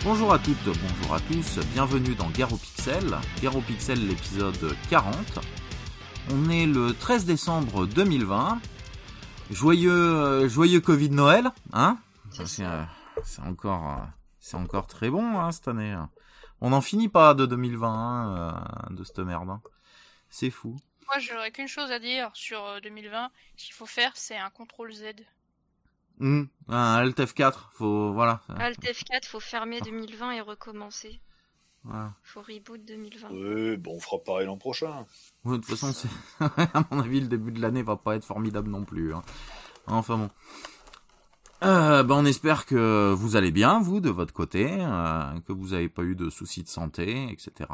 Bonjour à toutes, bonjour à tous, bienvenue dans Guerre aux Pixels, l'épisode 40. On est le 13 décembre 2020. Joyeux Covid Noël, hein? C'est encore très bon, hein, cette année. On n'en finit pas de 2020, de cette merde. Hein. C'est fou. Moi, j'aurais qu'une chose à dire sur 2020. Ce qu'il faut faire, c'est un CTRL-Z. Un Alt F4, voilà. Alt F4, faut fermer 2020 et recommencer. Voilà. Faut reboot 2020. Oui, bon, on fera pareil l'an prochain. Ouais, de toute façon, à mon avis, le début de l'année va pas être formidable non plus. Hein. Enfin bon. On espère que vous allez bien, vous, de votre côté, que vous n'avez pas eu de soucis de santé, etc.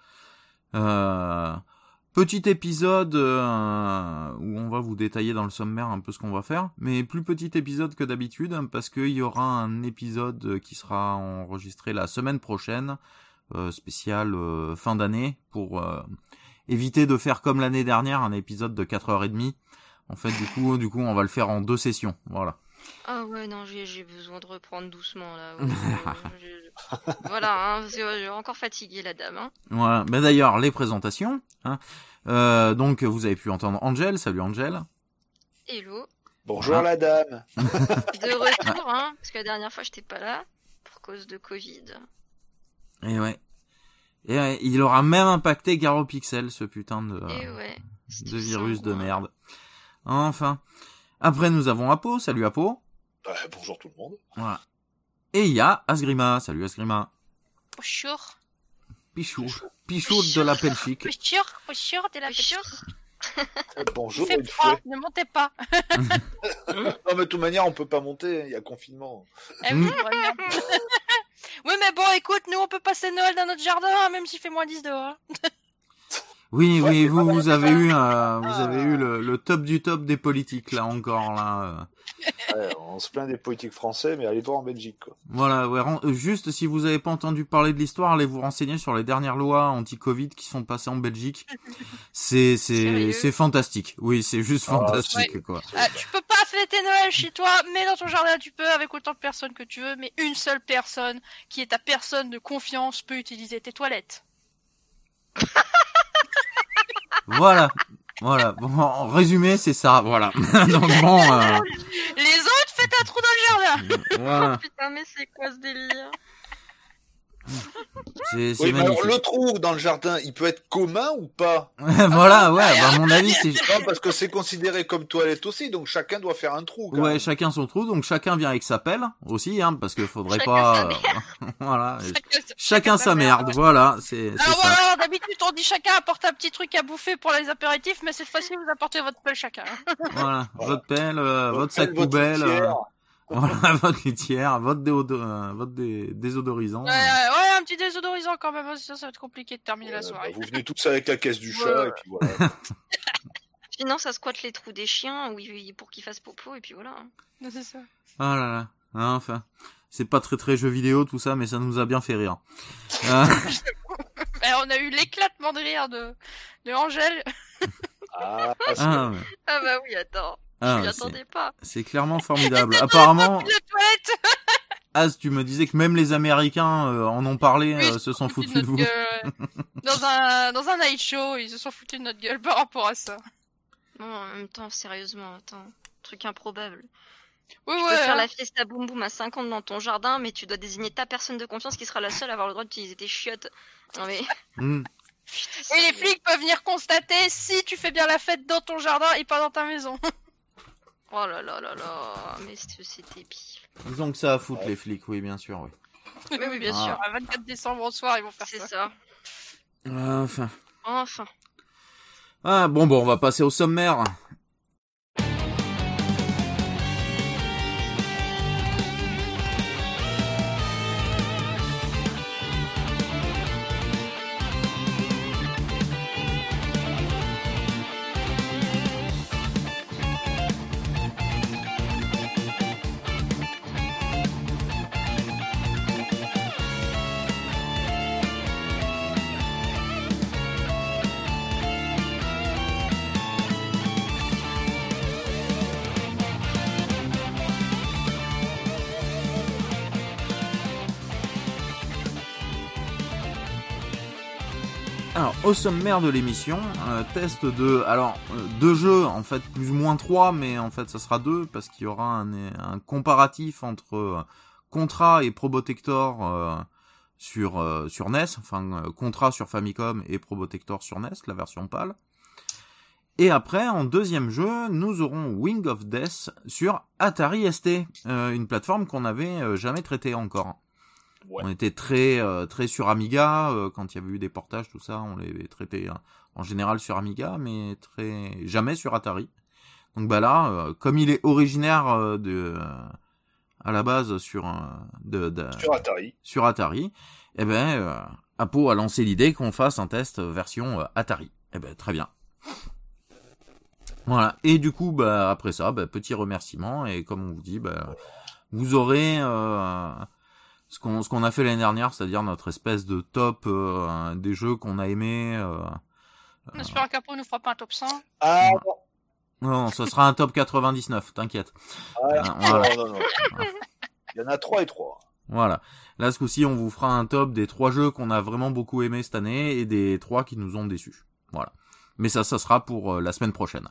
Petit épisode où on va vous détailler dans le sommaire un peu ce qu'on va faire, mais plus petit épisode que d'habitude, parce qu'il y aura un épisode qui sera enregistré la semaine prochaine, spécial fin d'année, pour éviter de faire comme l'année dernière, un épisode de 4h30. En fait, du coup, on va le faire en 2 sessions, voilà. Ah ouais, non, j'ai besoin de reprendre doucement, là. Voilà, hein, parce que j'ai encore fatigué la dame, hein. Voilà, mais d'ailleurs, les présentations, hein. Donc, vous avez pu entendre Angel, salut Angel. Hello. Bonjour la dame. De retour, hein, parce que la dernière fois, j'étais pas là, pour cause de Covid. Et ouais, il aura même impacté Garo Pixel, ce putain de virus de merde. Enfin. Après, nous avons Apo. Salut Apo. Bonjour tout le monde. Voilà. Et il y a Asgrima. Salut Asgrima. Bonjour. Pichou de la Belgique. Bonjour de la Belgique. Bonjour, Il fait froid, ne montez pas. Non, mais de toute manière, on peut pas monter, il y a confinement. Oui, mais bon, écoute, nous, on peut passer Noël dans notre jardin, hein, même s'il fait moins 10 dehors. Oui, vous avez eu le top du top des politiques, là, encore, là. Ouais, on se plaint des politiques français, mais allez voir en Belgique, quoi. Voilà, ouais, juste, si vous avez pas entendu parler de l'histoire, allez vous renseigner sur les dernières lois anti-Covid qui sont passées en Belgique. C'est fantastique. Oui, c'est juste fantastique, quoi. Tu peux pas fêter Noël chez toi, mais dans ton jardin, tu peux, avec autant de personnes que tu veux, mais une seule personne, qui est ta personne de confiance, peut utiliser tes toilettes. Voilà. Bon, en résumé, c'est ça. Voilà. Donc bon. Les autres, faites un trou dans le jardin. Voilà. Putain, mais c'est quoi ce délire? C'est oui, magnifique. alors, le trou dans le jardin, il peut être commun ou pas? Voilà, ouais. À mon avis, c'est. Non, parce que c'est considéré comme toilette aussi, donc chacun doit faire un trou. Ouais, chacun son trou, donc chacun vient avec sa pelle aussi, hein, parce que faudrait pas. Voilà. Chacun sa merde. Voilà, c'est ça. Voilà, d'habitude on dit chacun apporte un petit truc à bouffer pour les apéritifs, mais cette fois-ci vous apportez votre pelle chacun. Voilà, votre pelle, votre sac poubelle. Voilà, votre litière, votre désodorisant. Ouais, un petit désodorisant quand même, sinon ça va être compliqué de terminer la soirée. Vous venez tous avec la caisse du chat, et puis voilà. Sinon, ça squatte les trous des chiens, oui, pour qu'ils fassent popo, et puis voilà. Non, c'est ça. Oh là là, enfin, c'est pas très jeu vidéo tout ça, mais ça nous a bien fait rire. On a eu l'éclatement de rire de Angèle. Ah bah oui, attends. Je m'y attendais pas. C'est clairement formidable. Apparemment, la toilette. As, tu me disais que même les Américains en ont parlé, se sont foutus de vous. Dans un night show, ils se sont foutus de notre gueule par rapport à ça. Non, en même temps, sérieusement, truc improbable. Oui, tu peux faire la fiesta boum boum à 50 dans ton jardin, mais tu dois désigner ta personne de confiance qui sera la seule à avoir le droit d'utiliser tes chiottes. Non mais... Et les flics peuvent venir constater si tu fais bien la fête dans ton jardin et pas dans ta maison. Oh là là là là, mais c'est débile. Disons que ça a foutre les flics, oui, bien sûr, oui. Oui, bien sûr. À 24 décembre au soir, ils vont faire ça. C'est ça. Enfin. Bon, on va passer au sommaire. Alors, au sommaire de l'émission, test de... Alors, 2 jeux, en fait, plus ou moins 3, mais en fait, ça sera 2, parce qu'il y aura un comparatif entre Contra et Probotector sur NES, enfin, Contra sur Famicom et Probotector sur NES, la version PAL. Et après, en deuxième jeu, nous aurons Wing of Death sur Atari ST, une plateforme qu'on n'avait jamais traitée encore. Ouais. On était très sur Amiga, quand il y avait eu des portages, tout ça, on les traitait en général sur Amiga, mais jamais sur Atari. Donc bah là, comme il est originaire à la base sur Atari, eh ben Apo a lancé l'idée qu'on fasse un test version Atari. Eh ben très bien. Voilà. Et du coup, bah après ça, bah, petit remerciement, et comme on vous dit, bah vous aurez ce qu'on a fait l'année dernière, c'est-à-dire notre espèce de top des jeux qu'on a aimés. On espère qu'Apo nous fera pas un top 100. Ah non, ce sera un top 99, t'inquiète. Voilà. Non. Il y en a 3 et 3. Voilà. Là, ce coup-ci, on vous fera un top des 3 jeux qu'on a vraiment beaucoup aimés cette année et des 3 qui nous ont déçus. Voilà. Mais ça sera pour la semaine prochaine.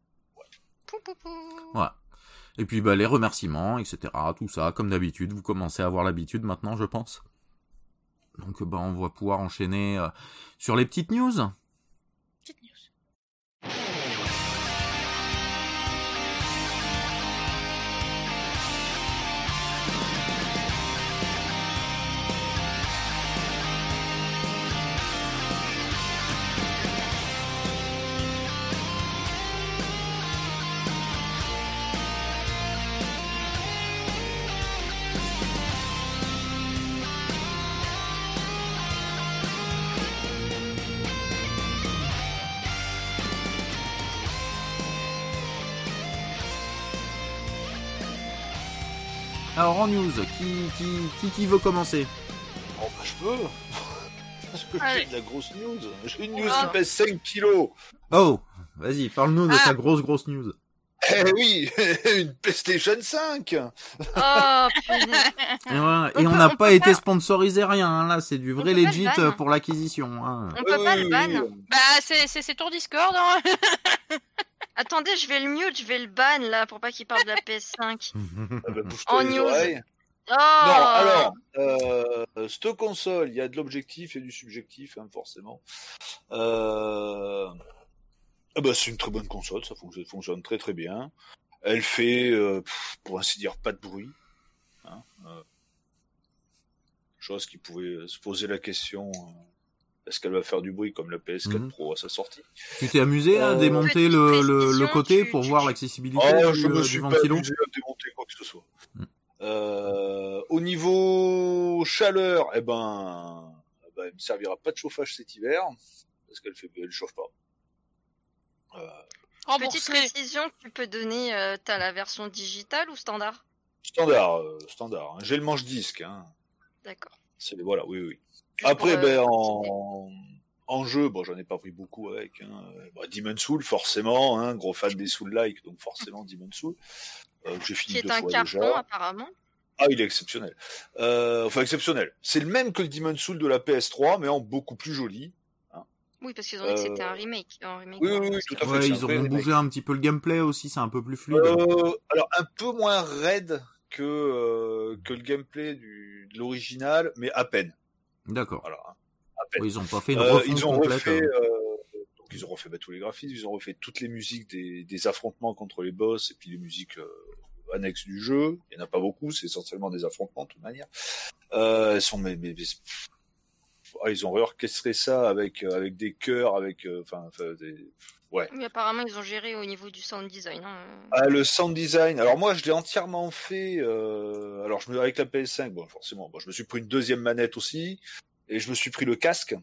Voilà. Et puis bah les remerciements, etc. Tout ça, comme d'habitude. Vous commencez à avoir l'habitude maintenant, je pense. Donc bah on va pouvoir enchaîner sur les petites news. Petite news. Alors en news, qui veut commencer? Oh bah je peux. Parce que Allez. j'ai de la grosse news. J'ai une news qui pèse 5 kilos. Oh, vas-y, parle-nous de ta grosse news. Eh oui, une PlayStation 5. Oh, punaise. Et, voilà. Et on n'a pas été sponsorisé rien, hein. Là c'est du vrai peut pas legit le ban. pour l'acquisition. Hein. On peut pas le ban. Bah, c'est ton Discord, hein. Attendez, je vais le mute, je vais le ban là pour pas qu'il parle de la PS5. Ah bah, bouge-toi En les news. oreilles. Oh. Non, alors, cette console, il y a de l'objectif et du subjectif, hein, forcément. Bah, c'est une très bonne console, ça fonctionne très très bien. Elle fait, pour ainsi dire, pas de bruit. Hein, chose qui pouvait se poser la question, est-ce qu'elle va faire du bruit comme la PS4 Pro à sa sortie? Tu t'es amusé à démonter le côté pour voir l'accessibilité je me suis du pas ventilo? amusé à démonter quoi que ce soit. Au niveau chaleur, elle me servira pas de chauffage cet hiver parce qu'elle chauffe pas. Petite Remboursé. précision que tu peux donner, t'as la version digitale ou standard? Standard. Hein. J'ai le manche-disque. Hein. D'accord. Voilà, oui. Juste Après, pour, en jeu, bon, j'en ai pas pris beaucoup avec. Hein. Demon's Souls, forcément, hein, gros fan des Souls-like, donc forcément Demon's Souls. J'ai fini qui est 2 un fois carton déjà. apparemment. Ah, il est exceptionnel. Exceptionnel. C'est le même que le Demon's Souls de la PS3, mais en beaucoup plus joli. Oui, parce qu'ils ont dit que c'était un remake. Oui, tout à fait. Ouais, ils auront bougé un petit peu le gameplay aussi, c'est un peu plus fluide. Alors, un peu moins raide que le gameplay de l'original, mais à peine. D'accord. Voilà, à peine. Ouais, ils ont pas fait une refonte ils ont complète. refait, donc ils ont refait tous les graphismes, ils ont refait toutes les musiques des affrontements contre les boss et puis les musiques annexes du jeu. Il y en a pas beaucoup, c'est essentiellement des affrontements de toute manière. Elles sont ils ont réorchestré ça avec des chœurs, avec ouais. Oui, apparemment ils ont géré au niveau du sound design. Hein. Ah, le sound design. Alors moi, je l'ai entièrement fait. Avec la PS5, bon, forcément, je me suis pris une deuxième manette aussi, et je me suis pris le casque.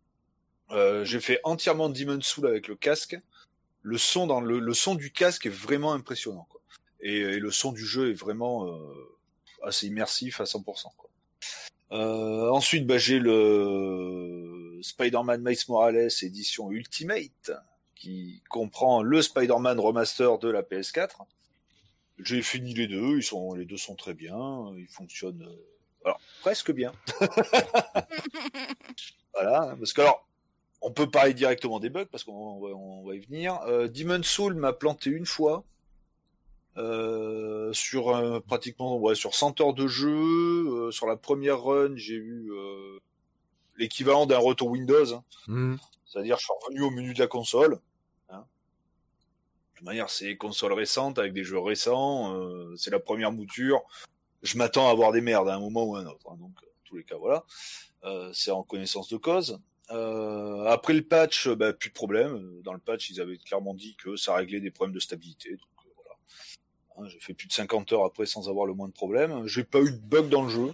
J'ai fait entièrement Demon's Souls avec le casque. Le son le son du casque est vraiment impressionnant, quoi. Et le son du jeu est vraiment assez immersif à 100%, quoi. Ensuite, j'ai le Spider-Man Miles Morales édition Ultimate, qui comprend le Spider-Man Remaster de la PS4. J'ai fini les deux, les deux sont très bien, ils fonctionnent presque bien. Voilà, parce que alors, On peut parler directement des bugs parce qu'on va y venir. Demon's Souls m'a planté une fois sur pratiquement sur 100 heures de jeu. Sur la première run, j'ai eu l'équivalent d'un retour Windows. Hein. C'est-à-dire, je suis revenu au menu de la console. Hein. De toute manière, c'est des consoles récentes avec des jeux récents. C'est la première mouture. Je m'attends à avoir des merdes à un moment ou à un autre. Hein. Donc, en tous les cas, voilà. C'est en connaissance de cause. Après le patch, plus de problème. Dans le patch, ils avaient clairement dit que ça réglait des problèmes de stabilité. Donc, voilà. Hein, j'ai fait plus de 50 heures après sans avoir le moins de problèmes. J'ai pas eu de bug dans le jeu.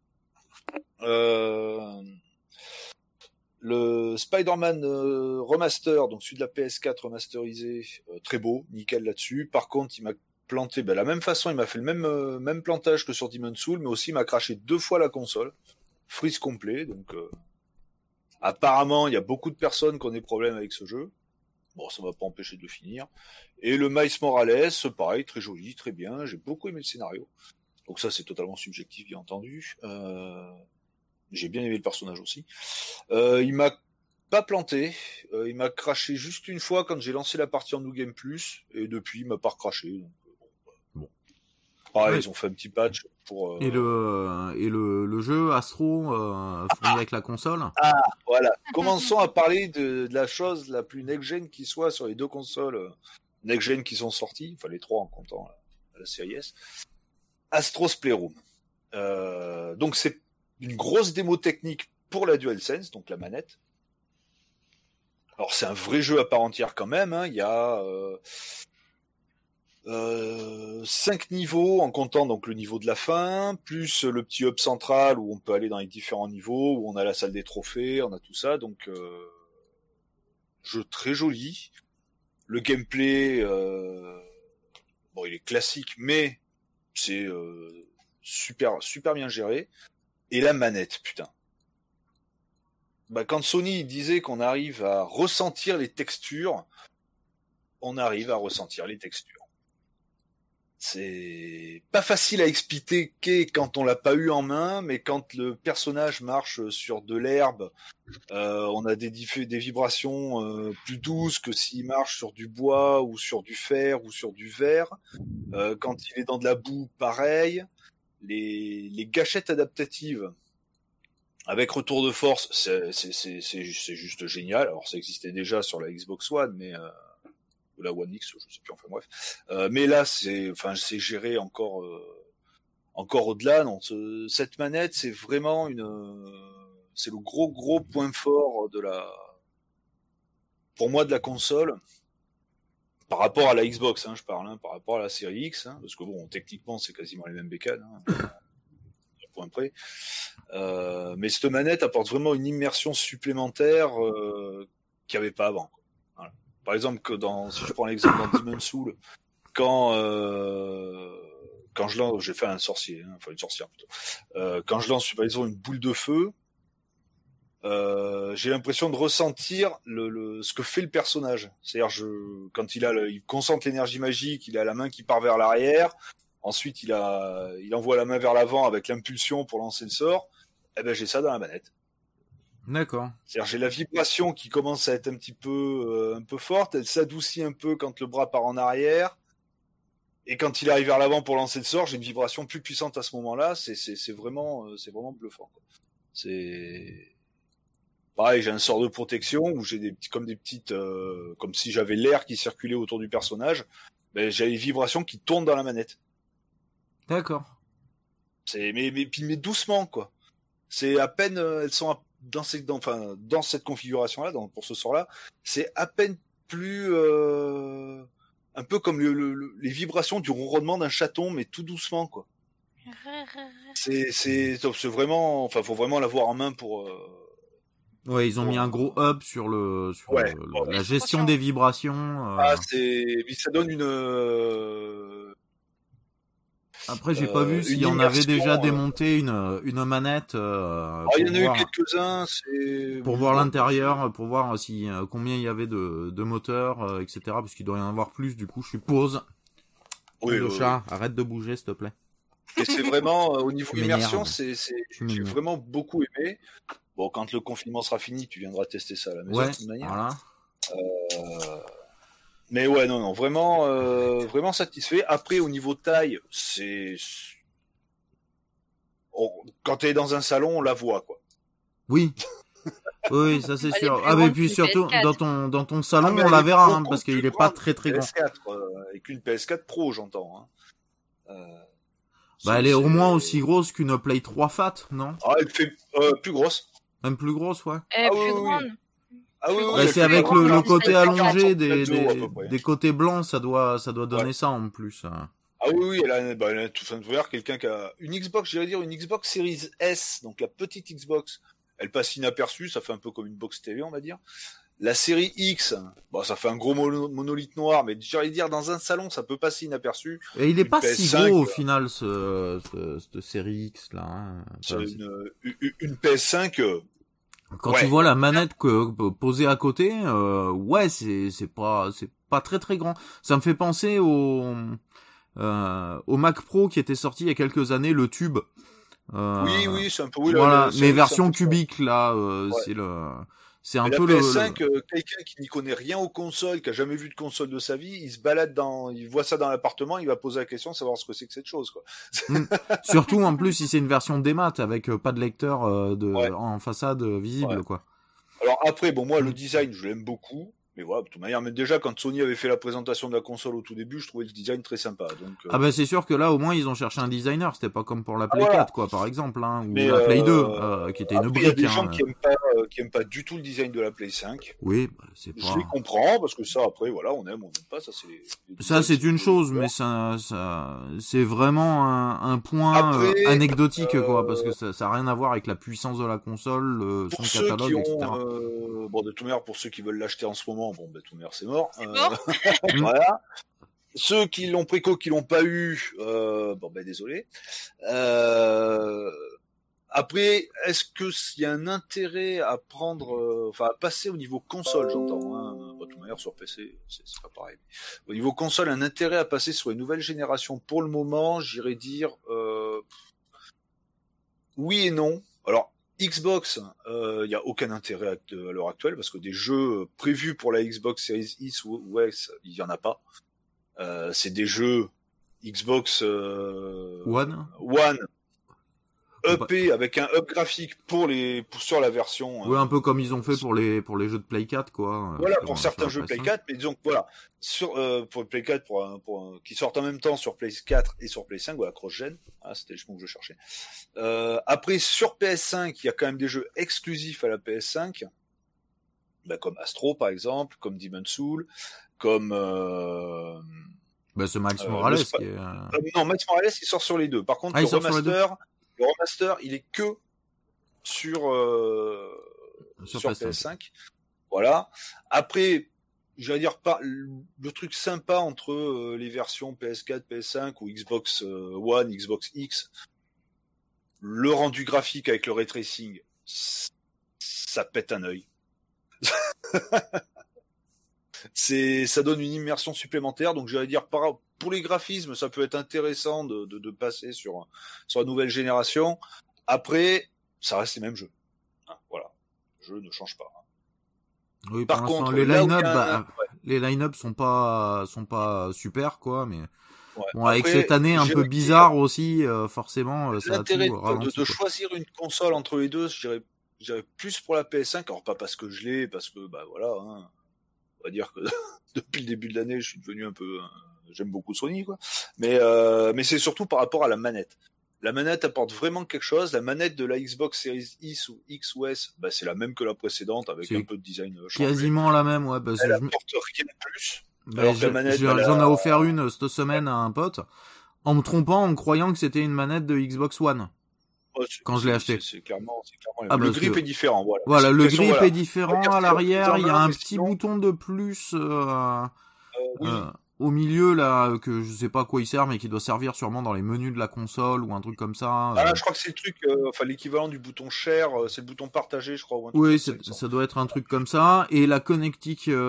Le Spider-Man remaster, donc celui de la PS4 remasterisé, très beau, nickel là-dessus. Par contre, il m'a planté, la même façon, il m'a fait le même plantage que sur Demon's Souls, mais aussi il m'a craché 2 fois la console. Freeze complet, donc apparemment, il y a beaucoup de personnes qui ont des problèmes avec ce jeu. Bon, ça m'a pas empêché de le finir. Et le Miles Morales, pareil, très joli, très bien. J'ai beaucoup aimé le scénario. Donc ça, c'est totalement subjectif, bien entendu. J'ai bien aimé le personnage aussi. Il m'a pas planté. Il m'a craché juste une fois quand j'ai lancé la partie en New Game Plus. Et depuis, il m'a pas recraché. Donc, bon. Pareil, ils ont fait un petit patch pour... Et le jeu Astro fourni avec la console. Ah, voilà. Commençons à parler de la chose la plus next-gen qui soit sur les 2 consoles next-gen qui sont sorties. Enfin, les 3 en comptant la série S. Astro's Playroom. Donc, c'est une grosse démo technique pour la DualSense, donc la manette. Alors c'est un vrai jeu à part entière quand même, hein. Il y a 5 niveaux en comptant donc le niveau de la fin, plus le petit hub central où on peut aller dans les différents niveaux, où on a la salle des trophées, on a tout ça, donc jeu très joli. Le gameplay, il est classique, mais c'est super bien géré. Et la manette, putain. Quand Sony disait qu'on arrive à ressentir les textures, on arrive à ressentir les textures. C'est pas facile à expliquer quand on l'a pas eu en main, mais quand le personnage marche sur de l'herbe, on a des vibrations plus douces que s'il marche sur du bois ou sur du fer ou sur du verre. Quand il est dans de la boue, pareil. Les gâchettes adaptatives avec retour de force, c'est juste génial. Alors ça existait déjà sur la Xbox One, mais ou la One X, je sais plus. Enfin bref. Mais là, c'est géré encore au-delà. Non, cette manette, c'est vraiment c'est le gros point fort pour moi de la console. Par rapport à la Xbox, je parle, par rapport à la série X, parce que bon, techniquement, c'est quasiment les mêmes bécanes, point près. Mais cette manette apporte vraiment une immersion supplémentaire qu'il n'y avait pas avant. Voilà. Par exemple, si je prends l'exemple dans Demon's Souls, quand je lance, j'ai fait un sorcier, une sorcière plutôt. Quand je lance, par exemple, une boule de feu, j'ai l'impression de ressentir ce que fait le personnage. C'est-à-dire, quand il concentre l'énergie magique, il a la main qui part vers l'arrière. Ensuite, il envoie la main vers l'avant avec l'impulsion pour lancer le sort. J'ai ça dans la manette. D'accord. C'est-à-dire, j'ai la vibration qui commence à être un petit peu, un peu forte. Elle s'adoucit un peu quand le bras part en arrière. Et quand il arrive vers l'avant pour lancer le sort, j'ai une vibration plus puissante à ce moment-là. C'est vraiment bluffant, quoi. C'est pareil, j'ai un sort de protection où j'ai comme si j'avais l'air qui circulait autour du personnage. J'ai les vibrations qui tournent dans la manette. D'accord. Mais doucement, quoi. C'est à peine, elles sont dans cette configuration-là, pour ce sort-là, c'est à peine plus un peu comme les vibrations du ronronnement d'un chaton, mais tout doucement, quoi. C'est vraiment, faut vraiment l'avoir en main pour. Ouais, ils ont mis un gros hub sur la gestion des vibrations. Ça donne une. Après, j'ai pas vu s'il y en avait déjà démonté une manette. Il y en a eu quelques-uns. Pour voir l'intérieur, pour voir combien il y avait de moteurs, etc. Parce qu'il doit y en avoir plus. Du coup, je suppose. Oui, chat, arrête de bouger, s'il te plaît. Et c'est vraiment au niveau Tu m'énerves. immersion, j'ai vraiment beaucoup aimé. Bon, quand le confinement sera fini, tu viendras tester ça à la maison Ouais, de toute manière. voilà. Mais ouais, non, vraiment, vraiment satisfait. Après, au niveau taille, quand t'es dans un salon, on la voit, quoi. Oui. Oui, ça c'est Elle est sûr. plus Ah, mais grande puis qu'une surtout, PS4. dans ton salon, Ah, mais on elle la est verra, beaucoup parce qu'il plus est pas grande très très grand. PS4, et qu'une PS4 Pro, j'entends. Hein. Bah, elle est au moins aussi grosse qu'une Play 3 Fat, non? Ah, elle fait plus grosse. Même plus grosse, ouais. Elle est Ah oui, plus oui, oui. grande. Ah oui, Plus oui, grande. Bah, elle c'est fait avec plus grande, le hein. côté allongé peu près. des côtés blancs, ça doit donner ça en plus. Ah oui, elle a tout ça de voir. Quelqu'un qui a une Xbox, j'irais dire une Xbox Series S, donc la petite Xbox. Elle passe inaperçue, ça fait un peu comme une box TV, on va dire. La série X, bon, ça fait un gros monolithe noir, mais j'irais dire dans un salon, ça peut passer inaperçu. Et il est Une pas si PS5, gros au final, cette série X là. Hein. C'est Enfin, une PS5. Quand Ouais. tu vois la manette posée à côté, ouais, c'est pas très très grand. Ça me fait penser au Mac Pro qui était sorti il y a quelques années, le Tube. Oui, c'est un peu. Oui, Voilà, c'est mais un version peu ça. cubique là, Ouais. c'est un Mais peu la PS5, quelqu'un qui n'y connaît rien aux consoles, qui a jamais vu de console de sa vie, il se balade il voit ça dans l'appartement, il va poser la question, savoir ce que c'est que cette chose, quoi. Surtout en plus si c'est une version démat avec pas de lecteur Ouais. en façade visible, Ouais. quoi. Alors après, bon, moi, le design, je l'aime beaucoup. Mais voilà, de toute manière, mais déjà, quand Sony avait fait la présentation de la console au tout début, je trouvais le design très sympa. Donc, Ah bah c'est sûr que là au moins ils ont cherché un designer, c'était pas comme pour la Play voilà. 4 quoi par exemple, hein, ou Mais, la Play 2 qui était une après, il y a brique. des Hein, gens qui aiment pas du tout le design de la Play 5. Oui, bah, c'est Je pas. les comprends, parce que ça, après, voilà, on aime pas, ça c'est Ça c'est une chose, mais ça c'est vraiment un point Après, anecdotique quoi, parce que ça a rien à voir avec la puissance de la console, son pour ceux catalogue, qui etc. ont, bon, de toute manière, pour ceux qui veulent l'acheter en ce moment, bon, de toute manière, c'est mort. mort. Voilà. Ceux qui l'ont préco, qui l'ont pas eu, bon, ben, désolé. Après, est-ce qu'il y a un intérêt à prendre, enfin, à passer au niveau console, j'entends, hein. De toute manière, sur PC, c'est pas pareil. Au niveau console, un intérêt à passer sur une nouvelle génération. Pour le moment, j'irais dire, oui et non. Alors, Xbox, il y a aucun intérêt à l'heure actuelle, parce que des jeux prévus pour la Xbox Series X ou S, il y en a pas. C'est des jeux Xbox One. EP avec un up graphique sur la version. Ouais, un peu comme ils ont fait pour les jeux de Play 4 quoi. Voilà, sur pour certains la jeux Play PS5. 4, mais disons que voilà, pour le Play 4, qui sortent en même temps sur Play 4 et sur Play 5, voilà, cross-gen, c'était le mot que je cherchais. Après, sur PS5, il y a quand même des jeux exclusifs à la PS5, bah, comme Astro par exemple, comme Demon's Souls, comme... Bah c'est Max Morales qui est... non, Max Morales, il sort sur les deux. Par contre, il sort sur les deux. le remaster, il est que sur PS5. Voilà. Après, j'allais dire pas le truc sympa entre les versions PS4, PS5 ou Xbox One, Xbox X, le rendu graphique avec le ray tracing, ça pète un œil. Ça donne une immersion supplémentaire, donc j'allais dire pour les graphismes, ça peut être intéressant de passer sur la nouvelle génération. Après, ça reste les mêmes jeux. Voilà, le jeu ne change pas. Oui, Par pour contre, les là où line-up, il y a un- les line-up sont pas super quoi, mais Ouais. bon, avec Après, cette année un peu j'irais bizarre aussi, forcément, ça a l'intérêt tout ralenti, de quoi. choisir une console entre les deux, je dirais plus pour la PS5, alors pas parce que je l'ai, parce que bah voilà, hein, on va dire que depuis le début de l'année, je suis devenu un peu, j'aime beaucoup Sony quoi, mais c'est surtout par rapport à la manette. La manette apporte vraiment quelque chose. La manette de la Xbox Series X ou X ou S, bah, c'est la même que la précédente avec C'est un peu de design changé. Quasiment la même, ouais. Bah, Elle apporte rien de plus. bah, alors que la manette, j'en ai offert une cette semaine à un pote, en me trompant, en croyant que c'était une manette de Xbox One. Quand je l'ai acheté. C'est clairement Ah, le grip est différent, voilà. Voilà, le grip voilà. est différent On va dire à que l'arrière, il y a un mais petit sinon- bouton de plus Oui. au milieu là que je sais pas à quoi il sert, mais qui doit servir sûrement dans les menus de la console ou un truc comme ça. Ah, je crois que c'est le truc, enfin l'équivalent du bouton share, c'est le bouton partagé, je crois. Ou un truc Oui, comme ça, ça doit être un truc comme ça. Et la connectique de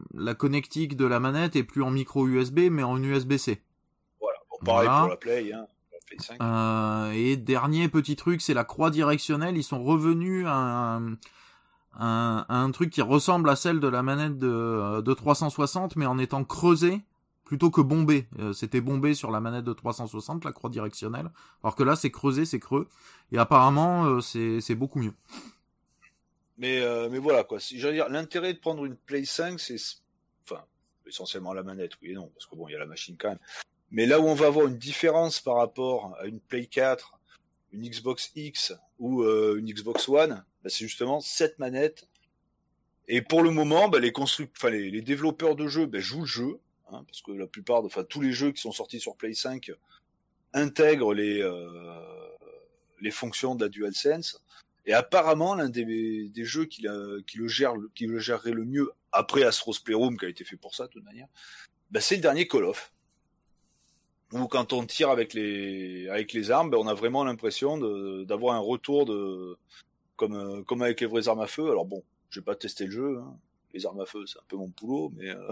la manette est plus en micro USB, mais en USB-C. Voilà. Bon, pareil Voilà. pour la Play. Hein. Play 5. Et dernier petit truc, c'est la croix directionnelle. Ils sont revenus à un truc qui ressemble à celle de la manette de 360, mais en étant creusé plutôt que bombé. C'était bombé sur la manette de 360, la croix directionnelle. Alors que là, c'est creusé, c'est creux. Et apparemment, c'est beaucoup mieux. Mais voilà, quoi. J'allais dire, l'intérêt de prendre une Play 5, c'est, enfin, essentiellement la manette, oui et non, parce que bon, il y a la machine quand même. Mais là où on va avoir une différence par rapport à une Play 4, une Xbox X ou une Xbox One, bah, c'est justement cette manette. Et pour le moment, bah, les développeurs de jeux, bah, jouent le jeu, hein, parce que la plupart, tous les jeux qui sont sortis sur Play 5 intègrent les fonctions de la DualSense. Et apparemment, l'un des jeux qui le gérerait le mieux, après Astro's Playroom, qui a été fait pour ça, de toute manière, bah, c'est le dernier Call of. Où quand on tire avec les armes, bah, on a vraiment l'impression d'avoir un retour comme avec les vraies armes à feu. Alors bon, j'ai pas testé le jeu, hein. Les armes à feu, c'est un peu mon boulot,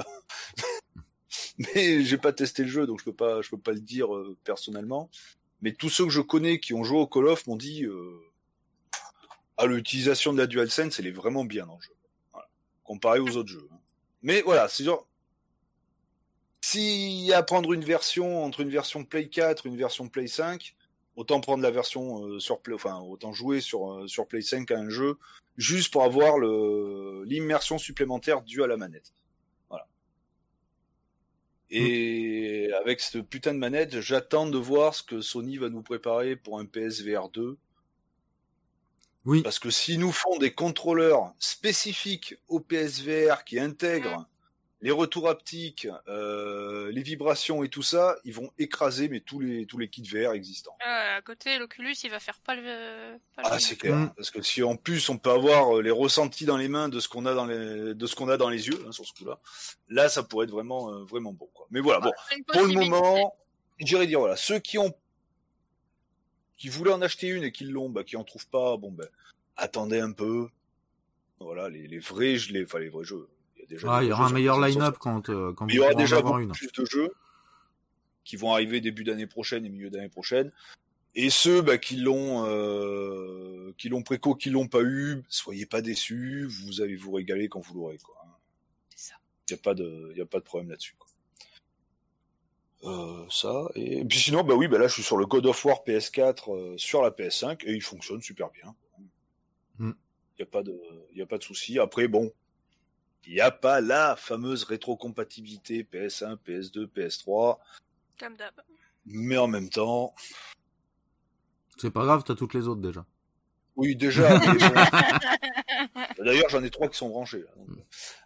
mais j'ai pas testé le jeu, donc je peux pas le dire personnellement. Mais tous ceux que je connais qui ont joué au Call of m'ont dit l'utilisation de la DualSense, elle est vraiment bien dans le jeu. Voilà. Comparé aux autres jeux. Mais voilà, c'est genre, s'il y a à prendre une version entre une version Play 4 et une version Play 5, autant prendre la version autant jouer sur Play 5 à un jeu, juste pour avoir l'immersion supplémentaire due à la manette. Voilà. Et avec cette putain de manette, j'attends de voir ce que Sony va nous préparer pour un PSVR 2. Oui. Parce que s'ils nous font des contrôleurs spécifiques au PSVR qui intègrent les retours haptiques, les vibrations et tout ça, ils vont écraser tous les kits VR existants. À côté, l'Oculus, il va faire pas le c'est clair. Parce que si en plus on peut avoir les ressentis dans les mains de ce qu'on a dans les yeux, hein, sur ce coup-là, là ça pourrait être vraiment vraiment bon, quoi. Mais voilà, pour le moment, j'irais dire voilà, ceux qui voulaient en acheter une et qui l'ont, qui en trouvent pas, attendez un peu. Voilà, les vrais jeux. Il y aura un meilleur line-up quand il y aura déjà beaucoup plus de jeux qui vont arriver début d'année prochaine et milieu d'année prochaine. Et ceux qui l'ont préco, qui l'ont pas eu, soyez pas déçus, vous allez vous régaler quand vous l'aurez, quoi. C'est ça. Il y a pas de problème là-dessus, quoi. Ça, et puis sinon, là je suis sur le God of War PS4 sur la PS5 et il fonctionne super bien. Il y a pas de souci. Après il n'y a pas la fameuse rétrocompatibilité PS1, PS2, PS3. Comme d'hab. Mais en même temps, c'est pas grave, t'as toutes les autres déjà. Oui, déjà. D'ailleurs, j'en ai 3 qui sont branchés. Là, donc.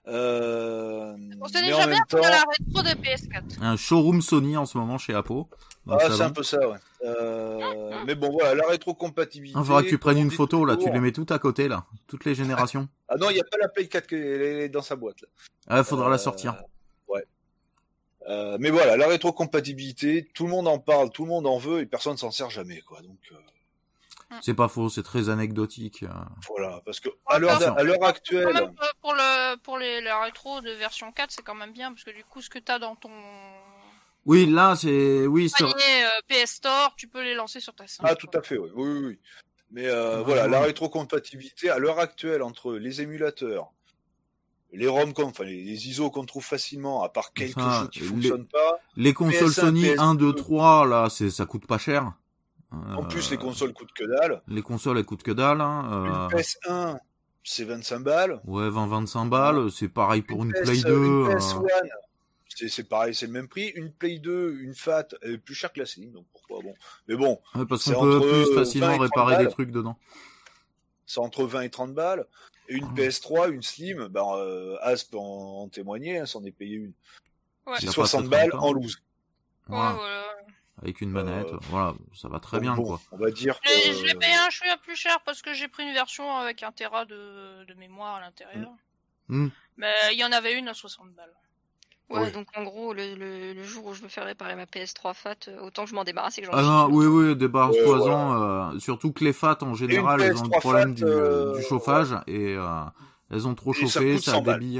On sait déjà bien qu'on a la rétro de PS4. Un showroom Sony en ce moment chez Apo. C'est un peu ça, ouais. Mais bon, voilà, la rétrocompatibilité. Il faudra que tu prennes une photo, là, tu les mets toutes à côté, là. Toutes les générations. Ah non, il n'y a pas la Play 4 qui est dans sa boîte, là. Ah, faudra la sortir. Ouais. Mais voilà, la rétrocompatibilité, tout le monde en parle, tout le monde en veut, et personne s'en sert jamais, quoi. Donc, c'est pas faux, c'est très anecdotique. Voilà, parce que à l'heure actuelle, même pour la rétro de version 4, c'est quand même bien parce que du coup, ce que t'as dans ton là c'est panier PS Store, tu peux les lancer sur ta scène. Ah, tout à fait, oui. Mais voilà, la rétrocompatibilité à l'heure actuelle entre les émulateurs, les ROM, les ISO qu'on trouve facilement, à part quelques jeux qui fonctionnent pas, les consoles PS1, Sony PS2, 1, 2, 3, là, ça coûte pas cher. En plus, les consoles coûtent que dalle. Les consoles, elles coûtent que dalle. Une PS1, c'est 25 balles. Ouais, 20-25 balles. C'est pareil pour une Play 2. Une PS1, c'est pareil, c'est le même prix. Une Play 2, une FAT, elle est plus chère que la Slim, donc pourquoi bon. Mais bon. Ouais, parce qu'on peut plus facilement réparer des trucs dedans. C'est entre 20 et 30 balles. Et une PS3, une Slim, As peut en témoigner, s'en est payé une. Ouais. C'est 60 balles en loose. Voilà. Avec une manette, voilà, ça va très bien, quoi. On va dire que... Je l'ai payé un chouïa plus cher parce que j'ai pris une version avec 1 Tera de mémoire à l'intérieur. Mais il y en avait une à 60 balles. Ouais, donc en gros, le jour où je veux faire réparer ma PS3 FAT, autant que je m'en débarrasse et que j'en oui, débarrasse-toi-en. Surtout que les FAT, en général, elles ont le problème du chauffage et elles ont trop chauffé, ça débille.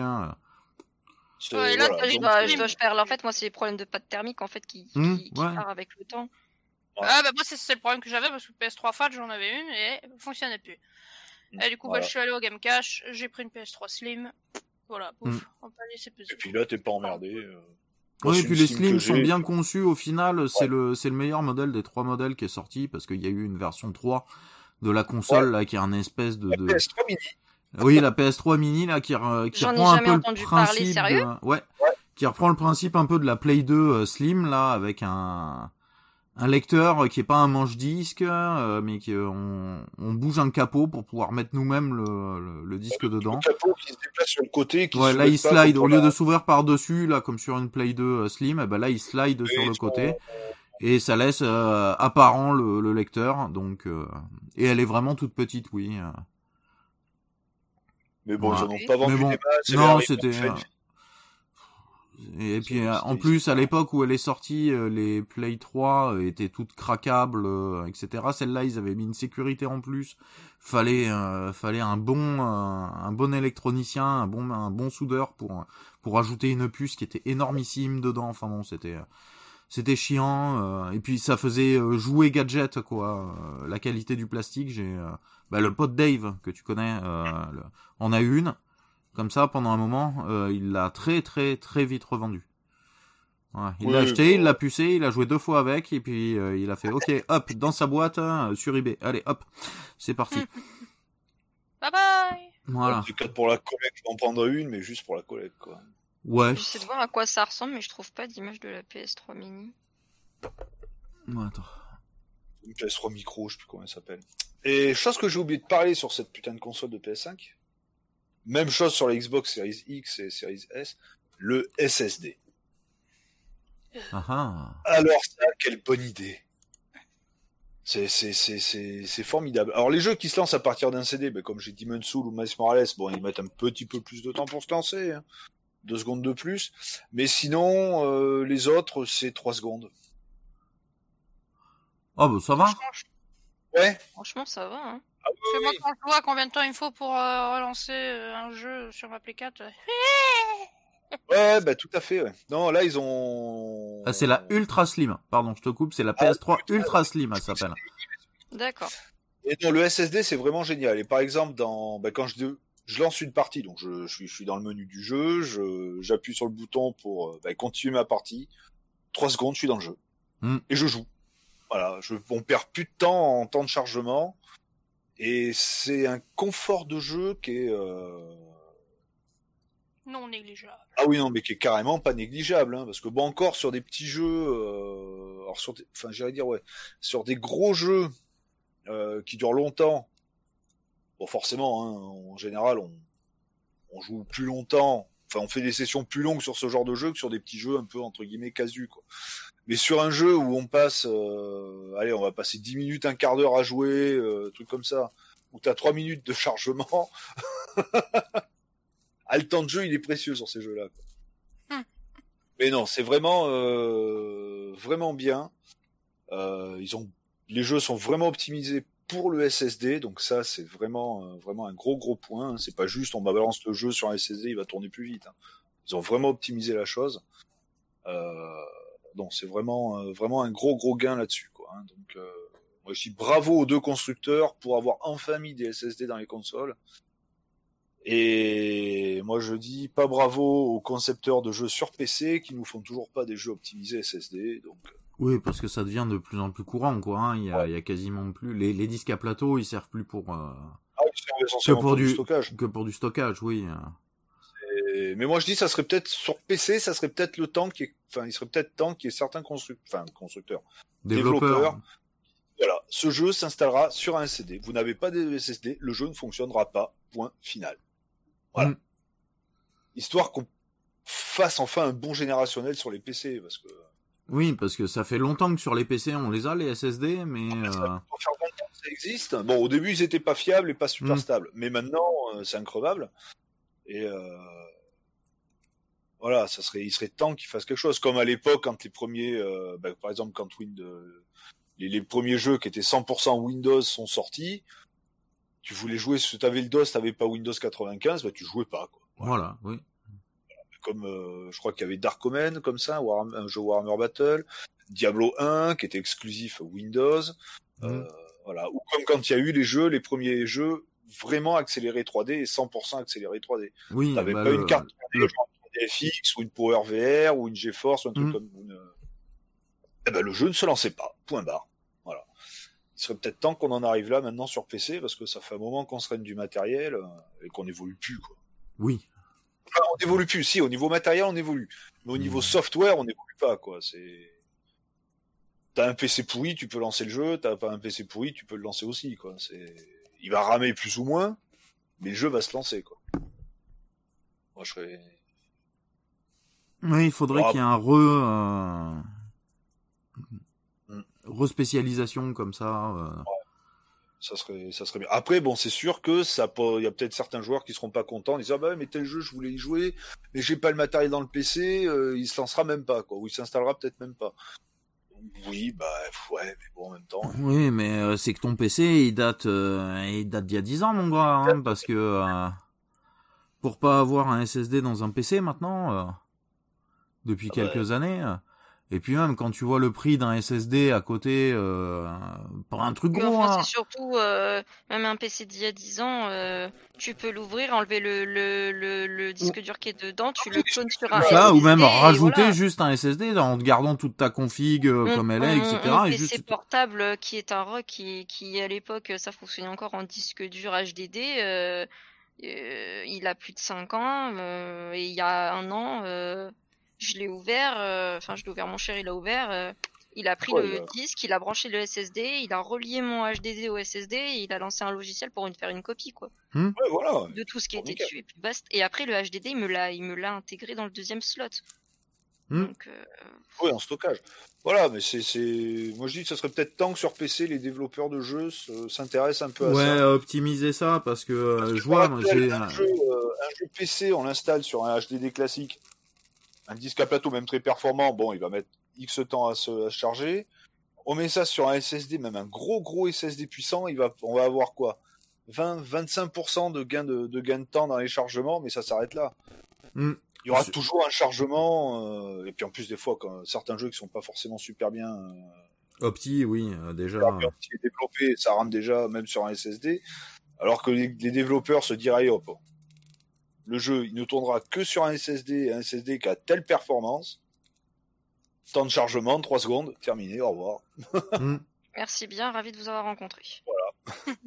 Là, je perds. En fait, moi, c'est les problèmes de pâte thermique en fait qui part avec le temps. Ouais. Ah bah moi c'est le problème que j'avais parce que PS3 Fat j'en avais une et elle fonctionnait plus. Et du coup Voilà. bah, je suis allé au Game Cash, j'ai pris une PS3 Slim. Voilà, pouf, on peut laisser peser. Et puis là, t'es pas emmerdé. Moi, Oui, et c'est puis une les Slim Slim que sont j'ai. bien conçus au final, c'est le meilleur modèle des 3 modèles qui est sorti, parce qu'il y a eu une version 3 de la console, là, qui est un espèce de... PS3 mini. Oui, la PS3 mini, là, qui J'en ai reprend un jamais peu le entendu parler, principe sérieux ouais, qui reprend le principe un peu de la Play 2 Slim, là, avec un lecteur qui est pas un manche-disque, mais on bouge un capot pour pouvoir mettre nous-mêmes le disque dedans. Le capot qui se déplace sur le côté. Qui Ouais, se là, il soulève pas slide. contre Au lieu la- de s'ouvrir par-dessus, là, comme sur une Play 2 Slim, ben là, il slide sur le côté. Et ça laisse apparent le lecteur. Donc, et elle est vraiment toute petite, oui. Mais bon, Ouais. ils en ont pas vendu Mais bon, des masses. non, c'était... Fait... Et puis, C'était en plus, à l'époque où elle est sortie, les Play 3 étaient toutes craquables, etc. Celle-là, ils avaient mis une sécurité en plus. Fallait un bon électronicien, un bon soudeur pour ajouter une puce qui était énormissime dedans. Enfin bon, c'était chiant. Et puis, ça faisait jouer gadget, quoi. La qualité du plastique, le pote Dave, que tu connais, en a une. Comme ça, pendant un moment, il l'a très très très vite revendu. Ouais, il l'a acheté, il l'a pucé, il a joué 2 fois avec, et puis il a fait OK, hop, dans sa boîte, sur eBay. Allez, hop, c'est parti. Bye bye. Voilà. C'est peut-être pour la collecte, je vais en prendre une, mais juste pour la collecte, quoi. Ouais. J'essaie de voir à quoi ça ressemble, mais je trouve pas d'image de la PS3 mini. Attends. Une PS3 micro, je sais plus comment elle s'appelle. Et chose que j'ai oublié de parler sur cette putain de console de PS5, même chose sur la Xbox Series X et Series S, le SSD. Alors ça, quelle bonne idée. C'est formidable. Alors les jeux qui se lancent à partir d'un CD, comme j'ai Demon's Souls ou Miles Morales, bon, ils mettent un petit peu plus de temps pour se lancer, hein. 2 secondes de plus. Mais sinon, les autres, c'est 3 secondes. Ah bah ça va. Ouais. Franchement, ça va, hein. Ah, oui, Moi, quand je vois combien de temps il me faut pour relancer un jeu sur ma Play 4. Ouais, bah tout à fait. Ouais. Non, là ils ont. Ah, c'est la Ultra Slim. Pardon, je te coupe. C'est la PS3 Ultra Slim, elle s'appelle. D'accord. Et non, le SSD c'est vraiment génial. Et par exemple, quand je lance une partie, donc je suis dans le menu du jeu, j'appuie sur le bouton pour continuer ma partie. 3 secondes, je suis dans le jeu et je joue. Voilà, on perd plus de temps en temps de chargement. Et c'est un confort de jeu qui est non négligeable. Ah oui, non, mais qui est carrément pas négligeable, hein, parce que bon, encore sur des petits jeux, alors sur des gros jeux qui durent longtemps. Bon, forcément, hein, en général, on joue plus longtemps. Enfin, on fait des sessions plus longues sur ce genre de jeu que sur des petits jeux un peu entre guillemets casus, quoi. Mais sur un jeu où on passe, on va passer 10 minutes, un quart d'heure à jouer, truc comme ça, où t'as 3 minutes de chargement, le temps de jeu, il est précieux sur ces jeux-là, quoi. Mais non, c'est vraiment, vraiment bien. Les jeux sont vraiment optimisés pour le SSD, donc ça, c'est vraiment, vraiment un gros point, hein. C'est pas juste, on balance le jeu sur un SSD, il va tourner plus vite, hein. Ils ont vraiment optimisé la chose. Donc c'est vraiment un gros gain là-dessus, quoi, hein. Donc moi je dis bravo aux 2 constructeurs pour avoir enfin mis des SSD dans les consoles. Et moi je dis pas bravo aux concepteurs de jeux sur PC qui nous font toujours pas des jeux optimisés SSD. Donc oui, parce que ça devient de plus en plus courant, quoi, hein. Il y a quasiment plus les disques à plateau, ils servent plus pour du stockage. Que pour du stockage, oui. Mais moi je dis ça serait peut-être sur PC, ça serait peut-être le temps il serait peut-être temps qu'il y ait certains constructeurs, développeurs. Voilà, ce jeu s'installera sur un SSD. Vous n'avez pas de SSD, le jeu ne fonctionnera pas. Point final. Voilà. Histoire qu'on fasse enfin un bon générationnel sur les PC, parce que. Oui, parce que ça fait longtemps que sur les PC on les a, les SSD, mais. Ça existe. Bon, au début ils étaient pas fiables et pas super stables, mais maintenant c'est increvable. Et voilà, il serait temps qu'ils fassent quelque chose. Comme à l'époque, quand les premiers, par exemple, quand les premiers jeux qui étaient 100% Windows sont sortis, tu voulais jouer, si t'avais le DOS, t'avais pas Windows 95, tu jouais pas, quoi. Voilà, oui. Comme je crois qu'il y avait Dark Omen comme ça, un jeu Warhammer Battle. Diablo 1 qui était exclusif Windows, voilà. Ou comme quand il y a eu les premiers jeux vraiment accélérés 3D et 100% accélérés 3D. Oui, T'avais pas une carte 3D, genre une FX ou une Power VR ou une GeForce ou un truc comme Eh ben le jeu ne se lançait pas. Point barre. Voilà. Il serait peut-être temps qu'on en arrive là maintenant sur PC parce que ça fait un moment qu'on se règne du matériel et qu'on évolue plus quoi. Oui. Enfin, on évolue plus. Si au niveau matériel on évolue, mais au niveau software on n'évolue pas quoi. T'as un PC pourri, tu peux lancer le jeu. T'as pas un PC pourri, tu peux le lancer aussi quoi. Il va ramer plus ou moins, mais le jeu va se lancer quoi. Moi je serais. Oui, il faudrait qu'il y ait un respécialisation comme ça. Ça serait bien. Après, bon, c'est sûr que il y a peut-être certains joueurs qui seront pas contents, en disant, ah bah, mais tel jeu, je voulais y jouer, mais j'ai pas le matériel dans le PC, il se lancera même pas, quoi, ou il s'installera peut-être même pas. Oui, bah, ouais, mais bon, en même temps. Oui, mais c'est que ton PC, il date d'il y a 10 ans, mon gars, hein, parce que, pour pas avoir un SSD dans un PC maintenant, depuis quelques années, et puis même quand tu vois le prix d'un SSD à côté, pas un truc gros. Enfin, c'est surtout même un PC d'il y a 10 ans, tu peux l'ouvrir, enlever le disque dur qui est dedans, tu le clones sur un SSD. Ou même rajouter juste un SSD en te gardant toute ta config comme elle est, etc. Un et PC juste portable qui est un ROG qui à l'époque ça fonctionnait encore en disque dur HDD. Il a plus de 5 ans et il y a un an. Je l'ai ouvert, mon cher, il l'a ouvert, il a pris le disque, il a branché le SSD, il a relié mon HDD au SSD et il a lancé un logiciel pour faire une copie, quoi. Ouais, voilà. De tout ce qui était dessus. Et après, le HDD, il me l'a intégré dans le deuxième slot. Donc, oui, en stockage. Voilà, mais moi je dis que ça serait peut-être temps que sur PC, les développeurs de jeux s'intéressent un peu à ça. Ouais, optimiser ça, parce que je vois, j'ai un jeu PC, on l'installe sur un HDD classique. Un disque à plateau, même très performant, bon, il va mettre X temps à se charger. On met ça sur un SSD, même un gros SSD puissant, on va avoir quoi 20-25% de gain de temps dans les chargements, mais ça s'arrête là. Il y aura toujours un chargement, et puis en plus des fois, quand certains jeux qui sont pas forcément super bien Opti, oui, déjà. Opti est développé, ça rame déjà même sur un SSD, alors que les développeurs se diraient hop, le jeu, il ne tournera que sur un SSD qui a telle performance. Temps de chargement, 3 secondes, terminé, au revoir. Merci bien, ravi de vous avoir rencontré. Voilà.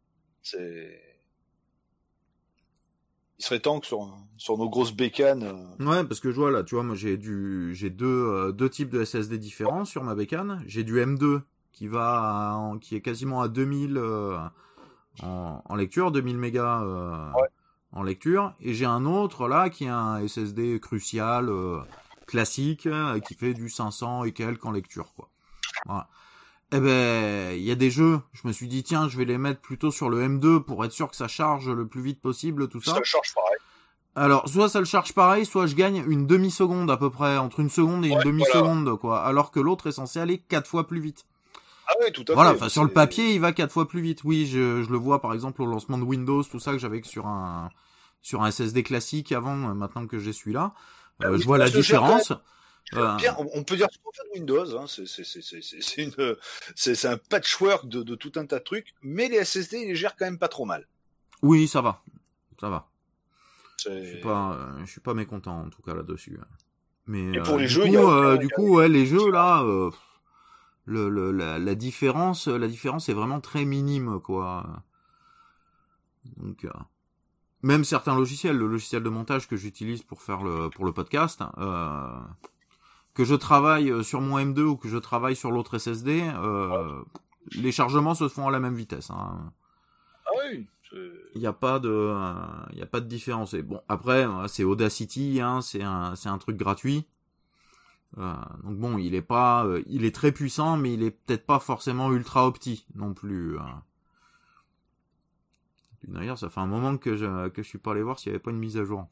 Il serait temps que sur nos grosses bécanes. Ouais, parce que je vois là, tu vois, moi j'ai deux types de SSD différents sur ma bécane. J'ai du M2 qui est quasiment à 2000 en lecture, 2000 mégas. En lecture, et j'ai un autre là qui est un SSD crucial classique qui fait du 500 et quelques en lecture quoi. Voilà. Eh ben il y a des jeux, je me suis dit tiens, je vais les mettre plutôt sur le M2 pour être sûr que ça charge le plus vite possible tout ça. Ça charge pareil. Alors soit ça le charge pareil, soit je gagne une demi-seconde à peu près, entre une seconde et une demi-seconde quoi, alors que l'autre est censé aller 4 fois plus vite. Ah oui, tout à fait. Voilà, enfin sur le papier, il va 4 fois plus vite. Oui, je le vois par exemple au lancement de Windows, tout ça que j'avais sur un SSD classique avant, maintenant que j'ai celui-là. Je vois la différence. On peut dire ce qu'on fait de Windows, hein. C'est un patchwork de tout un tas de trucs, mais les SSD ils les gèrent quand même pas trop mal. Oui, ça va. Je suis pas mécontent en tout cas là-dessus. Mais et pour les jeux, les jeux là. La différence est vraiment très minime quoi. Donc même certains logiciels, le logiciel de montage que j'utilise pour le podcast, que je travaille sur mon M2 ou que je travaille sur l'autre SSD, les chargements se font à la même vitesse. Hein. Ah oui. Il y a pas de différence. Et bon après c'est Audacity, hein, c'est un truc gratuit. Donc bon, il est très puissant, mais il est peut-être pas forcément ultra opti non plus. D'ailleurs, ça fait un moment que je suis pas allé voir s'il y avait pas une mise à jour.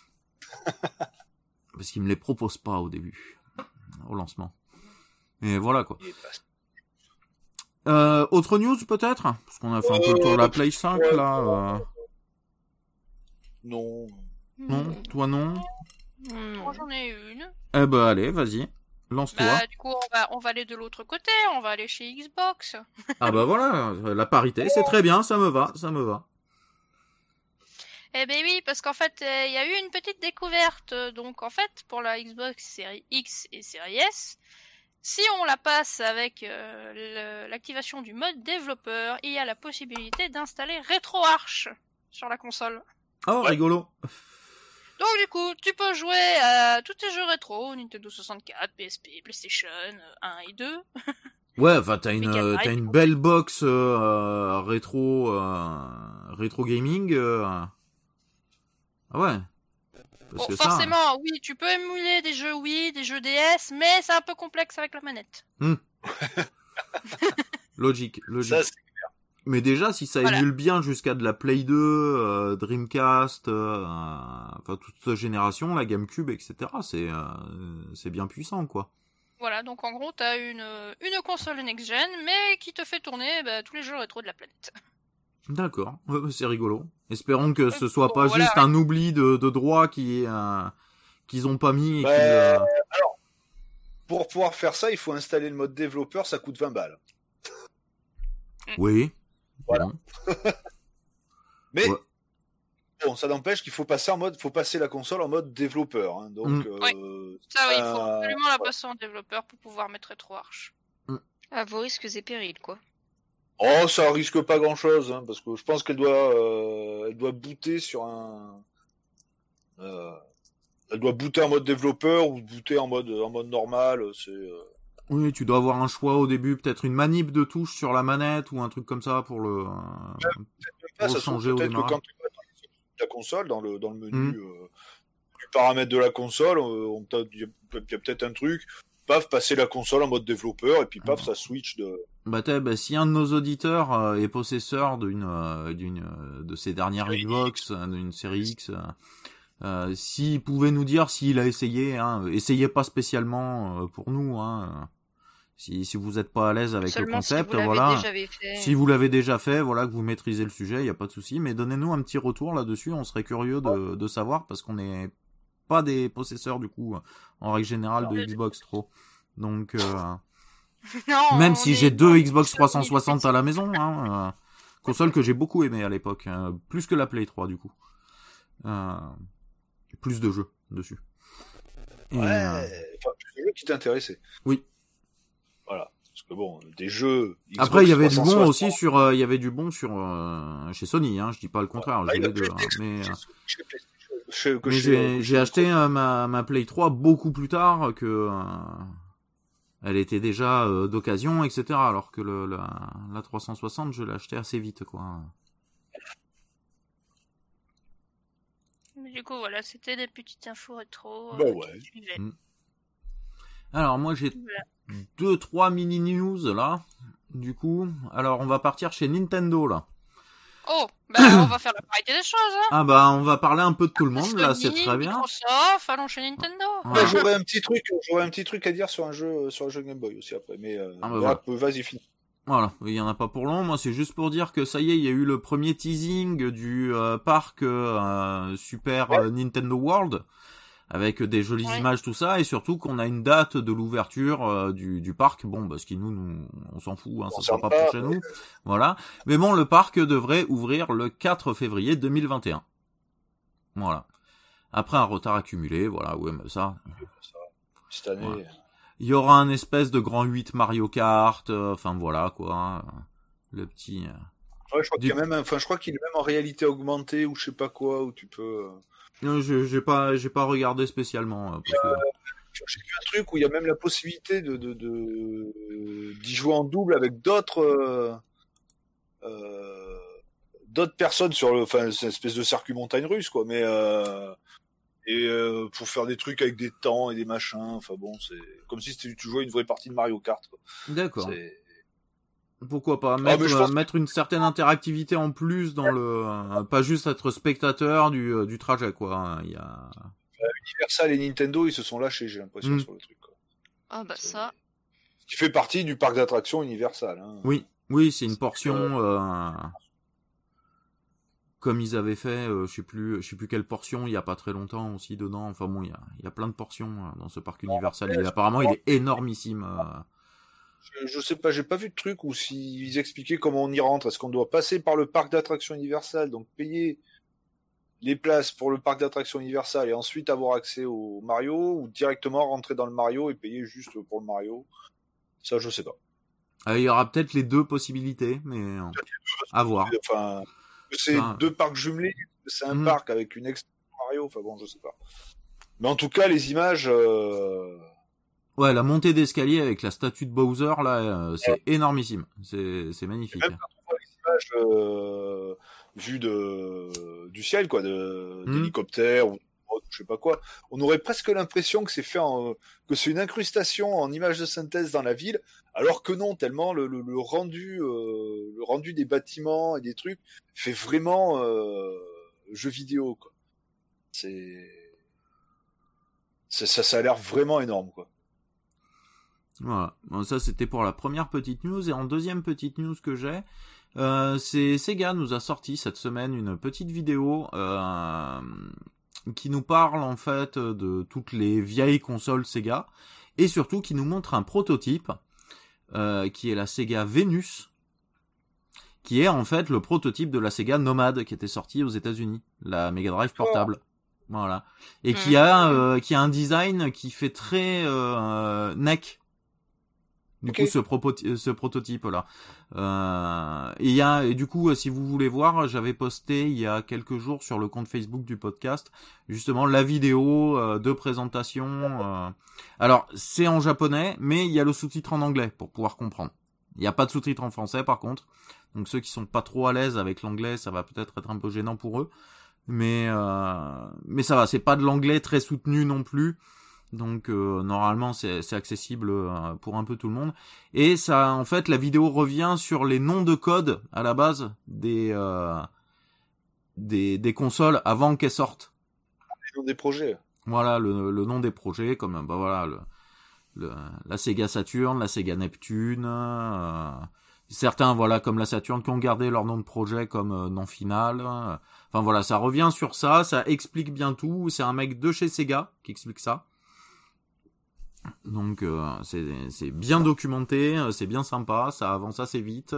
Parce qu'il me les propose pas au début, au lancement. Et voilà quoi. Autre news peut-être, parce qu'on a fait un peu le tour de la Play 5 là. Non. Non, toi non. Moi j'en ai une. Eh ben allez, vas-y. Lance-toi. Bah, du coup, on va aller de l'autre côté, on va aller chez Xbox. Ah bah voilà, la parité, c'est très bien, ça me va. Eh ben oui, parce qu'en fait, il y a eu une petite découverte. Donc, en fait, pour la Xbox Series X et Series S, si on la passe avec l'activation du mode développeur, il y a la possibilité d'installer RetroArch sur la console. Oh, rigolo. Donc du coup, tu peux jouer à tous tes jeux rétro, Nintendo 64, PSP, PlayStation 1 et 2. Ouais, enfin t'as Mega Drive, une belle box rétro gaming. Ah ouais. Parce Bon, que forcément, oui, tu peux émuler des jeux Wii, des jeux DS, mais c'est un peu complexe avec la manette. Logique. Ça, c'est... Mais déjà, si ça émule bien jusqu'à de la Play 2, Dreamcast, enfin toute cette génération, la GameCube, etc., c'est bien puissant, quoi. Voilà, donc en gros, t'as une console next-gen, mais qui te fait tourner tous les jeux rétro de la planète. D'accord, ouais, c'est rigolo. Espérons que ce soit bon, pas voilà, juste un oubli de droit qu'ils ont pas mis. Et Alors, pour pouvoir faire ça, il faut installer le mode développeur, ça coûte 20 balles. Oui. Voilà. Bon. Mais ouais. bon, ça n'empêche qu'il faut passer la console en mode développeur. Hein, donc, ça oui, il faut absolument la passer en développeur pour pouvoir mettre RetroArch. À vos risques et périls, quoi. Oh, ça risque pas grand-chose, hein, parce que je pense qu'elle doit booter sur un... elle doit booter en mode développeur ou booter en mode normal. Oui, tu dois avoir un choix au début, peut-être une manip de touche sur la manette ou un truc comme ça pour le changer au démarrage. Que quand tu vas dans la console, dans le menu du paramètre de la console, il y a peut-être un truc, paf, passer la console en mode développeur et puis paf, ça switch de... si un de nos auditeurs est possesseur de ces dernières Xbox, d'une série X, s'il pouvait nous dire s'il a essayé, essayez pas spécialement pour nous, si vous êtes pas à l'aise avec Seulement le concept, si vous voilà. fait. Si vous l'avez déjà fait, voilà, que vous maîtrisez le sujet, y a pas de souci, mais donnez-nous un petit retour là-dessus, on serait curieux de savoir parce qu'on n'est pas des possesseurs du coup en règle générale de Xbox trop. Donc Non, même si j'ai deux Xbox 360 à la maison, console que j'ai beaucoup aimé à l'époque, plus que la Play 3 du coup. Plus de jeux dessus. Plus de jeux qui t'intéressaient. Oui. Voilà. Parce que bon, des jeux. Xbox après, il y avait 360, du bon aussi sur, il y avait du bon sur chez Sony, je dis pas le contraire, j'ai les deux, mais j'ai acheté ma Play 3 beaucoup plus tard que elle était déjà d'occasion, etc. Alors que la 360, je l'ai acheté assez vite, quoi. Du coup, voilà, c'était des petites infos rétro. Ouais. Alors, moi, j'ai 2-3 mini news, là. Du coup, alors, on va partir chez Nintendo, là. Oh, on va faire la parité des choses, Ah on va parler un peu de tout le monde, Sony, là, c'est très bien. Microsoft, allons chez Nintendo. Ouais. J'aurais un petit truc à dire sur un jeu Game Boy aussi après, mais voilà. Vas-y, finis. Voilà, il y en a pas pour long. Moi, c'est juste pour dire que ça y est, il y a eu le premier teasing du parc Super Nintendo World avec des jolies images, tout ça, et surtout qu'on a une date de l'ouverture du parc. Bon, parce que nous, on s'en fout, ça sera pas pour chez nous. Voilà. Mais bon, le parc devrait ouvrir le 4 février 2021. Voilà. Après un retard accumulé, voilà, ouais, mais ça. Cette année. Voilà. Il y aura un espèce de grand 8 Mario Kart, enfin voilà quoi, le petit. Ouais, je crois qu'il y a même, je crois qu'il est même en réalité augmentée ou je sais pas quoi, où tu peux. Non, j'ai pas regardé spécialement. Parce que... J'ai vu un truc où il y a même la possibilité d'y jouer en double avec d'autres personnes sur c'est une espèce de circuit montagne russe quoi, mais pour faire des trucs avec des temps et des machins, enfin bon, c'est comme si tu jouais une vraie partie de Mario Kart quoi. D'accord. Pourquoi pas mettre une certaine interactivité en plus dans le pas juste être spectateur du trajet quoi. Il y a Universal et Nintendo, ils se sont lâchés, j'ai l'impression sur le truc quoi. Ah ça. Ce qui fait partie du parc d'attractions Universal. Oui, c'est une portion comme ils avaient fait, je sais plus quelle portion, il y a pas très longtemps aussi dedans. Enfin bon, il y a plein de portions dans ce parc Universal. Et apparemment, il est énormissime. Je sais pas, j'ai pas vu de truc où s'ils expliquaient comment on y rentre. Est-ce qu'on doit passer par le parc d'attractions Universal, donc payer les places pour le parc d'attractions Universal et ensuite avoir accès au Mario, ou directement rentrer dans le Mario et payer juste pour le Mario? Ça, je sais pas. Il y aura peut-être les deux possibilités, mais à voir. Enfin, c'est deux parcs jumelés, c'est un parc avec une extension Mario, enfin bon, je sais pas. Mais en tout cas, les images... Ouais, la montée d'escalier avec la statue de Bowser, là, c'est énormissime. C'est magnifique. Même quand on voit les images vues du ciel, quoi, d'hélicoptère ou je sais pas quoi, on aurait presque l'impression que c'est fait que c'est une incrustation en images de synthèse dans la ville, alors que non, tellement le rendu des bâtiments et des trucs fait vraiment jeu vidéo, quoi. Ça a l'air vraiment énorme, quoi. Voilà. Bon, ça c'était pour la première petite news. Et en deuxième petite news que j'ai, c'est Sega nous a sorti cette semaine une petite vidéo qui nous parle en fait de toutes les vieilles consoles Sega et surtout qui nous montre un prototype qui est la Sega Venus, qui est en fait le prototype de la Sega Nomad qui était sortie aux États-Unis, la Mega Drive portable. Voilà. Et qui a un design qui fait très NEC. Du coup, ce prototype là. Et du coup, si vous voulez voir, j'avais posté il y a quelques jours sur le compte Facebook du podcast justement la vidéo de présentation. Alors, c'est en japonais, mais il y a le sous-titre en anglais pour pouvoir comprendre. Il n'y a pas de sous-titre en français par contre. Donc ceux qui sont pas trop à l'aise avec l'anglais, ça va peut-être être un peu gênant pour eux. Mais ça va, c'est pas de l'anglais très soutenu non plus. Donc normalement c'est accessible pour un peu tout le monde. Et ça, en fait, la vidéo revient sur les noms de code à la base des consoles avant qu'elles sortent. Les noms des projets. Voilà, le nom des projets, comme bah voilà la Sega Saturn, la Sega Neptune. Certains, voilà, comme la Saturn, qui ont gardé leur nom de projet comme nom final. Enfin voilà, ça revient sur ça, ça explique bien tout. C'est un mec de chez Sega qui explique ça. Donc c'est bien documenté, c'est bien sympa, ça avance assez vite.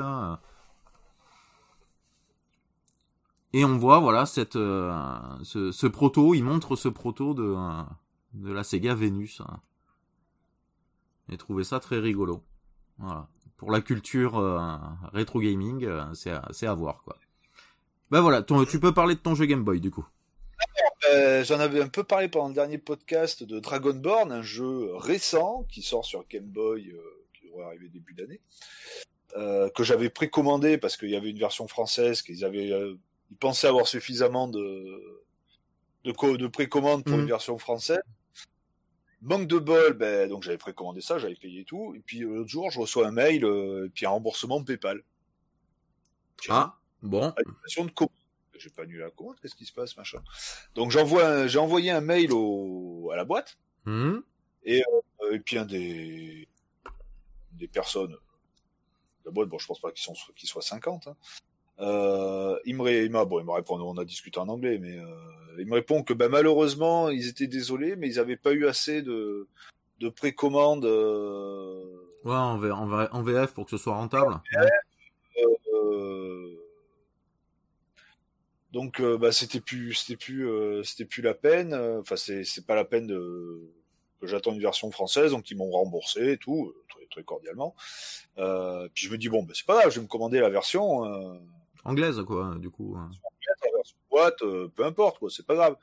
Et on voit voilà ce proto, il montre ce proto de la Sega Venus. J'ai trouvé ça très rigolo. Voilà. Pour la culture rétro gaming, c'est à voir quoi. Ben voilà, tu peux parler de ton jeu Game Boy du coup. J'en avais un peu parlé pendant le dernier podcast de Dragonborn, un jeu récent qui sort sur Game Boy, qui devrait arriver début d'année, que j'avais précommandé parce qu'il y avait une version française, ils pensaient avoir suffisamment de précommande pour une version française. Manque de bol, donc j'avais précommandé ça, j'avais payé tout, et puis l'autre jour je reçois un mail et puis un remboursement PayPal. Ah bon. Annulation de commande. J'ai pas annulé la commande, qu'est-ce qui se passe, machin. Donc j'ai envoyé un mail à la boîte, et puis un des personnes de la boîte, bon je pense pas qu'ils soient 50, hein. Il me répond, on a discuté en anglais, mais il me répond que malheureusement ils étaient désolés, mais ils avaient pas eu assez de précommande. Ouais, en VF pour que ce soit rentable. Donc c'était plus la peine. Enfin c'est pas la peine que j'attends une version française, donc ils m'ont remboursé et tout, très, très cordialement. Puis je me dis bon c'est pas grave, je vais me commander la version anglaise quoi, du coup. La version boîte, peu importe quoi, c'est pas grave.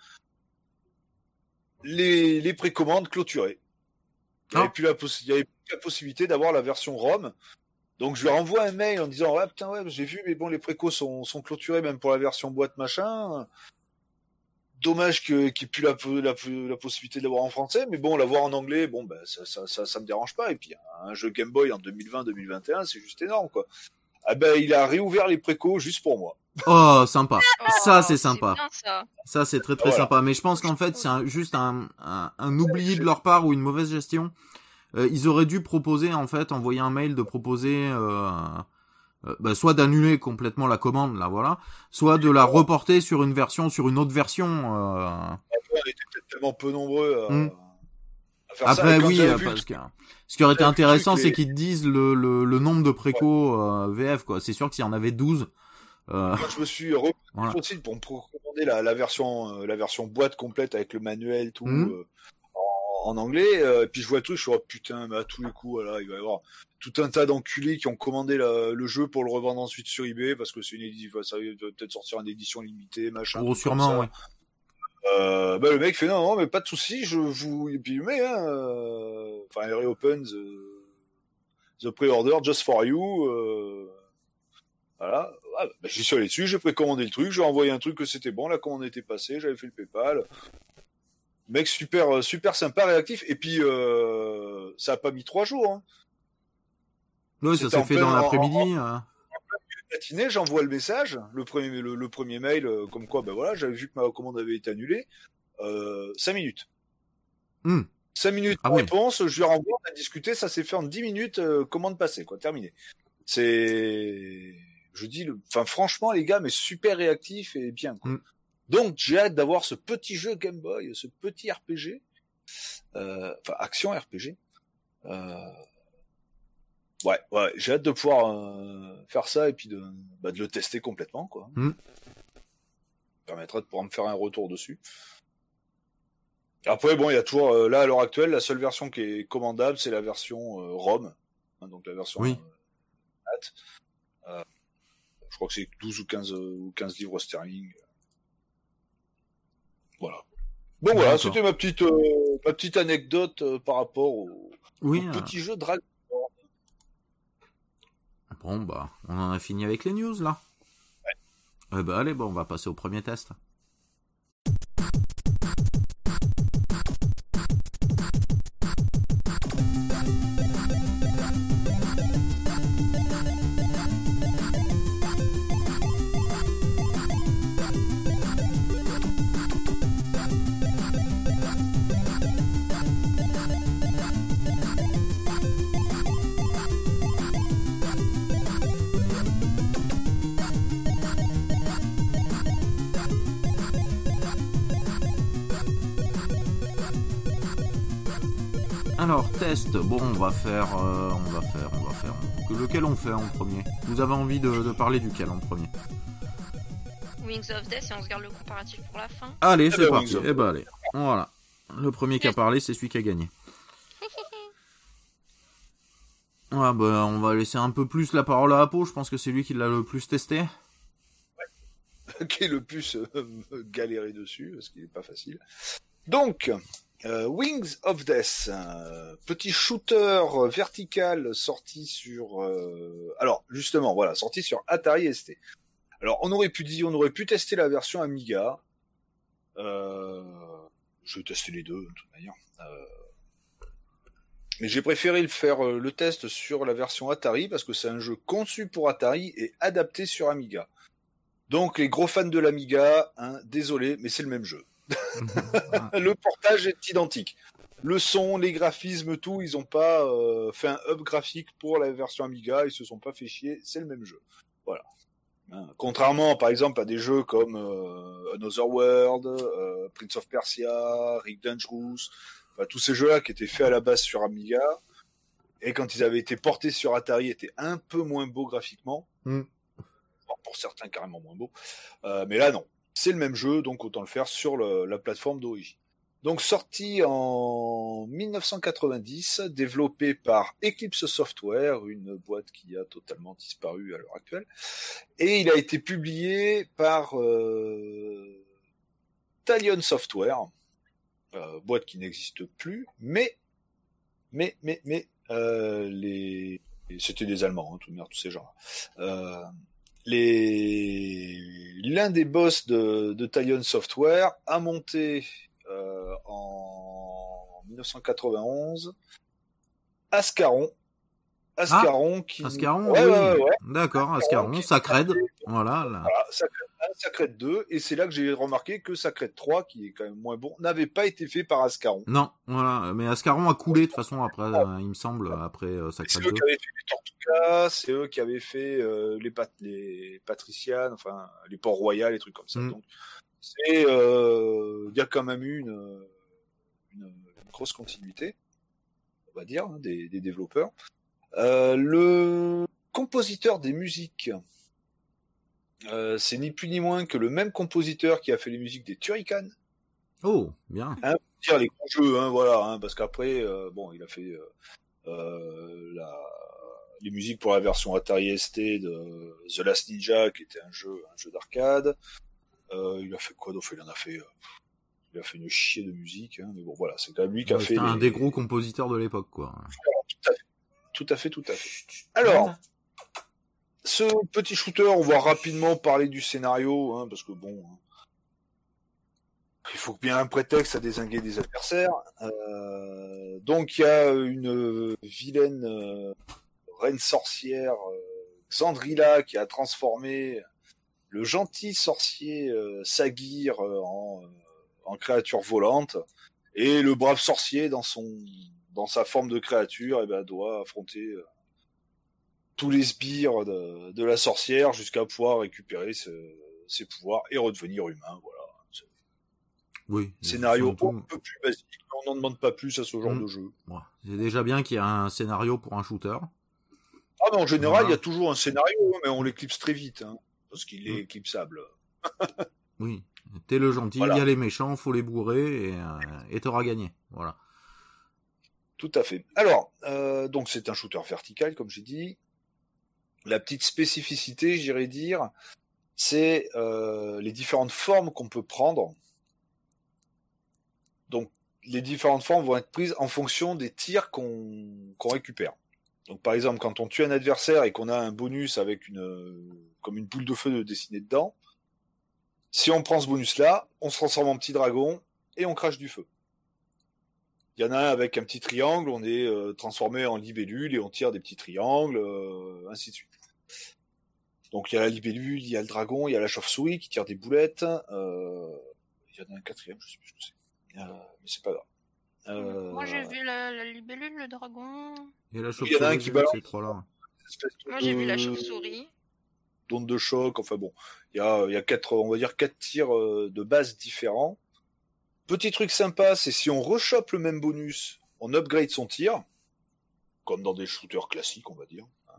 Les précommandes clôturées. Il n'y avait plus la possibilité d'avoir la version ROM. Donc je lui renvoie un mail en disant j'ai vu, mais bon les précos sont clôturés même pour la version boîte machin. Dommage qu'il n'y ait plus la possibilité de l'avoir en français, mais bon l'avoir en anglais, bon ça me dérange pas. Et puis un jeu Game Boy en 2020-2021, c'est juste énorme quoi. Il a réouvert les précos juste pour moi. Oh sympa, ça c'est sympa. C'est bien, ça c'est très très sympa. Mais je pense qu'en fait c'est juste un oubli de leur part ou une mauvaise gestion. Ils auraient dû proposer, en fait, envoyer un mail de proposer soit d'annuler complètement la commande, là, voilà, soit de la reporter sur une autre version. On était peut-être tellement peu nombreux à faire ça. Après, Et quand oui, j'avais vu parce que ce qui aurait été j'avais vu intéressant, que c'est qu'ils te disent le nombre de préco VF, quoi. C'est sûr que s'il y en avait 12, Moi, je me suis repris Voilà. sur le site pour me recommander la version boîte complète avec le manuel, tout, en anglais. Et puis je vois le truc, je suis oh putain, mais à tous les coups, voilà, il va y avoir tout un tas d'enculés qui ont commandé le jeu pour le revendre ensuite sur eBay parce que c'est une édition, ça va peut-être sortir en édition limitée, machin. gros, truc comme sûrement, ça. ouais. Le mec fait non, mais pas de souci, je vous et puis mais enfin I reopen the pre-order just for you. Voilà. J'y suis allé dessus, j'ai précommandé le truc, j'ai envoyé un truc que c'était bon, la commande était passée, j'avais fait le PayPal. Mec super sympa, réactif, et puis ça a pas mis 3 jours. Hein. Ouais, ça C'était s'est en fait plein- dans en- l'après-midi. Matinée, j'envoie le message, le premier mail, comme quoi, ben voilà, j'avais vu que ma commande avait été annulée. 5 minutes. 5 minutes Ah de oui. réponse, je lui renvoie, on a discuté, ça s'est fait en 10 minutes, commande passée, quoi, terminé. Je dis, franchement, les gars, mais super réactif et bien, quoi. Donc, j'ai hâte d'avoir ce petit jeu Game Boy, ce petit RPG, action RPG. Ouais, j'ai hâte de pouvoir faire ça et puis de le tester complètement, quoi. Ça permettra de pouvoir me faire un retour dessus. Après, bon, il y a toujours, là, à l'heure actuelle, la seule version qui est commandable, c'est la version ROM, hein, donc la version NAT. Je crois que c'est 12 ou 15 livres sterling. Voilà. Bon, voilà, c'était ma petite anecdote par rapport au petit jeu Dragon. Bon, bah, on en a fini avec les news, là. Ouais. Allez, on va passer au premier test. Alors, test, bon, on va faire... Lequel on fait en premier? Vous avez envie de parler duquel en premier? Wings of Death, et on se garde le comparatif pour la fin. Allez, c'est parti. Allez. Voilà. Le premier qui a parlé, c'est celui qui a gagné. On va laisser un peu plus la parole à Apo, je pense que c'est lui qui l'a le plus testé. Ouais. Qui est le plus galéré dessus, parce qu'il est pas facile. Donc... Wings of Death, petit shooter vertical sorti sur... Alors, justement, voilà, sorti sur Atari ST. Alors, on aurait pu tester la version Amiga. Je vais tester les deux, de toute manière. Mais j'ai préféré faire le test sur la version Atari, parce que c'est un jeu conçu pour Atari et adapté sur Amiga. Donc, les gros fans de l'Amiga, désolé, mais c'est le même jeu. Le portage est identique. Le son, les graphismes, tout, ils ont pas fait un hub graphique pour la version Amiga, ils se sont pas fait chier, c'est le même jeu. Voilà. Contrairement, par exemple, à des jeux comme Another World, Prince of Persia, Rick Dangerous, tous ces jeux-là qui étaient faits à la base sur Amiga, et quand ils avaient été portés sur Atari, étaient un peu moins beaux graphiquement. Pour certains, carrément moins beaux. Mais là, non. C'est le même jeu, donc autant le faire sur la plateforme d'origine. Donc sorti en 1990, développé par Eclipse Software, une boîte qui a totalement disparu à l'heure actuelle, et il a été publié par Talion Software, boîte qui n'existe plus, mais c'était des Allemands, tous ces gens. L'un des boss de Talion Software a monté en 1991 Ascaron. Ascaron, oui. D'accord, Ascaron, Sacred. Voilà. Sacred 2, et c'est là que j'ai remarqué que Sacred 3, qui est quand même moins bon, n'avait pas été fait par Ascaron. Non, voilà. Mais Ascaron a coulé de toute façon après, il me semble, après C'est Sacred eux 2. qui avaient fait les Tortugas, c'est eux qui avaient fait les Patricianes, enfin les Ports Royaux, les trucs comme ça. Donc c'est, il y a quand même eu une grosse continuité, on va dire, hein, des développeurs. Le compositeur des musiques, c'est ni plus ni moins que le même compositeur qui a fait les musiques des Turrican. Oh, bien. Hein, pour dire les gros jeux, hein, voilà, hein, parce qu'après, bon, il a fait les musiques pour la version Atari ST de The Last Ninja, qui était un jeu d'arcade. Il a fait quoi d'autre? Il a fait une chier de musique, hein, mais bon, voilà, c'est quand même lui qui a fait. C'est un des gros compositeurs de l'époque, quoi. Tout à fait. Alors, ce petit shooter, on va rapidement parler du scénario, hein, parce que bon, il faut bien un prétexte à dézinguer des adversaires. Donc, il y a une vilaine reine sorcière, Xandrilla, qui a transformé le gentil sorcier Sagir en créature volante, et le brave sorcier dans sa forme de créature, doit affronter tous les sbires de la sorcière jusqu'à pouvoir récupérer ses pouvoirs et redevenir humain. Voilà. Oui. Scénario un peu plus basique, on n'en demande pas plus à ce genre de jeu. Ouais. C'est déjà bien qu'il y ait un scénario pour un shooter. Ah, mais en général, il y a toujours un scénario, mais on l'éclipse très vite, hein, parce qu'il est éclipsable. Oui. T'es le gentil, il y a les méchants, faut les bourrer et t'auras gagné. Voilà. Tout à fait. Alors, donc c'est un shooter vertical, comme j'ai dit. La petite spécificité, j'irais dire, c'est les différentes formes qu'on peut prendre. Donc, les différentes formes vont être prises en fonction des tirs qu'on récupère. Donc, par exemple, quand on tue un adversaire et qu'on a un bonus avec comme une boule de feu dessinée dedans, si on prend ce bonus-là, on se transforme en petit dragon et on crache du feu. Il y en a un avec un petit triangle, on est transformé en libellule et on tire des petits triangles, ainsi de suite. Donc il y a la libellule, il y a le dragon, il y a la chauve-souris qui tire des boulettes. Il y en a un quatrième, je sais plus ce que c'est. Mais c'est pas grave. Moi j'ai vu la libellule, le dragon. Et la il y en a un qui balance ces trois-là. Moi j'ai vu la chauve-souris. D'onde de choc, enfin bon. Il y a on va dire 4 tirs de base différents. Petit truc sympa, c'est si on rechoppe le même bonus, on upgrade son tir, comme dans des shooters classiques, on va dire, hein,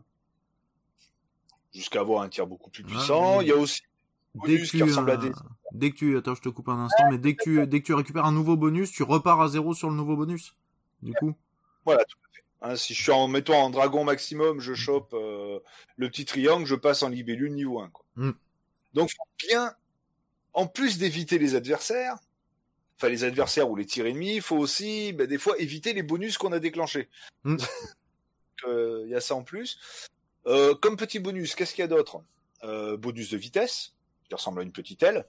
jusqu'à avoir un tir beaucoup plus puissant. Il y a aussi des bonus qui ressemblent à des... Attends, je te coupe un instant, mais dès que tu récupères un nouveau bonus, tu repars à 0 sur le nouveau bonus, du coup. Voilà, tout à fait. Hein, si je suis en dragon maximum, je chope le petit triangle, je passe en libellule niveau 1. Quoi. Donc, faut bien, en plus d'éviter les adversaires, enfin les adversaires ou les tirs ennemis, il faut aussi des fois éviter les bonus qu'on a déclenchés. Il y a ça en plus. Comme petit bonus, qu'est-ce qu'il y a d'autre? Bonus de vitesse, qui ressemble à une petite aile.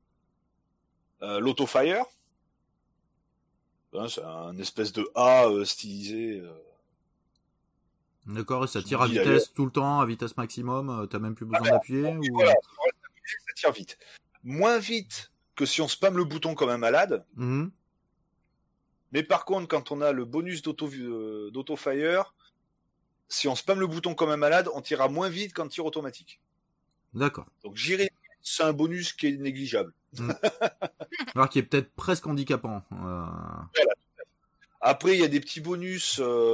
L'auto-fire. Hein, c'est un espèce de A stylisé. D'accord, et ça tire à vitesse tout le temps, à vitesse maximum, t'as même plus besoin d'appuyer ou... Voilà, ça tire vite. Moins vite que si on spamme le bouton comme un malade. Mais par contre, quand on a le bonus d'auto-fire, si on spamme le bouton comme un malade, on tirera moins vite qu'en tir automatique. D'accord. Donc c'est un bonus qui est négligeable. Alors qui est peut-être presque handicapant. Voilà. Après, il y a des petits bonus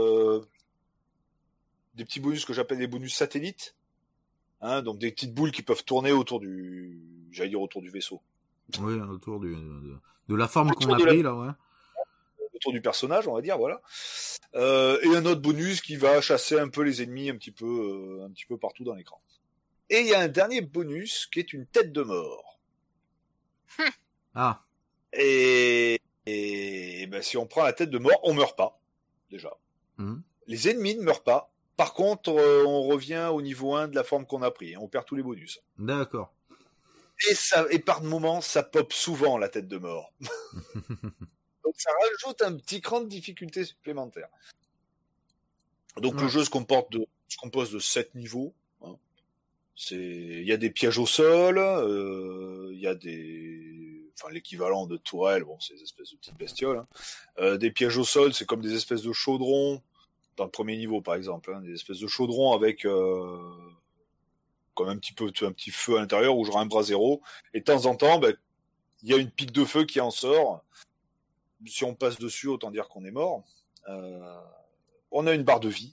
que j'appelle des bonus satellites. Hein, donc des petites boules qui peuvent tourner autour du vaisseau. Oui, autour de la forme qu'on a pris, là, ouais. Autour du personnage, on va dire, voilà. Et un autre bonus qui va chasser un peu les ennemis un petit peu partout dans l'écran. Et il y a un dernier bonus qui est une tête de mort. Ah. Et si on prend la tête de mort, on meurt pas, déjà. Les ennemis ne meurent pas. Par contre, on revient au niveau 1 de la forme qu'on a pris. On perd tous les bonus. D'accord. Et par moment, ça pop souvent, la tête de mort. Donc ça rajoute un petit cran de difficulté supplémentaire. Donc le jeu se compose de 7 niveaux. Hein. Il y a des pièges au sol, il y a l'équivalent de tourelles, bon, c'est des espèces de petites bestioles. Hein. Des pièges au sol, c'est comme des espèces de chaudrons dans le premier niveau, par exemple, hein, des espèces de chaudrons avec comme un petit feu à l'intérieur où j'aurai un bras zéro. Et de temps en temps, il y a une pique de feu qui en sort. Si on passe dessus, autant dire qu'on est mort. On a une barre de vie.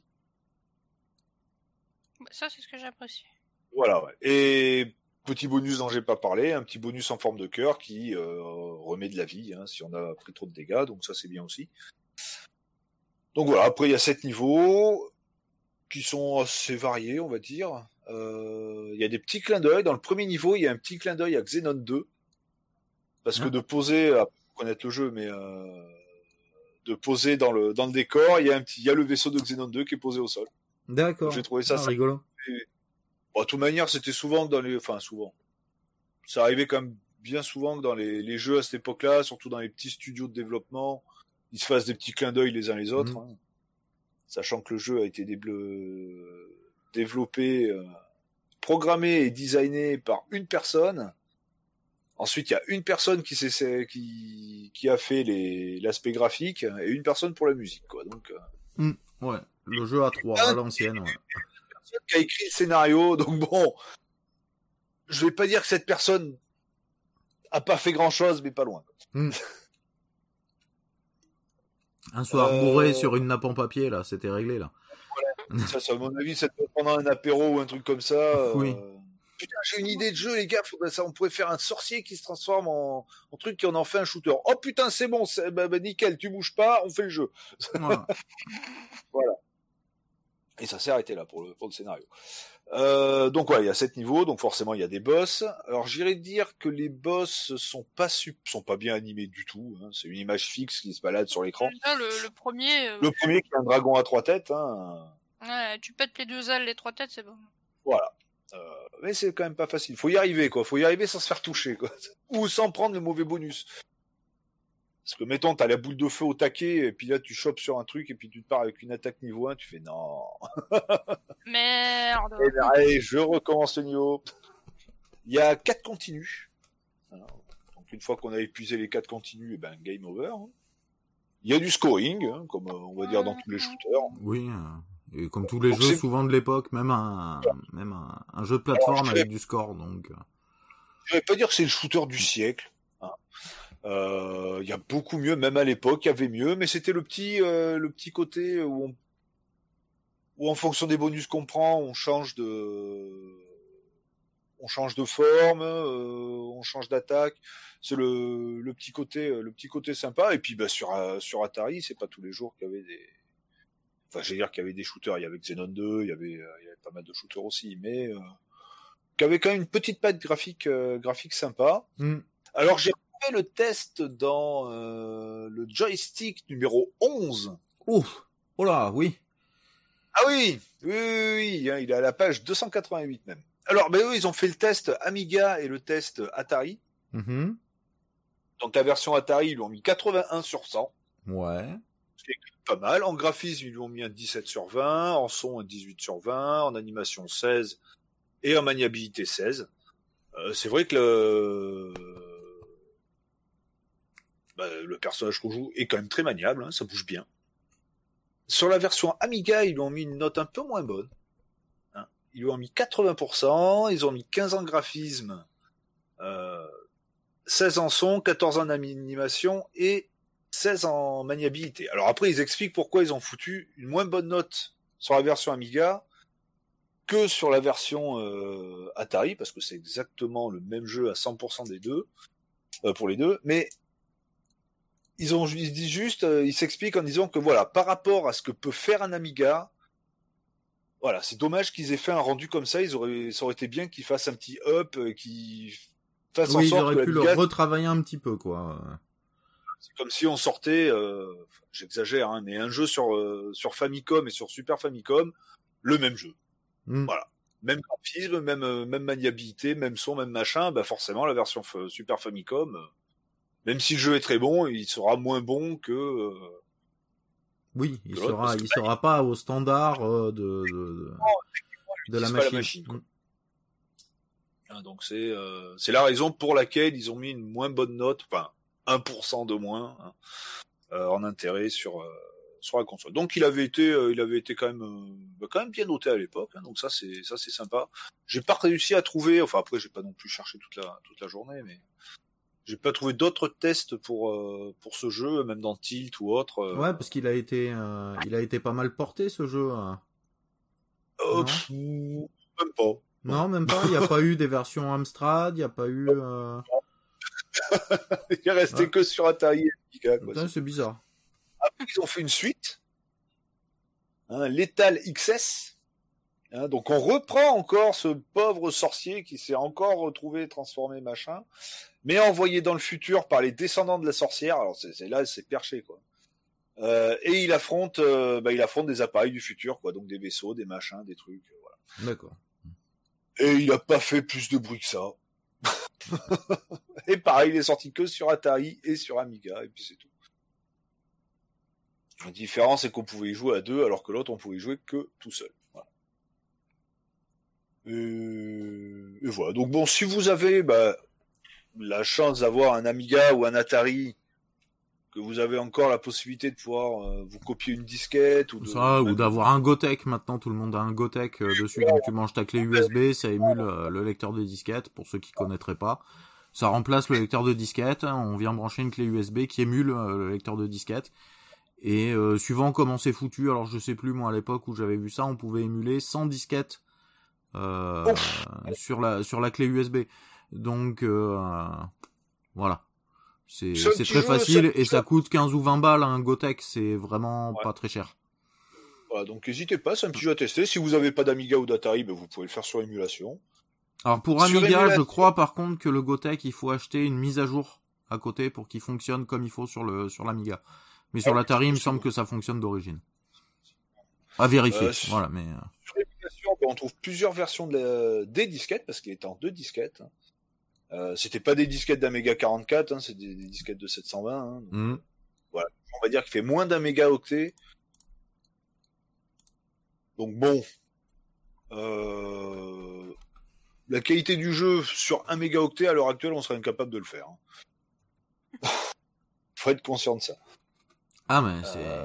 Ça, c'est ce que j'apprécie. Voilà, ouais. Et petit bonus dont j'ai pas parlé, un petit bonus en forme de cœur qui remet de la vie hein, si on a pris trop de dégâts, donc ça c'est bien aussi. Donc voilà, après il y a 7 niveaux qui sont assez variés, on va dire. Il y a des petits clins d'œil. Dans le premier niveau, il y a un petit clin d'œil à Xenon 2. Parce que de poser, à connaître le jeu, mais de poser dans le décor, il y a le vaisseau de Xenon 2 qui est posé au sol. D'accord. J'ai trouvé ça rigolo. Bon, de toute manière, c'était souvent souvent. Ça arrivait quand même bien souvent que dans les jeux à cette époque-là, surtout dans les petits studios de développement, ils se fassent des petits clins d'œil les uns les autres. Hein. Sachant que le jeu a été développé, programmé et designé par une personne. Ensuite, il y a une personne qui a fait l'aspect graphique et une personne pour la musique, quoi. Donc, ouais, le jeu à 3 à l'ancienne. Ouais. Personne qui a écrit le scénario, donc bon, je vais pas dire que cette personne a pas fait grand-chose, mais pas loin. Un soir bourré sur une nappe en papier, là, c'était réglé, là. Voilà. Ça, à mon avis, ça doit pendant un apéro ou un truc comme ça. Oui. Putain, j'ai une idée de jeu, les gars. On pourrait faire un sorcier qui se transforme en truc qui en fait un shooter. Oh putain, c'est bon, nickel, tu bouges pas, on fait le jeu. Voilà. Voilà. Et ça s'est arrêté là pour le scénario. Donc ouais, il y a 7 niveaux, donc forcément il y a des boss. Alors j'irais dire que les boss sont pas bien animés du tout. Hein. C'est une image fixe qui se balade sur l'écran. Déjà, le premier. Le premier qui est un dragon à 3 têtes. Hein. Ouais, tu pètes les 2 ailes, les 3 têtes, c'est bon. Voilà. Mais c'est quand même pas facile. Faut y arriver, quoi. Faut y arriver sans se faire toucher, quoi. Ou sans prendre le mauvais bonus. Parce que, mettons, t'as la boule de feu au taquet, et puis là, tu chopes sur un truc, et puis tu te pars avec une attaque niveau 1, tu fais non. Merde. Et ben, allez, je recommence le niveau. Il y a 4 continus. Alors, donc, une fois qu'on a épuisé les 4 continus, et ben, game over. Hein. Il y a du scoring, hein, comme on va dire dans tous les shooters. Oui, et comme tous les donc jeux souvent de l'époque, même un jeu de plateforme avec du score. Donc, je vais pas dire que c'est le shooter du siècle. Hein. Il y a beaucoup mieux, même à l'époque, il y avait mieux, mais c'était le petit côté où en fonction des bonus qu'on prend, on change de forme, on change d'attaque. C'est le petit côté sympa. Et puis sur Atari, c'est pas tous les jours qu'il y avait des. Enfin, je veux dire qu'il y avait des shooters. Il y avait Xenon 2, il y avait pas mal de shooters aussi, mais qui avait quand même une petite patte graphique sympa. Alors j'ai fait le test dans le joystick numéro 11. Oh là, oui. Ah oui, hein, il est à la page 288 même. Alors, eux, ils ont fait le test Amiga et le test Atari. Donc la version Atari, ils lui ont mis 81 sur 100. Ouais. Ce qui est pas mal. En graphisme, ils lui ont mis un 17 sur 20. En son, un 18 sur 20. En animation, 16. Et en maniabilité, 16. C'est vrai que le personnage qu'on joue est quand même très maniable. Hein, ça bouge bien. Sur la version Amiga, ils lui ont mis une note un peu moins bonne. Hein. Ils lui ont mis 80%. Ils ont mis 15 en graphisme. 16 en son, 14 en animation et 16 en maniabilité. Alors après, ils expliquent pourquoi ils ont foutu une moins bonne note sur la version Amiga que sur la version Atari, parce que c'est exactement le même jeu à 100% des deux, pour les deux, mais ils disent juste, ils s'expliquent en disant que voilà, par rapport à ce que peut faire un Amiga, voilà, c'est dommage qu'ils aient fait un rendu comme ça, ça aurait été bien qu'ils fassent un petit up, qui fasse en sorte que ils auraient pu le retravailler un petit peu, quoi. C'est comme si on sortait, j'exagère, hein, mais un jeu sur Famicom et sur Super Famicom, le même jeu. Voilà. Même graphisme, même maniabilité, même son, même machin, forcément, la version Super Famicom, même si le jeu est très bon, il sera moins bon que... oui, il sera pas au standard de la machine. Donc c'est la raison pour laquelle ils ont mis une moins bonne note, enfin 1% de moins en intérêt sur la console. Donc il avait été quand même bien noté à l'époque. Donc ça c'est sympa. J'ai pas réussi à trouver, enfin après j'ai pas non plus cherché toute la journée, mais j'ai pas trouvé d'autres tests pour ce jeu, même dans Tilt ou autre. Ouais, parce qu'il a été pas mal porté ce jeu. Non, même pas. Non, même pas. Il n'y a pas eu des versions Amstrad, il n'y a pas eu. Il est resté que sur Atari et Amiga. Putain, c'est bizarre. Après, ils ont fait une suite, Lethal XS. Donc on reprend encore ce pauvre sorcier qui s'est encore retrouvé transformé machin, mais envoyé dans le futur par les descendants de la sorcière. Alors c'est perché quoi. Et il affronte des appareils du futur quoi, donc des vaisseaux, des machins, des trucs. Voilà. D'accord. Et il a pas fait plus de bruit que ça. Et pareil, il est sorti que sur Atari et sur Amiga, et puis c'est tout. La différence, c'est qu'on pouvait y jouer à deux, alors que l'autre, on pouvait y jouer que tout seul. Voilà. Et voilà. Donc bon, si vous avez la chance d'avoir un Amiga ou un Atari, que vous avez encore la possibilité de pouvoir vous copier une disquette ou d'avoir un Gotek. Maintenant tout le monde a un Gotek dessus, donc tu manges ta clé USB, ça émule le lecteur de disquette pour ceux qui connaîtraient pas. Ça remplace le lecteur de disquette, on vient brancher une clé USB qui émule le lecteur de disquette. Et suivant comment c'est foutu, alors je sais plus moi à l'époque où j'avais vu ça, on pouvait émuler 100 disquettes sur la clé USB. Donc voilà. C'est très facile et ça coûte 15 ou 20 balles un Gotek, c'est vraiment pas très cher. Voilà, donc n'hésitez pas, c'est un petit jeu à tester. Si vous n'avez pas d'Amiga ou d'Atari, vous pouvez le faire sur émulation. Alors pour Amiga, je crois par contre que le Gotek, il faut acheter une mise à jour à côté pour qu'il fonctionne comme il faut sur l'Amiga. Mais sur l'Atari, il me semble que ça fonctionne d'origine. À vérifier, voilà. Mais sur l'émulation, on trouve plusieurs versions des disquettes, parce qu'il est en 2 disquettes. C'était pas des disquettes d'Amiga 44, c'est des disquettes de 720. Voilà, on va dire qu'il fait moins d'un mégaoctet. Donc bon, la qualité du jeu sur 1 mégaoctet à l'heure actuelle, on serait incapable de le faire. Faut être conscient de ça. Ah mais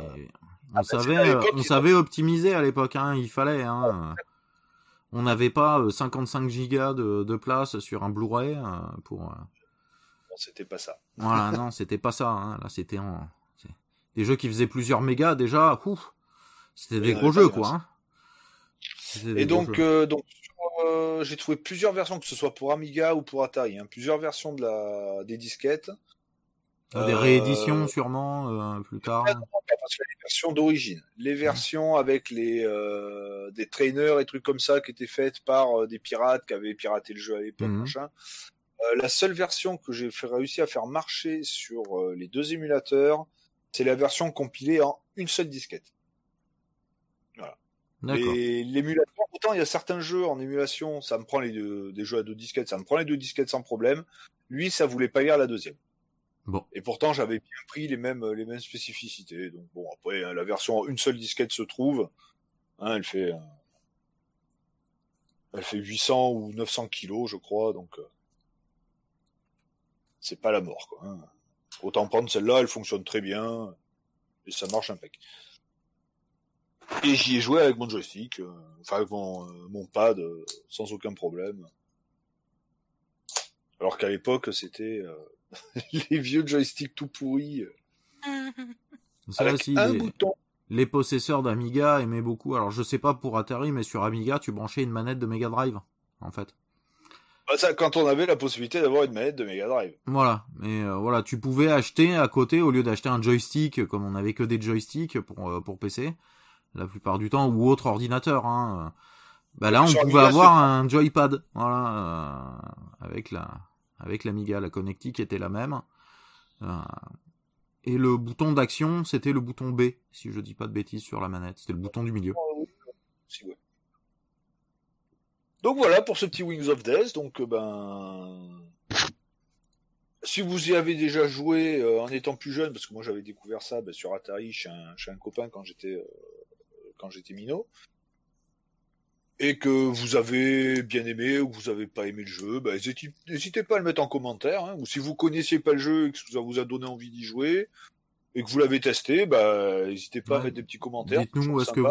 on savait optimiser à l'époque, il fallait. On n'avait pas 55 gigas de place sur un Blu-ray pour. Non, c'était pas ça. Voilà, non, c'était pas ça. Là, c'était des jeux qui faisaient plusieurs mégas déjà. C'était des gros jeux, quoi. Et donc j'ai trouvé plusieurs versions, que ce soit pour Amiga ou pour Atari, plusieurs versions des disquettes. Des rééditions sûrement plus tard. Parce que les versions d'origine, les versions avec des trainers et trucs comme ça qui étaient faites par des pirates qui avaient piraté le jeu à l'époque, machin. La seule version que j'ai réussi à faire marcher sur les 2 émulateurs, c'est la version compilée en une seule disquette. Voilà. D'accord. Et l'émulateur, autant il y a certains jeux en émulation, ça me prend des jeux à 2 disquettes, ça me prend les 2 disquettes sans problème. Lui, ça voulait pas lire la deuxième. Bon. Et pourtant, j'avais bien pris les mêmes spécificités. Donc bon, après, la version en une seule disquette se trouve. Elle fait 800 ou 900 kilos, je crois. Donc c'est pas la mort, quoi. Autant prendre celle-là, elle fonctionne très bien et ça marche impec. Et j'y ai joué avec mon joystick, avec mon pad, sans aucun problème. Alors qu'à l'époque, c'était les vieux joysticks tout pourris. Ça avec aussi, un bouton. Les possesseurs d'Amiga aimaient beaucoup. Alors je sais pas pour Atari, mais sur Amiga, tu branchais une manette de Mega Drive, en fait. Ça, quand on avait la possibilité d'avoir une manette de Mega Drive. Voilà, mais voilà, tu pouvais acheter à côté, au lieu d'acheter un joystick, comme on avait que des joysticks pour PC, la plupart du temps, ou autre ordinateur. Là, on sur pouvait Amiga, avoir un joypad, voilà, avec l'Amiga, la connectique était la même. Et le bouton d'action, c'était le bouton B, si je dis pas de bêtises sur la manette. C'était le bouton du milieu. Donc voilà pour ce petit Wings of Death. Donc si vous y avez déjà joué en étant plus jeune, parce que moi j'avais découvert ça sur Atari chez un copain quand j'étais minot. et que vous avez bien aimé ou que vous avez pas aimé le jeu, bah, n'hésitez pas à le mettre en commentaire, hein. Ou si vous connaissiez pas le jeu et que ça vous a donné envie d'y jouer et que vous l'avez testé, bah, n'hésitez pas à mettre des petits commentaires. Dites-nous où est-ce que sympa.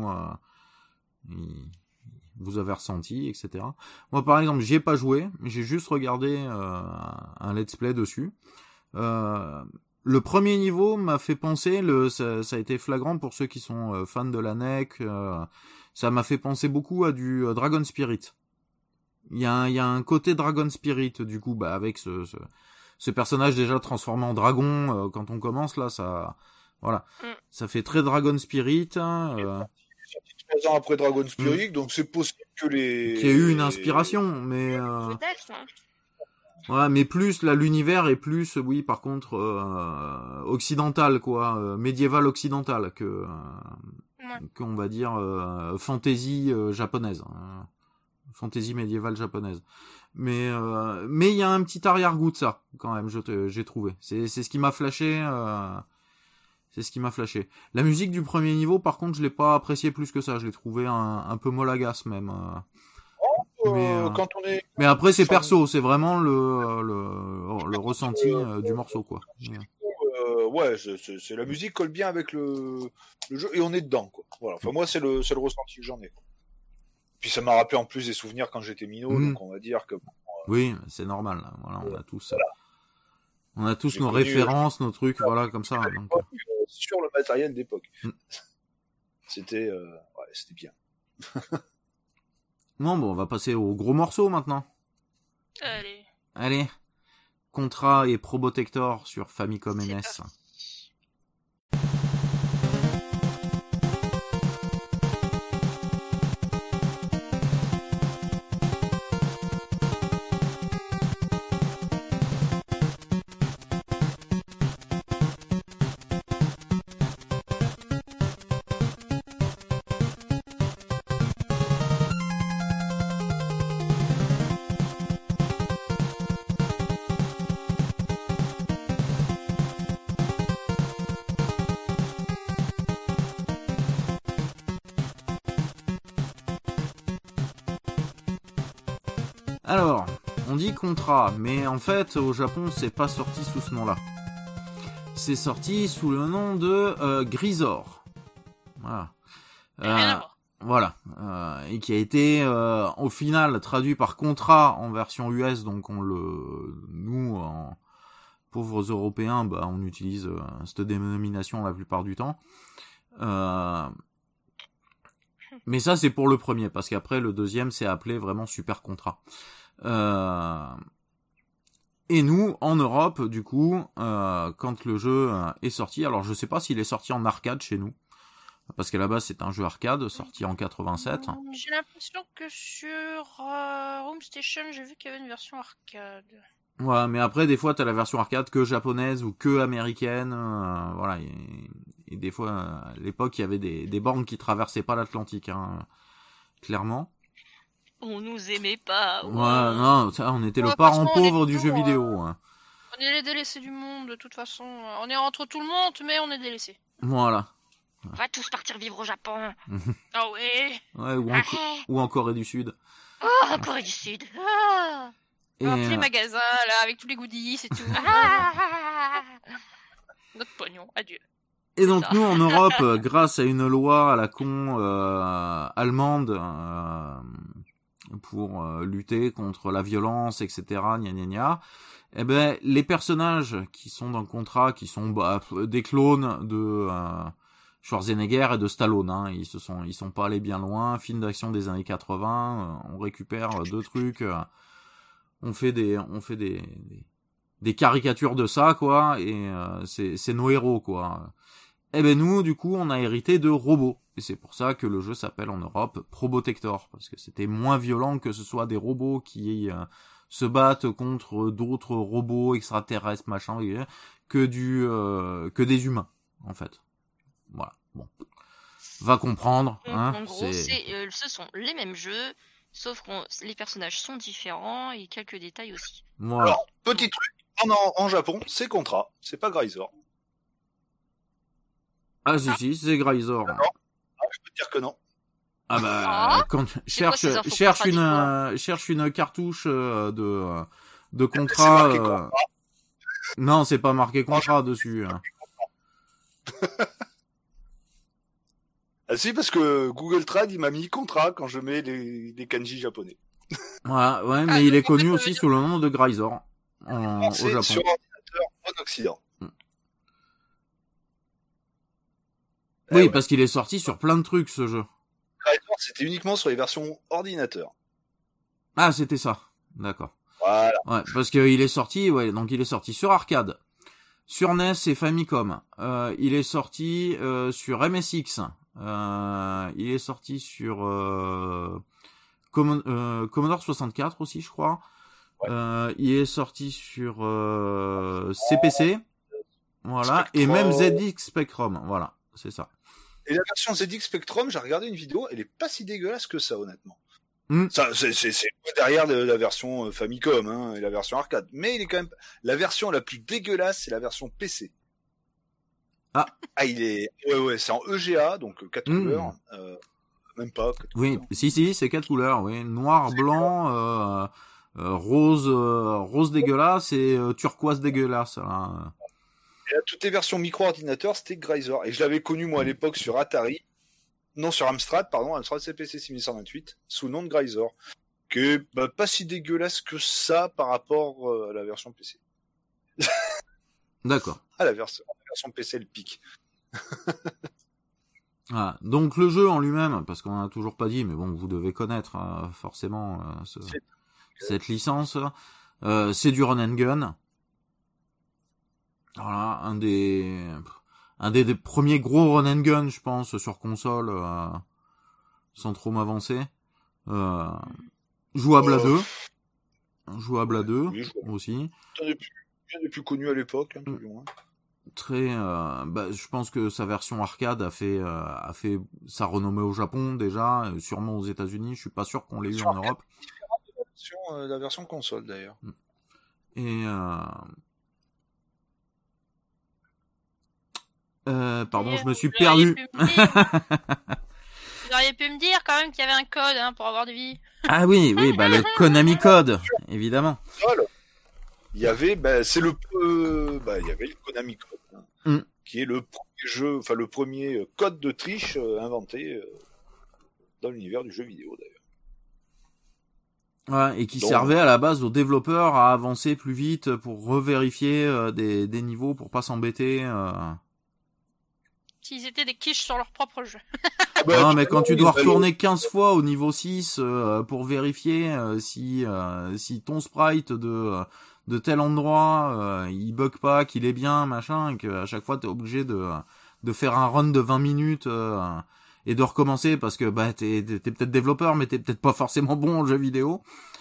vous avez ressenti, etc. Moi, par exemple, j'y ai pas joué, j'ai juste regardé un let's play dessus. Le premier niveau m'a fait penser, ça a été flagrant pour ceux qui sont fans de la NEC, ça m'a fait penser beaucoup à du Dragon Spirit. Il y a un côté Dragon Spirit, du coup, bah, avec ce personnage déjà transformé en dragon, quand on commence, là, ça, voilà. Ça fait très Dragon Spirit, 3 ans après Dragon Spirit, donc c'est possible que les... Qu'il y ait eu une inspiration, mais... Peut-être, hein. Ouais, mais plus, là, l'univers est plus, oui, par contre, occidental, quoi, médiéval occidental, qu'on va dire, fantasy japonaise, fantasy médiévale japonaise. Mais il y a un petit arrière-goût de ça, quand même, j'ai trouvé. C'est ce qui m'a flashé, c'est ce qui m'a flashé. La musique du premier niveau, par contre, je l'ai pas apprécié plus que ça, je l'ai trouvé un peu mollagas, même, mais après c'est perso, c'est vraiment le ressenti du morceau, quoi. Ouais, c'est la musique colle bien avec le jeu et on est dedans, quoi. Voilà. Enfin moi c'est le ressenti que j'en ai, quoi. Puis ça m'a rappelé en plus des souvenirs quand j'étais minot, donc on va dire que oui, c'est normal. Là. Voilà, on a tous nos références, nos trucs, voilà, comme ça. Donc... sur le matériel d'époque. C'était bien. Non, bon, on va passer au gros morceau maintenant. Allez. Contra et Probotector sur Famicom NES. Alors, on dit Contra, mais en fait, au Japon, c'est pas sorti sous ce nom-là. C'est sorti sous le nom de Grisor. Voilà. Voilà. Et qui a été, au final, traduit par Contra en version US, donc nous, en pauvres Européens, bah, on utilise cette dénomination la plupart du temps. Mais ça, c'est pour le premier, parce qu'après, le deuxième, c'est appelé vraiment Super Contra. Et nous, en Europe, du coup, quand le jeu est sorti, alors je sais pas s'il est sorti en arcade chez nous, parce qu'à la base, c'est un jeu arcade, sorti en 87. J'ai l'impression que sur Home Station, j'ai vu qu'il y avait une version arcade. Ouais, mais après, des fois, t'as la version arcade que japonaise ou que américaine, voilà, et des fois, à l'époque, il y avait des bornes qui traversaient pas l'Atlantique, hein, clairement. On nous aimait pas. Ouais, non, ça, on était le parent pauvre du jeu vidéo. Hein. On est les délaissés du monde, de toute façon. On est entre tout le monde, mais on est délaissés. Voilà. On va tous partir vivre au Japon. Ah ouais. Ouais, ou en Corée du Sud. Oh, en Corée du Sud. Ah. Et tous les magasins, là, avec tous les goodies et tout. Notre pognon, adieu. Et donc nous, en Europe, grâce à une loi à la con allemande pour lutter contre la violence, etc., gna gna gna, eh ben, les personnages qui sont dans le contrat, qui sont des clones de Schwarzenegger et de Stallone, hein, ils sont pas allés bien loin, film d'action des années 80, on récupère deux trucs, on fait des caricatures de ça, quoi, et c'est nos héros, quoi. Eh ben nous, du coup, on a hérité de robots. Et c'est pour ça que le jeu s'appelle en Europe Probotector, parce que c'était moins violent que ce soit des robots qui se battent contre d'autres robots extraterrestres, machin, que des humains, en fait. Voilà, bon. Va comprendre, hein. En gros, ce sont les mêmes jeux, sauf que les personnages sont différents et quelques détails aussi. Voilà. Alors, petit truc, en Japon, c'est Contra, c'est pas Grisor. Ah si, c'est Grisor. Ah, je peux te dire que non. Ah bah quand cherche ces infos cherche une cartouche de C'est contrat. marqué contrat. Non, c'est pas marqué contrat dessus. Ah si, parce que Google Trad, il m'a mis contrat quand je mets les kanji japonais. Voilà, ouais, mais Ah, il donc, est en fait, connu ça aussi veut dire- sous le nom de Grisor au C'est Japon. sur ordinateur en Occident. Oui, ouais. parce qu'il est sorti sur plein de trucs ce jeu. Grisor, c'était uniquement sur les versions ordinateur. Ah, c'était ça. D'accord. Voilà. Ouais, parce qu'il est sorti, ouais, donc il est sorti sur arcade, sur NES et Famicom. Il est sorti sur MSX. Il est sorti sur Commodore 64 aussi, je crois. Ouais. Il est sorti sur CPC. Voilà, et Spectrum. même ZX Spectrum. Voilà, c'est ça. Et la version ZX Spectrum, j'ai regardé une vidéo, elle est pas si dégueulasse que ça, honnêtement. Mm. Ça, c'est derrière la version Famicom hein, et la version arcade. Mais il est quand même la version la plus dégueulasse, c'est la version PC. Ah, il est ouais, c'est en EGA, donc 4 couleurs. Même pas. 4 oui, couleurs. si, c'est 4 couleurs, oui, noir, blanc, rose dégueulasse et turquoise dégueulasse. Hein. Et là, toutes les versions micro-ordinateur, c'était Grisor. Et je l'avais connu, moi, à l'époque, sur Atari. Non, sur Amstrad, pardon, Amstrad CPC 6128, sous le nom de Grisor. Qui est pas si dégueulasse que ça par rapport à la version PC. D'accord. La version PC, le pic. Ah, donc le jeu en lui-même, parce qu'on n'a toujours pas dit, mais bon, vous devez connaître forcément cette licence. C'est du run and gun. Voilà, un des premiers gros run and gun, je pense, sur console, sans trop m'avancer. Jouable à deux. Jouable à deux Oui, aussi. Bien des plus connus à l'époque, hein, tout du moins. Très, je pense que sa version arcade a fait sa renommée au Japon déjà, sûrement aux États-Unis. Je suis pas sûr qu'on l'ait eu en Europe. La version console d'ailleurs. Et pardon, je me suis perdu. Vous auriez pu me dire quand même qu'il y avait un code hein, pour avoir de vie. Ah oui, le Konami Code, évidemment. Il y avait, il y avait le Konami Code, hein, qui est le premier jeu, enfin le premier code de triche inventé dans l'univers du jeu vidéo d'ailleurs. Ouais, et qui servait à la base aux développeurs à avancer plus vite pour revérifier des niveaux pour pas s'embêter. S'ils étaient des quiches sur leur propre jeu. Non, mais quand tu dois retourner 15 fois au niveau 6 pour vérifier si ton sprite de tel endroit il bug pas, qu'il est bien, machin, et qu'à chaque fois t'es obligé de faire un run de 20 minutes et de recommencer parce que t'es peut-être développeur mais t'es peut-être pas forcément bon en jeu vidéo.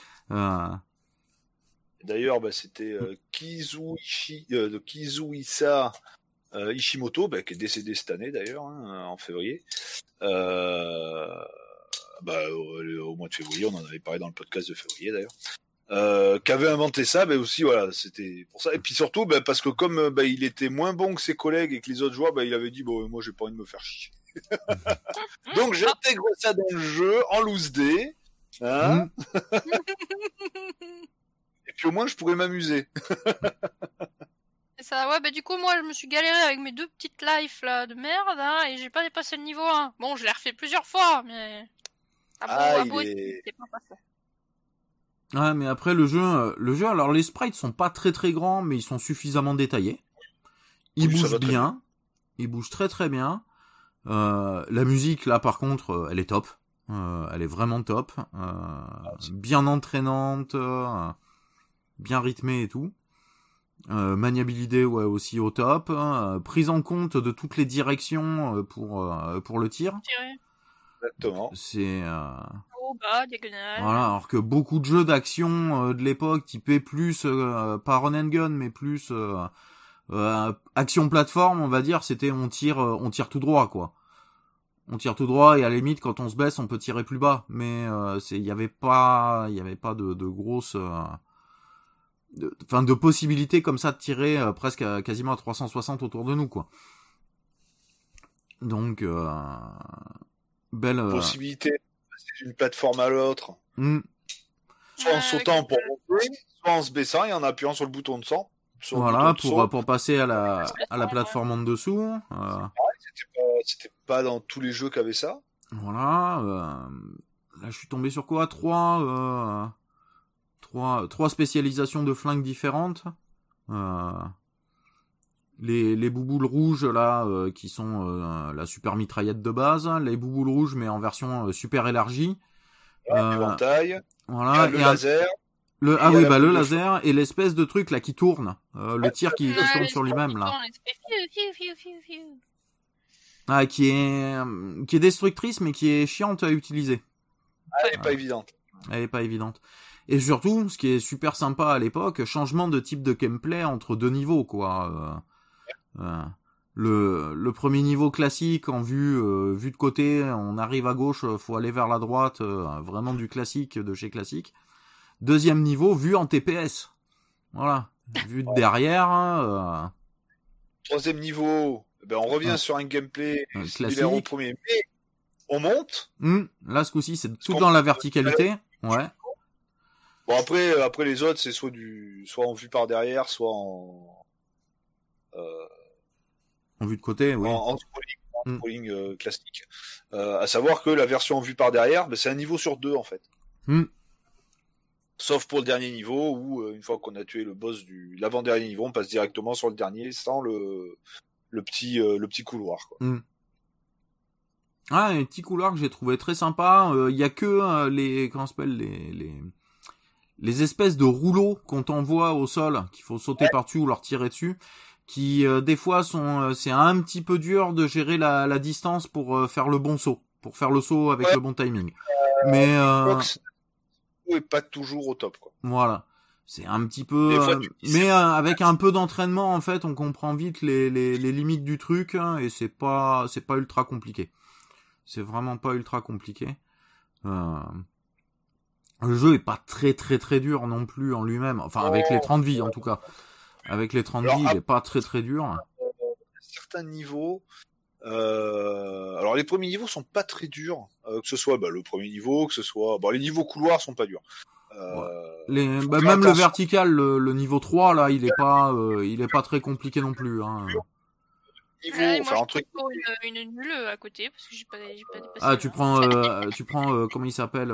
D'ailleurs, c'était Kizuhisa Ishimoto, qui est décédé cette année d'ailleurs, hein, en février. Au mois de février, on en avait parlé dans le podcast de février d'ailleurs. Qui avait inventé ça, aussi voilà, c'était pour ça. Et puis surtout, parce que comme il était moins bon que ses collègues et que les autres joueurs, il avait dit moi j'ai pas envie de me faire chier. Donc j'intègre ça dans le jeu en loose day, hein. Et puis au moins je pourrais m'amuser. Ça, ouais, du coup, moi, je me suis galéré avec mes 2 petites lives là de merde, hein, et j'ai pas dépassé le niveau 1. Bon, je l'ai refait plusieurs fois, mais. C'est pas passé. Ouais, mais après le jeu, alors les sprites sont pas très très grands, mais ils sont suffisamment détaillés. Ils bougent bien, ils bougent très très bien. La musique là, par contre, elle est top. Elle est vraiment top. Bien entraînante, bien rythmée et tout. Maniabilité aussi au top, prise en compte de toutes les directions pour le tir. Exactement. C'est haut, bas, diagonale. Voilà, alors que beaucoup de jeux d'action de l'époque typés plus pas run and gun mais plus action plateforme, on va dire, c'était on tire tout droit quoi. On tire tout droit et à la limite quand on se baisse, on peut tirer plus bas, mais il y avait pas de grosses de possibilités comme ça de tirer presque quasiment à 360 autour de nous quoi. Donc Belle possibilité de passer d'une plateforme à l'autre, soit en sautant pour monter, soit en se baissant et en appuyant sur le bouton de sang. Voilà, pour passer à la plateforme en dessous. C'était pas dans tous les jeux qu'avaient ça. Voilà. Là, je suis tombé sur quoi ? Trois spécialisations de flingues différentes. Les bouboules rouges, là, qui sont la super mitraillette de base. Les bouboules rouges, mais en version super élargie. L'éventail. Voilà. Le laser. Le laser et l'espèce de truc là qui tourne, le tir qui tourne sur lui-même là. Ah, qui est destructrice mais qui est chiante à utiliser. Elle est pas évidente. Elle est pas évidente. Et surtout, ce qui est super sympa à l'époque, changement de type de gameplay entre deux niveaux quoi. Le premier niveau classique en vue de côté, on arrive à gauche, faut aller vers la droite, vraiment du classique de chez classique. Deuxième niveau, vue en TPS. Voilà. Vue de derrière. Troisième niveau, on revient sur un gameplay classique au premier, mais on monte. Là, ce coup-ci, c'est tout dans la verticalité. Ouais. Bon, après les autres, c'est soit en vue par derrière, soit en vue de côté, oui. En scrolling classique. À savoir que la version en vue par derrière, c'est un niveau sur 2 en fait. Sauf pour le dernier niveau où une fois qu'on a tué le boss l'avant-dernier niveau, on passe directement sur le dernier sans le petit couloir quoi. Ah, un petit couloir que j'ai trouvé très sympa, il y a que les espèces de rouleaux qu'on t'envoie au sol qu'il faut sauter par-dessus ou leur tirer dessus qui des fois c'est un petit peu dur de gérer la distance pour faire le bon saut, pour faire le saut avec le bon timing. Mais est pas toujours au top quoi. Voilà, c'est un petit peu mais avec un peu d'entraînement en fait, on comprend vite les limites du truc et c'est pas ultra compliqué. C'est vraiment pas ultra compliqué. Le jeu est pas très très très dur non plus en lui-même, enfin avec les 30 vies en tout cas. Avec les 30 vies, il est pas très très dur. Certains niveaux alors les premiers niveaux sont pas très durs, que ce soit le premier niveau, que ce soit les niveaux couloirs sont pas durs. Même le vertical, le niveau 3 là, il est pas très compliqué non plus hein. Moi, un truc une nulle à côté parce que j'ai pas dépassé. Ah, tu prends comment il s'appelle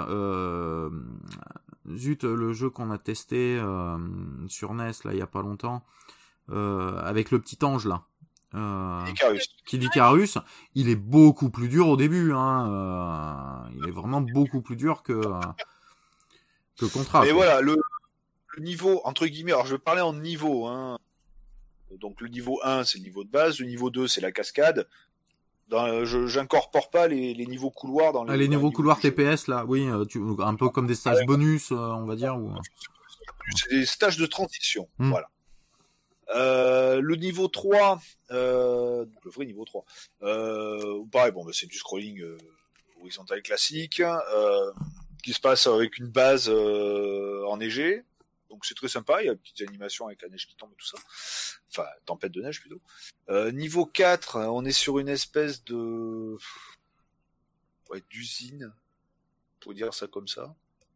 zut, le jeu qu'on a testé sur NES là il y a pas longtemps avec le petit ange là. Kid Icarus, il est beaucoup plus dur au début hein. Il est vraiment beaucoup plus dur que Contra. Et voilà, le niveau entre guillemets, alors je vais parler en niveau hein. Donc le niveau 1 c'est le niveau de base, le niveau 2 c'est la cascade. J'incorpore pas les niveaux couloirs dans les niveaux couloirs TPS là, oui, un peu comme des stages bonus on va dire ou c'est des stages de transition, voilà. Le niveau 3 le vrai niveau 3 pareil c'est du scrolling horizontal classique qui se passe avec une base enneigée. Donc c'est très sympa, il y a des petites animations avec la neige qui tombe et tout ça. Enfin, tempête de neige plutôt. Niveau 4, on est sur une espèce de d'usine, pour dire ça comme ça.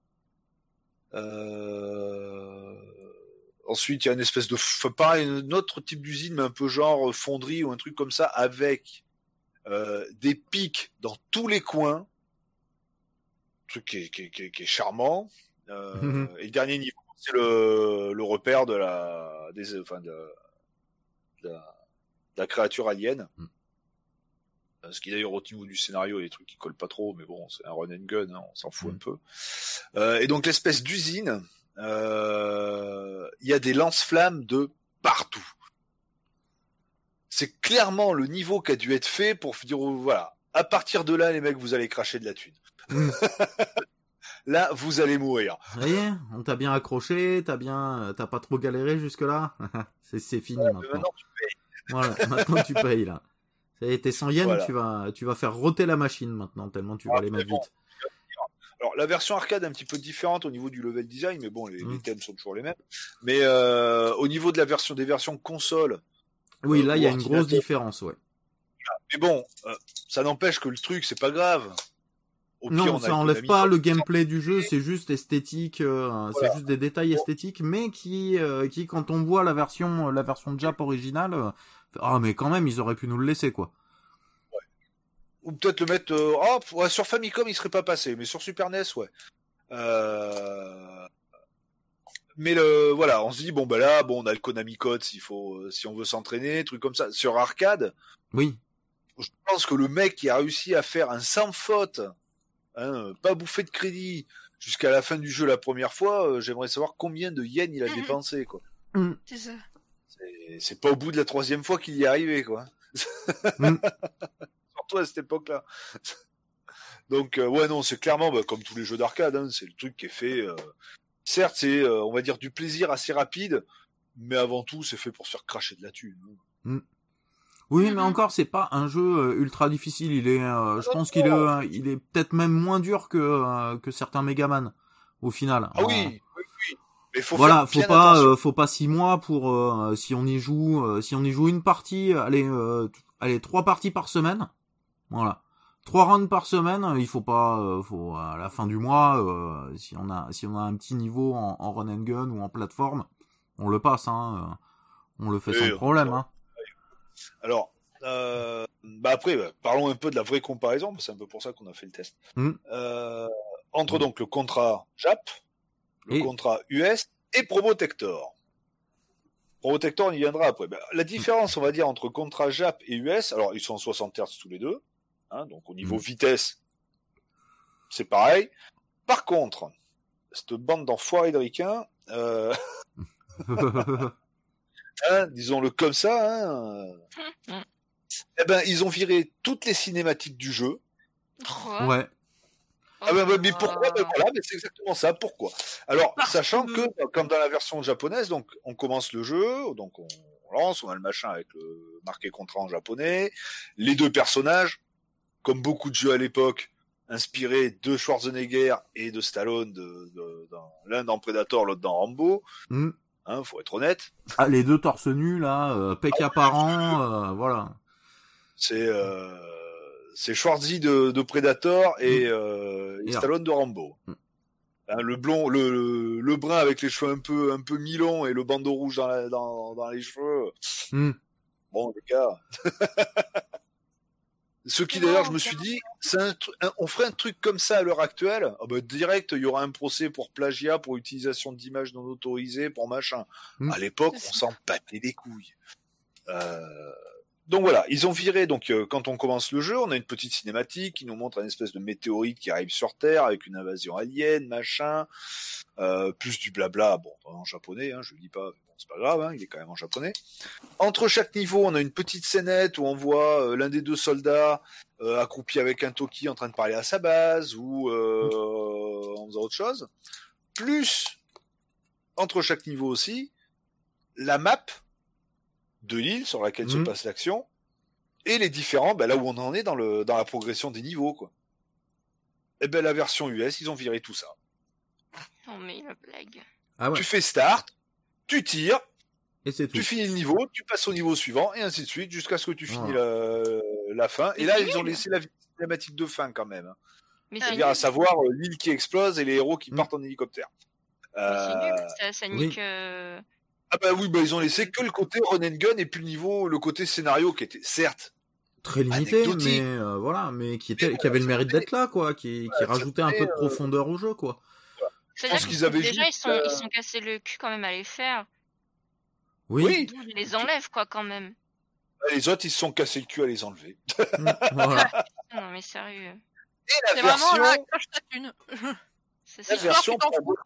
Ensuite, il y a une espèce de pareil, un autre type d'usine, mais un peu genre fonderie ou un truc comme ça, avec des pics dans tous les coins. Un truc qui est charmant. Et le dernier niveau, c'est le repère de la créature alien. Ce qui d'ailleurs au niveau du scénario, les trucs qui collent pas trop, mais bon, c'est un run and gun, hein, on s'en fout un peu. Et donc l'espèce d'usine, il y a des lance-flammes de partout. C'est clairement le niveau qui a dû être fait pour dire voilà, à partir de là, les mecs, vous allez cracher de la thune. Là, vous allez mourir. Ça y est, on t'a bien accroché, t'as pas trop galéré jusque-là. c'est fini maintenant. Maintenant, tu payes. Voilà, maintenant tu payes là. Ça y est, tes 100 yens, voilà. tu vas faire roter la machine maintenant, tellement tu vas les mettre vite. Alors, la version arcade est un petit peu différente au niveau du level design, mais bon, les thèmes sont toujours les mêmes. Mais au niveau de des versions console... Oui, là, il y a une grosse différence, ouais. Mais bon, ça n'empêche que le truc, c'est pas grave. Au pire, Non, on a ça enlève Konami pas Code. le gameplay du jeu, c'est juste esthétique, c'est juste des détails esthétiques, mais qui quand on voit la version de Jap originale, ah mais quand même ils auraient pu nous le laisser quoi. Ou peut-être le mettre... ouais, sur Famicom, il serait pas passé, mais sur Super NES, ouais. Mais voilà, on se dit, bon, bah là, bon, on a le Konami Code si on veut s'entraîner, truc comme ça. Sur arcade, Oui. je pense que le mec qui a réussi à faire un sans faute, pas bouffé de crédit, jusqu'à la fin du jeu la première fois, j'aimerais savoir combien de yens il a dépensé, quoi. C'est ça. C'est pas au bout de la 3e fois qu'il y est arrivé, quoi. Surtout à cette époque-là. Donc, ouais, non, c'est clairement, comme tous les jeux d'arcade, c'est le truc qui est fait... Certes, c'est, on va dire, du plaisir assez rapide, mais avant tout, c'est fait pour se faire cracher de la thune. Oui, mais encore, c'est pas un jeu ultra difficile. Il est, je pense qu'il est, il est peut-être même moins dur que certains Megaman au final. Ah oui. Mais faut voilà, faire bien attention. faut pas 6 mois pour si on y joue une partie, allez 3 parties par semaine. Voilà. 3 rounds par semaine, il faut pas, faut à la fin du mois, si on a un petit niveau en run and gun ou en plateforme, on le passe, on le fait sans problème. Alors, après, parlons un peu de la vraie comparaison, c'est un peu pour ça qu'on a fait le test. Entre donc le contrat Jap, le contrat US et Probotector. Probotector, on y viendra après. La différence, on va dire, entre contrat Jap et US, alors ils sont en 60 Hz tous les deux. Donc au niveau vitesse, c'est pareil. Par contre, cette bande d'enfoirés de ricains, disons-le comme ça, ils ont viré toutes les cinématiques du jeu. Ouais. Mais pourquoi voilà, mais c'est exactement ça. Pourquoi? Alors, sachant que, comme dans la version japonaise, donc on commence le jeu, donc on lance, on a le machin avec le marqué contrat en japonais, les deux personnages. Comme beaucoup de jeux à l'époque, inspirés de Schwarzenegger et de Stallone, l'un dans Predator, l'autre dans Rambo. Faut être honnête. Ah, les deux torse nus là, pec apparent, voilà. C'est Schwarzy de Predator et Stallone de Rambo. Le blond, le brun avec les cheveux un peu mi-longs et le bandeau rouge dans les cheveux. Bon, les gars. Ce qui d'ailleurs, je me suis dit, on ferait un truc comme ça à l'heure actuelle. Direct, il y aura un procès pour plagiat, pour utilisation d'images non autorisées, pour machin. À l'époque, on s'en battait les couilles. Donc voilà, ils ont viré. Donc quand on commence le jeu, on a une petite cinématique qui nous montre une espèce de météorite qui arrive sur Terre avec une invasion alien, machin. Plus du blabla, bon, en japonais, je le dis pas. C'est pas grave, il est quand même en japonais. Entre chaque niveau, on a une petite scénette où on voit l'un des deux soldats accroupi avec un toki en train de parler à sa base ou en faisant autre chose. Plus, entre chaque niveau aussi, la map de l'île sur laquelle se passe l'action et les différents, là où on en est dans la progression des niveaux, quoi. Et la version US, ils ont viré tout ça. Non mais la blague. Ah ouais. Tu fais start, tu tires, et c'est tout. Tu finis le niveau, tu passes au niveau suivant, et ainsi de suite, jusqu'à ce que tu finis la fin. Et là, ils ont laissé la cinématique de fin, quand même. Mais c'est-à-dire, à savoir l'île qui explose et les héros qui partent en hélicoptère. C'est nul, ça nique... ils ont laissé que le côté run and gun, et puis le côté scénario, qui était, certes, très limité, mais voilà, mais qui avait le mérite d'être là, quoi, qui rajoutait un peu de profondeur au jeu, quoi. C'est-à-dire qu'ils avaient déjà, ils sont cassés le cul quand même à les faire. Oui. Ils les enlèvent, quoi, quand même. Les autres, ils se sont cassés le cul à les enlever. Voilà. Non, mais sérieux. Et la version... vraiment là, crache ta thune. C'est la version...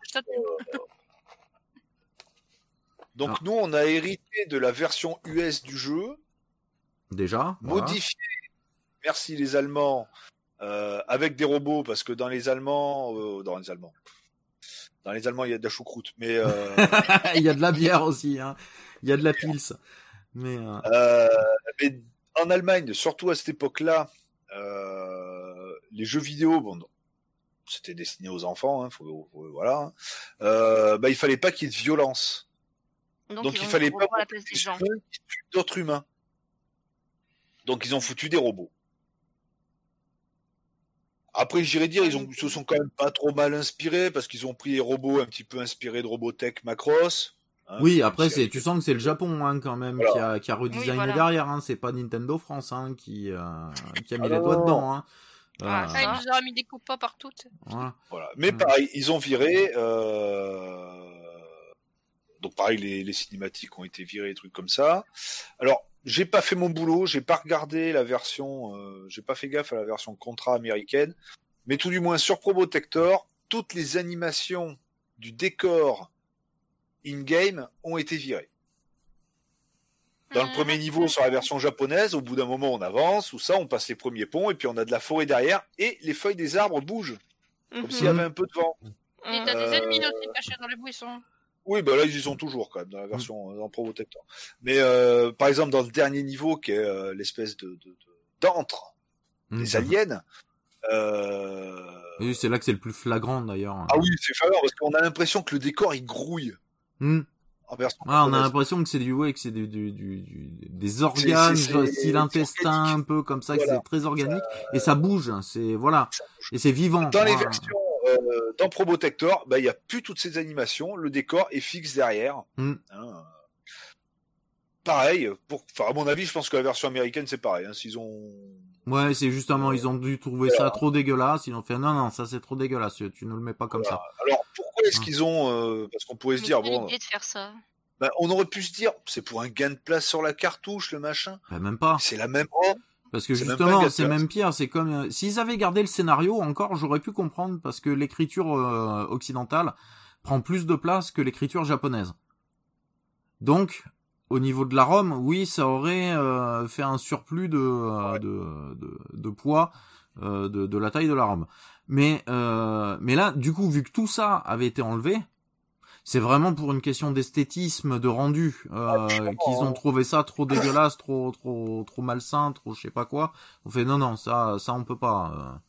Donc nous, on a hérité de la version US du jeu. Déjà. Modifiée. Voilà. Merci les Allemands. Avec des robots, parce que dans les Allemands, il y a de la choucroute, mais il y a de la bière aussi, il y a de la pils. Mais en Allemagne, surtout à cette époque-là, les jeux vidéo, c'était destiné aux enfants, voilà. Il fallait pas qu'il y ait de violence. Donc il fallait pas d'autres humains. Donc ils ont foutu des robots. Après, j'irais dire, ils se sont quand même pas trop mal inspirés parce qu'ils ont pris les robots un petit peu inspirés de Robotech Macross. Hein, oui, après tu sens que c'est le Japon hein, quand même voilà. qui a redesigné voilà. derrière. Hein. C'est pas Nintendo France hein, qui a mis les doigts dedans. Hein. Il nous a mis des coups pas partout. Voilà. Mais pareil, ils ont viré. Donc pareil, les cinématiques ont été virées, des trucs comme ça. Alors, j'ai pas fait mon boulot, j'ai pas regardé la version, j'ai pas fait gaffe à la version Contra américaine, mais tout du moins sur Probotector, toutes les animations du décor in-game ont été virées. Dans le premier niveau, sur la version japonaise, au bout d'un moment, on avance, ou ça, on passe les premiers ponts, et puis on a de la forêt derrière, et les feuilles des arbres bougent, comme s'il y avait un peu de vent. Et t'as des ennemis aussi cachés dans les buissons. Oui, bah là, ils y sont toujours, quand même, dans la version en Probotector. Mais, par exemple, dans le dernier niveau, qui est l'espèce d'antre des aliens, oui, c'est là que c'est le plus flagrant, d'ailleurs. Ah oui, c'est flagrant, parce qu'on a l'impression que le décor, il grouille. En version on a l'impression que c'est des organes, style intestin, un peu comme ça, voilà. Que c'est très organique, et ça bouge, et c'est vivant. Dans les versions, dans Probotector, il y a plus toutes ces animations, le décor est fixe derrière. Pareil, à mon avis, je pense que la version américaine, c'est pareil, hein, s'ils ont... Ouais, c'est justement, ils ont dû trouver ça trop dégueulasse, ils ont fait, non, ça c'est trop dégueulasse, tu ne le mets pas comme ça. Alors, pourquoi est-ce qu'ils ont, parce qu'on pourrait se dire, bon... l'idée de faire ça. On aurait pu se dire, c'est pour un gain de place sur la cartouche, le machin. Même pas. C'est la même Parce que justement, c'est même pire, c'est comme, s'ils avaient gardé le scénario, encore, j'aurais pu comprendre, parce que l'écriture occidentale prend plus de place que l'écriture japonaise. Donc, au niveau de la ROM, oui, ça aurait fait un surplus de poids de la taille de la ROM. Mais là, du coup, vu que tout ça avait été enlevé, c'est vraiment pour une question d'esthétisme, de rendu, qu'ils ont trouvé ça trop dégueulasse, trop malsain, trop je sais pas quoi. On fait non, ça on peut pas.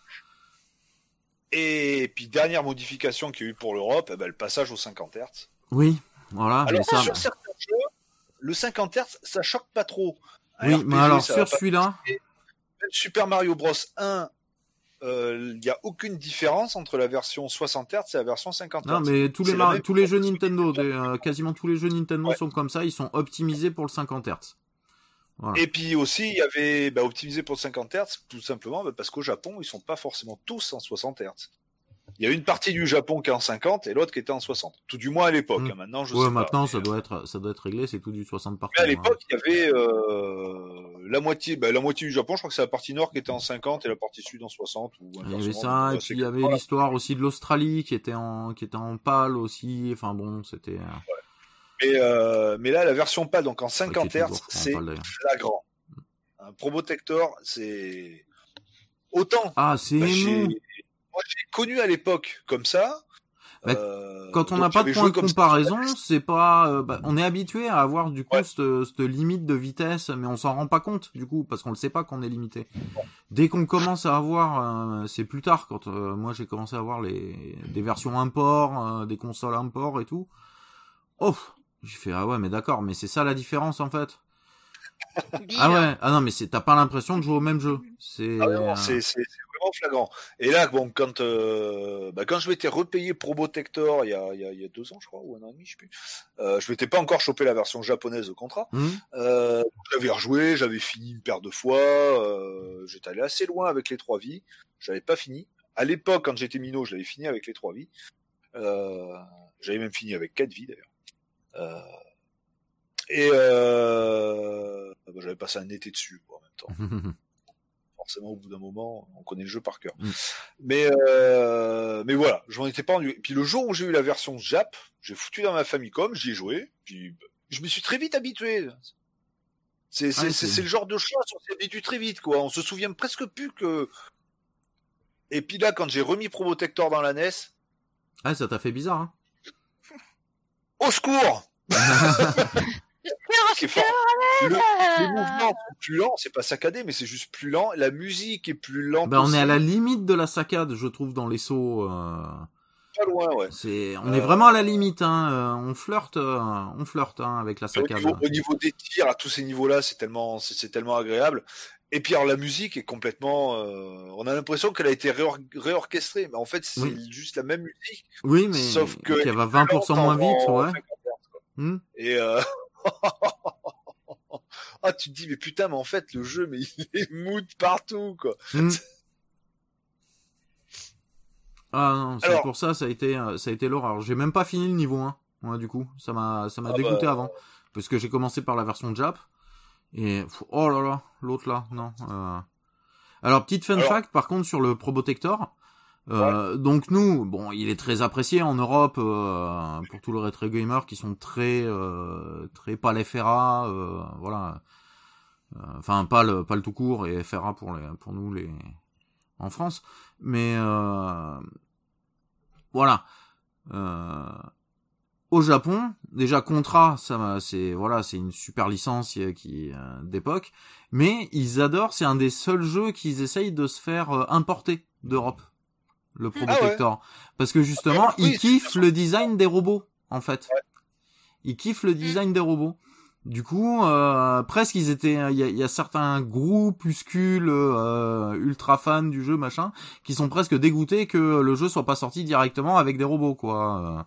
Et puis dernière modification qu'il y a eu pour l'Europe, le passage aux 50 Hz. Oui, voilà. Alors mais sur certains jeux, le 50 Hz, ça choque pas trop. Oui, RPG, mais alors sur celui-là, Super Mario Bros 1. Il n'y a aucune différence entre la version 60 Hz et la version 50 Hz. Non, mais tous les jeux Nintendo, quasiment tous les jeux Nintendo sont comme ça, ils sont optimisés pour le 50 Hz. Voilà. Et puis aussi, il y avait optimisé pour le 50 Hz, tout simplement parce qu'au Japon, ils sont pas forcément tous en 60 Hz. Il y a une partie du Japon qui est en 50 et l'autre qui était en 60. Tout du moins à l'époque. Maintenant, je sais pas. Maintenant, ça doit être réglé, c'est tout du 60 partout. Mais à l'époque, il y avait la moitié du Japon, je crois que c'est la partie nord qui était en 50 et la partie sud en 60. Il y avait ça, et puis il y avait l'histoire aussi de l'Australie qui était en PAL aussi. Enfin bon, c'était. Mais là, la version PAL, donc en 50 Hz, c'est flagrant. Un Probotector, c'est autant. Ah, c'est énorme. Moi, j'ai connu à l'époque comme ça. Quand on n'a pas de point de comparaison, c'est pas. On est habitué à avoir du coup cette limite de vitesse, mais on s'en rend pas compte du coup parce qu'on le sait pas qu'on est limité. Dès qu'on commence à avoir, c'est plus tard quand moi j'ai commencé à avoir des versions import, des consoles import et tout. Oh, j'ai fait ah ouais mais d'accord, mais c'est ça la différence en fait. Ah ouais, ah non mais t'as pas l'impression de jouer au même jeu. C'est vraiment flagrant. Et là, bon, quand je m'étais repayé Probotector il y a 2 ans, je crois, ou 1 an et demi, je sais plus, je m'étais pas encore chopé la version japonaise de Contra. J'avais rejoué, j'avais fini une paire de fois, j'étais allé assez loin avec les 3 vies, j'avais pas fini. À l'époque, quand j'étais minot, je l'avais fini avec les 3 vies. J'avais même fini avec 4 vies d'ailleurs. J'avais passé un été dessus, quoi, en même temps. Forcément, au bout d'un moment, on connaît le jeu par cœur. Mais voilà, je m'en étais pas rendu. Puis le jour où j'ai eu la version Jap, j'ai foutu dans ma Famicom, j'y ai joué, puis je me suis très vite habitué. C'est le genre de chose, on s'habitue très vite, quoi. On se souvient presque plus que... Et puis là, quand j'ai remis Probotector dans la NES... Ah, ça t'a fait bizarre, hein. Au secours. C'est fort. Les mouvements sont plus lents, c'est pas saccadé, mais c'est juste plus lent. La musique est plus lente. On est à la limite de la saccade, je trouve, dans les sauts. Pas loin, ouais. On est vraiment à la limite, hein. On flirte, avec la saccade. Au niveau des tirs, à tous ces niveaux-là, c'est tellement agréable. Et puis alors la musique est complètement, on a l'impression qu'elle a été réorchestrée, mais en fait c'est juste la même musique. Oui, mais sauf que qui va 20% moins vite, ouais. Et ah, tu te dis mais putain, mais en fait le jeu, mais il est mou de partout, quoi. Ah non, c'est pour ça, ça a été l'horreur. J'ai même pas fini le niveau 1. Ouais, du coup, ça m'a dégoûté avant, parce que j'ai commencé par la version Jap. Et oh là là, l'autre là, non. Alors petite fun fact, par contre, sur le Probotector. Donc nous, bon, il est très apprécié en Europe pour tous les rétro gamers qui sont très palais FRA, voilà. Enfin pas le tout court et FRA pour nous les en France, mais voilà. Au Japon, déjà Contra, c'est une super licence qui d'époque, mais ils adorent, c'est un des seuls jeux qu'ils essayent de se faire importer d'Europe, le Probotector, parce que justement, ils kiffent le design des robots, en fait. Ouais. Ils kiffent le design des robots. Du coup, presque il y a certains groupuscules ultra fans du jeu, machin, qui sont presque dégoûtés que le jeu soit pas sorti directement avec des robots, quoi.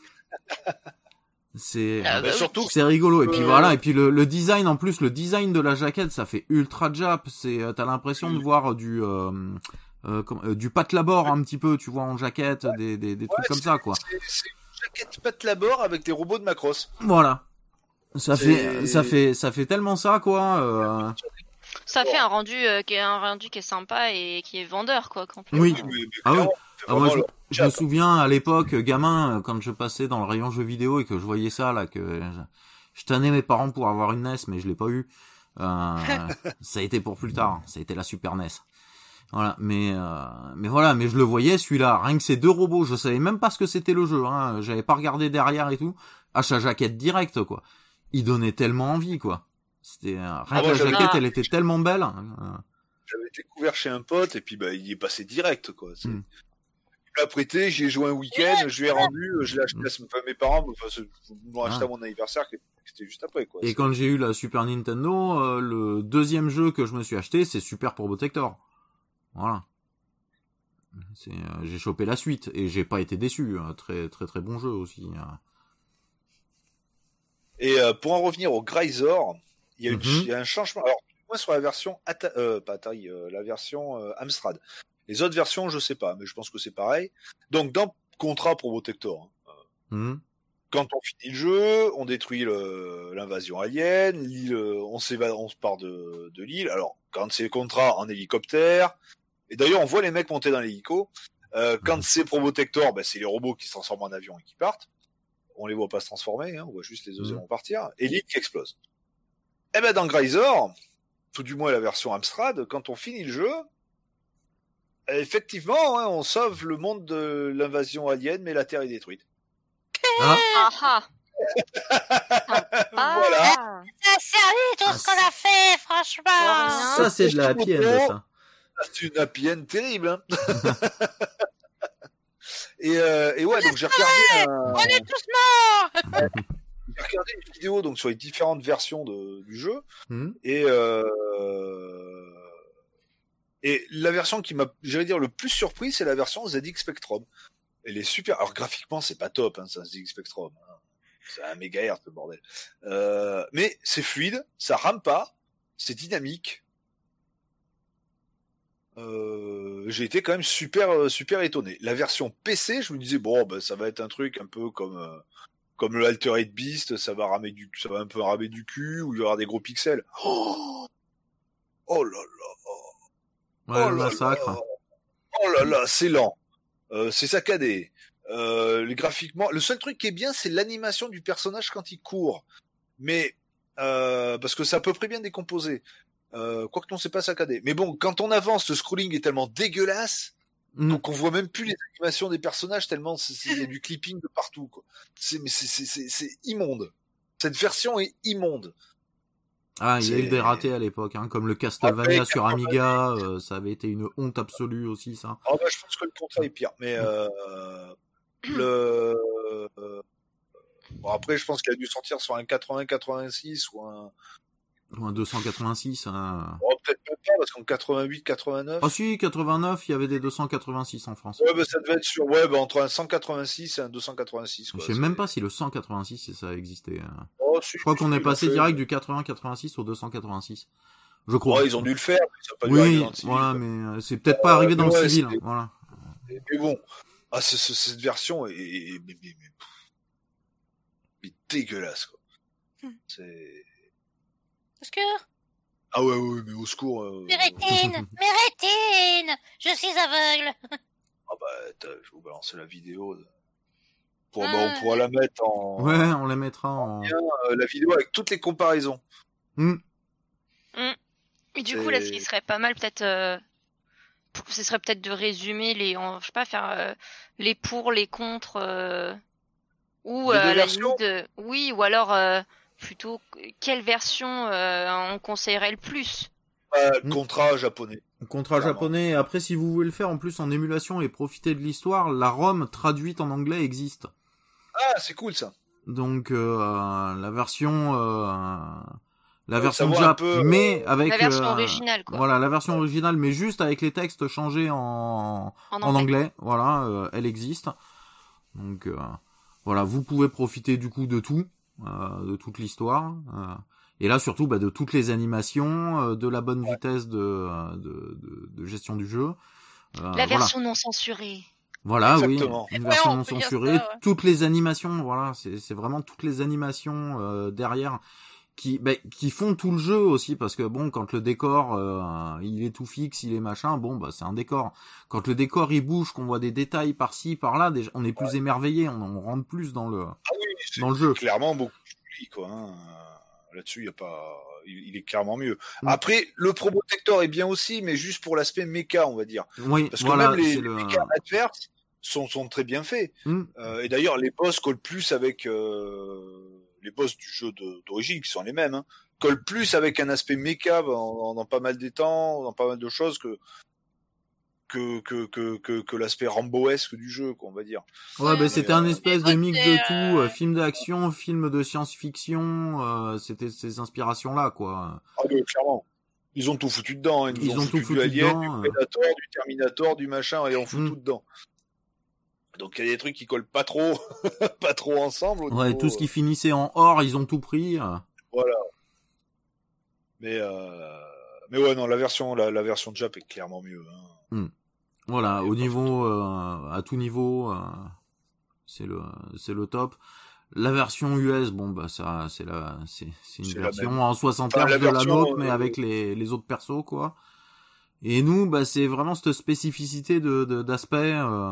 C'est c'est rigolo, et puis voilà, et puis le design, en plus le design de la jaquette, ça fait ultra Jap, t'as l'impression de voir du Pat Labor un petit peu, tu vois, en jaquette, des trucs comme ça, quoi. C'est une jaquette Pat Labor avec des robots de Macross. Voilà. Ça fait tellement ça, quoi. Ça fait un rendu qui est sympa et qui est vendeur, quoi. Oui. Ah oui. Moi, je me souviens à l'époque, gamin, quand je passais dans le rayon jeux vidéo et que je voyais ça, là, que je tannais mes parents pour avoir une NES, mais je l'ai pas eu. Ça a été pour plus tard. Ça a été la Super NES. Voilà. Mais voilà, mais je le voyais, celui-là. Rien que ces deux robots, je savais même pas ce que c'était le jeu, hein. J'avais pas regardé derrière et tout. Achat jaquette direct, quoi. Il donnait tellement envie, quoi. C'était rien que la jaquette, elle était tellement belle. J'avais découvert chez un pote et puis il est passé direct, quoi. Il me l'a prêté, j'y ai joué un week-end, je lui ai rendu, je l'ai acheté à mes parents, ils m'ont acheté à mon anniversaire, c'était juste après, quoi. Et quand j'ai eu la Super Nintendo, le deuxième jeu que je me suis acheté, c'est Super Probotector. Voilà. J'ai chopé la suite et j'ai pas été déçu. Très très très bon jeu aussi. Et pour en revenir au Grisor, il y a un changement. Alors, moi sur la version pas Atari, la version Amstrad. Les autres versions, je sais pas, mais je pense que c'est pareil. Donc dans Contra Probotector, quand on finit le jeu, on détruit l'invasion alien, l'île, on se part de l'île. Alors quand c'est Contra en hélicoptère, et d'ailleurs on voit les mecs monter dans l'hélico. Quand c'est Probotector, c'est les robots qui se transforment en avion et qui partent. On les voit pas se transformer, hein, on voit juste les océans partir, et l'île qui explose. Et dans Grisor, tout du moins la version Amstrad, quand on finit le jeu, effectivement, hein, on sauve le monde de l'invasion alien, mais la Terre est détruite. Voilà. C'est sérieux tout ce qu'on a fait, franchement. Ça, c'est de la happy end, ça. C'est une happy end terrible, hein. Et ouais, donc j'ai regardé. On est tous morts. J'ai regardé une vidéo donc sur les différentes versions du jeu et la version qui m'a, j'allais dire, le plus surpris, c'est la version ZX Spectrum. Elle est super. Alors graphiquement, c'est pas top, hein, c'est un ZX Spectrum. Hein. C'est un mégahertz, le bordel. Mais c'est fluide, ça rame pas, c'est dynamique. J'ai été quand même super étonné. La version PC, je me disais ça va être un truc un peu comme le Altered Beast, ça va un peu ramer du cul, ou il y aura des gros pixels. Oh là là. Ouais, le massacre. Oh là là, c'est lent. C'est saccadé. Graphiquement, le seul truc qui est bien, c'est l'animation du personnage quand il court. Mais parce que c'est à peu près bien décomposé. Quoique non, c'est pas saccadé. Mais bon, quand on avance, le scrolling est tellement dégueulasse, donc on voit même plus les animations des personnages tellement il y a du clipping de partout, quoi. C'est immonde. Cette version est immonde. Ah, il y a eu des ratés à l'époque, hein, comme le Castlevania sur Amiga, ça avait été une honte absolue aussi, ça. Je pense que le contrat est pire, mais bon, après, je pense qu'il a dû sortir sur un 80-86 ou un 286. Peut-être même pas, parce qu'en 88, 89. Ah si, 89, il y avait des 286 en France. Ouais, bah, ça devait être sur, entre un 186 et un 286, quoi. Je sais même pas si le 186, ça existait. Oh, si, Je crois qu'on est passé direct du 80-86 au 286. Je crois. Ouais, ils ont dû le faire, mais ça n'a pas dû Oui, arriver dans le civil. voilà, mais c'est peut-être pas arrivé dans le ouais, civil. Voilà. Mais bon, cette version mais dégueulasse, quoi. C'est... Au secours. Ah ouais, mais au secours. Mes rétines, je suis aveugle. Ah bah, je vais vous balancer la vidéo. On pourra la mettre en... Ouais, on la mettra en... la vidéo avec toutes les comparaisons. Et du coup, là, ce qui serait pas mal, peut-être... ce serait peut-être de résumer je sais pas, faire les pour, les contre... ou les deux la versions limite, oui, ou alors... plutôt, quelle version on conseillerait le plus? Contrat japonais. Contrat japonais. Après, si vous voulez le faire en plus en émulation et profiter de l'histoire, la ROM traduite en anglais existe. Ah, c'est cool ça. Donc la version Jap, mais avec la version originale, quoi. Voilà, la version originale, mais juste avec les textes changés en anglais. Voilà, elle existe. Donc voilà, vous pouvez profiter du coup de tout. De toute l'histoire et là surtout de toutes les animations, de la bonne vitesse de gestion du jeu, la version non censurée. Voilà. Exactement. Oui, une version non peut dire censurée, ça, ouais. toutes les animations, voilà, c'est vraiment toutes les animations derrière qui font tout le jeu aussi, parce que bon, quand le décor il est tout fixe, il est machin, bon c'est un décor. Quand le décor il bouge, qu'on voit des détails par-ci, par-là, déjà, on est plus émerveillé, on rentre plus dans le dans le jeu. Clairement beaucoup plus joli, quoi. Là-dessus, il y a pas, il est clairement mieux. Après, le Pro Protector est bien aussi, mais juste pour l'aspect méca, on va dire. Oui, parce voilà, que même les mécas adverses sont très bien faits. Et d'ailleurs, les boss collent plus avec les boss du jeu d'origine, qui sont les mêmes, collent plus avec un aspect méca dans pas mal des temps, dans pas mal de choses que l'aspect Rambo-esque du jeu, quoi, on va dire. Ouais, c'était un espèce de mix de tout, film d'action, film de science-fiction, c'était ces inspirations-là, quoi. Ah oui, clairement. Ils ont tout foutu dedans, ils ont tout foutu Alien, dedans, du Predator, du Terminator, du machin, et on fout tout dedans. Donc il y a des trucs qui collent pas trop, pas trop ensemble. Ouais, niveau, tout ce qui finissait en or, ils ont tout pris. Voilà. Mais ouais, non, la version de Jap est clairement mieux. Voilà, au niveau, à tout niveau, c'est le top. La version US, ça, c'est une version en 60 Hz de la nôtre, mais avec les autres persos, quoi. Et nous, c'est vraiment cette spécificité d'aspect,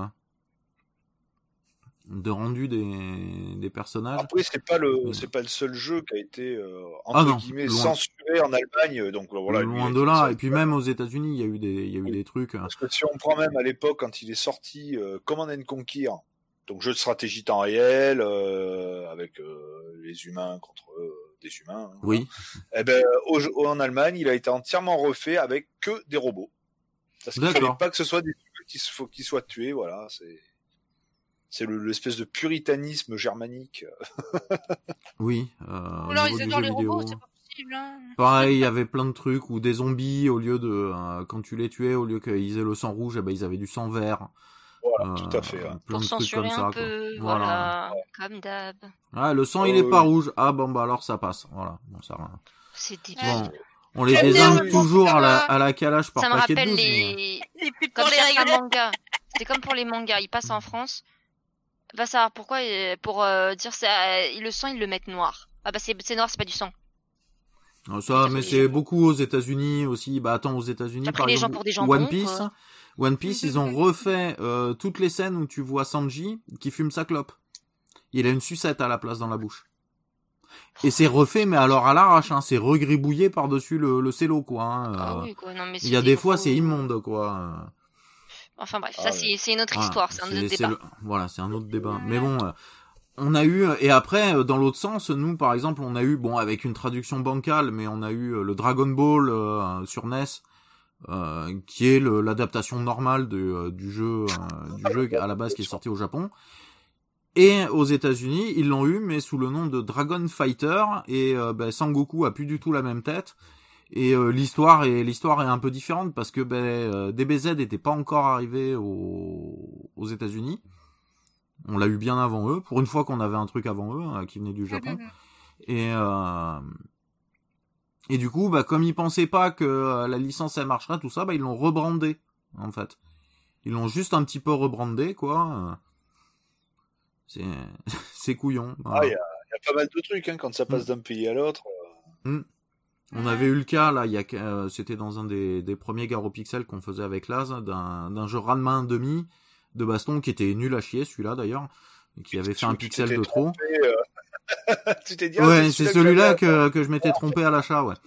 de rendu des personnages. Après, c'est pas le seul jeu qui a été entre guillemets censuré en Allemagne, donc voilà. Loin de là. Et puis même aux États-Unis, il y a eu des trucs. Parce que si on prend même à l'époque quand il est sorti, Command & Conquer, donc jeu de stratégie temps réel avec les humains contre des humains. Oui. Voilà. En Allemagne, il a été entièrement refait avec que des robots. Parce qu'il fallait pas que ce soit des humains qui soient tués, voilà. C'est l'espèce de puritanisme germanique. Oui. Alors ils adorent les robots, c'est pas possible. Pareil, il y avait plein de trucs où des zombies, au lieu de quand tu les tuais, au lieu qu'ils aient le sang rouge, ils avaient du sang vert. Voilà, tout à fait. Ouais. Pour censurer un peu, voilà, comme d'hab. Ah, le sang il est pas rouge. Ah alors ça passe. Voilà. Bon, ça. C'est débile. Bon, on les désarme toujours à la calage par paquet de 12. Ça me rappelle les pubs pour les mangas. C'est comme pour les mangas, ils passent en France. Va savoir pourquoi, pour dire ça, le sang ils le mettent noir. Ah c'est noir, c'est pas du sang. Ça, mais c'est beaucoup aux États-Unis aussi. Aux États-Unis, par exemple, One Piece, ils ont refait toutes les scènes où tu vois Sanji qui fume sa clope. Il a une sucette à la place dans la bouche. Et c'est refait, mais alors à l'arrache, c'est regribouillé par-dessus le cello, quoi. Ah oui, quoi. Non, mais il y a des fois, c'est immonde, quoi. Enfin bref, ça c'est une autre histoire, c'est un autre débat. Voilà, c'est un autre débat. Mais bon, on a eu, et après, dans l'autre sens, nous, par exemple, on a eu, avec une traduction bancale, mais on a eu le Dragon Ball sur NES, qui est l'adaptation normale du jeu à la base qui est sorti au Japon. Et aux États-Unis, ils l'ont eu, mais sous le nom de Dragon Fighter, et Sangoku a plus du tout la même tête. Et l'histoire est un peu différente parce que DBZ n'était pas encore arrivé aux États-Unis. On l'a eu bien avant eux. Pour une fois qu'on avait un truc avant eux qui venait du Japon. Et du coup, comme ils pensaient pas que la licence elle marcherait, tout ça, ils l'ont rebrandé en fait. Ils l'ont juste un petit peu rebrandé, quoi. C'est couillon. Voilà. Il y a pas mal de trucs quand ça passe d'un pays à l'autre. On avait eu le cas là, c'était dans un des premiers Garo Pixel qu'on faisait avec Laz, d'un jeu Ranma 1.5 de baston qui était nul à chier, celui-là d'ailleurs, et qui avait fait un pixel de trop. Tu t'es dit, ouais, c'est celui-là que je m'étais trompé à l'achat, ouais.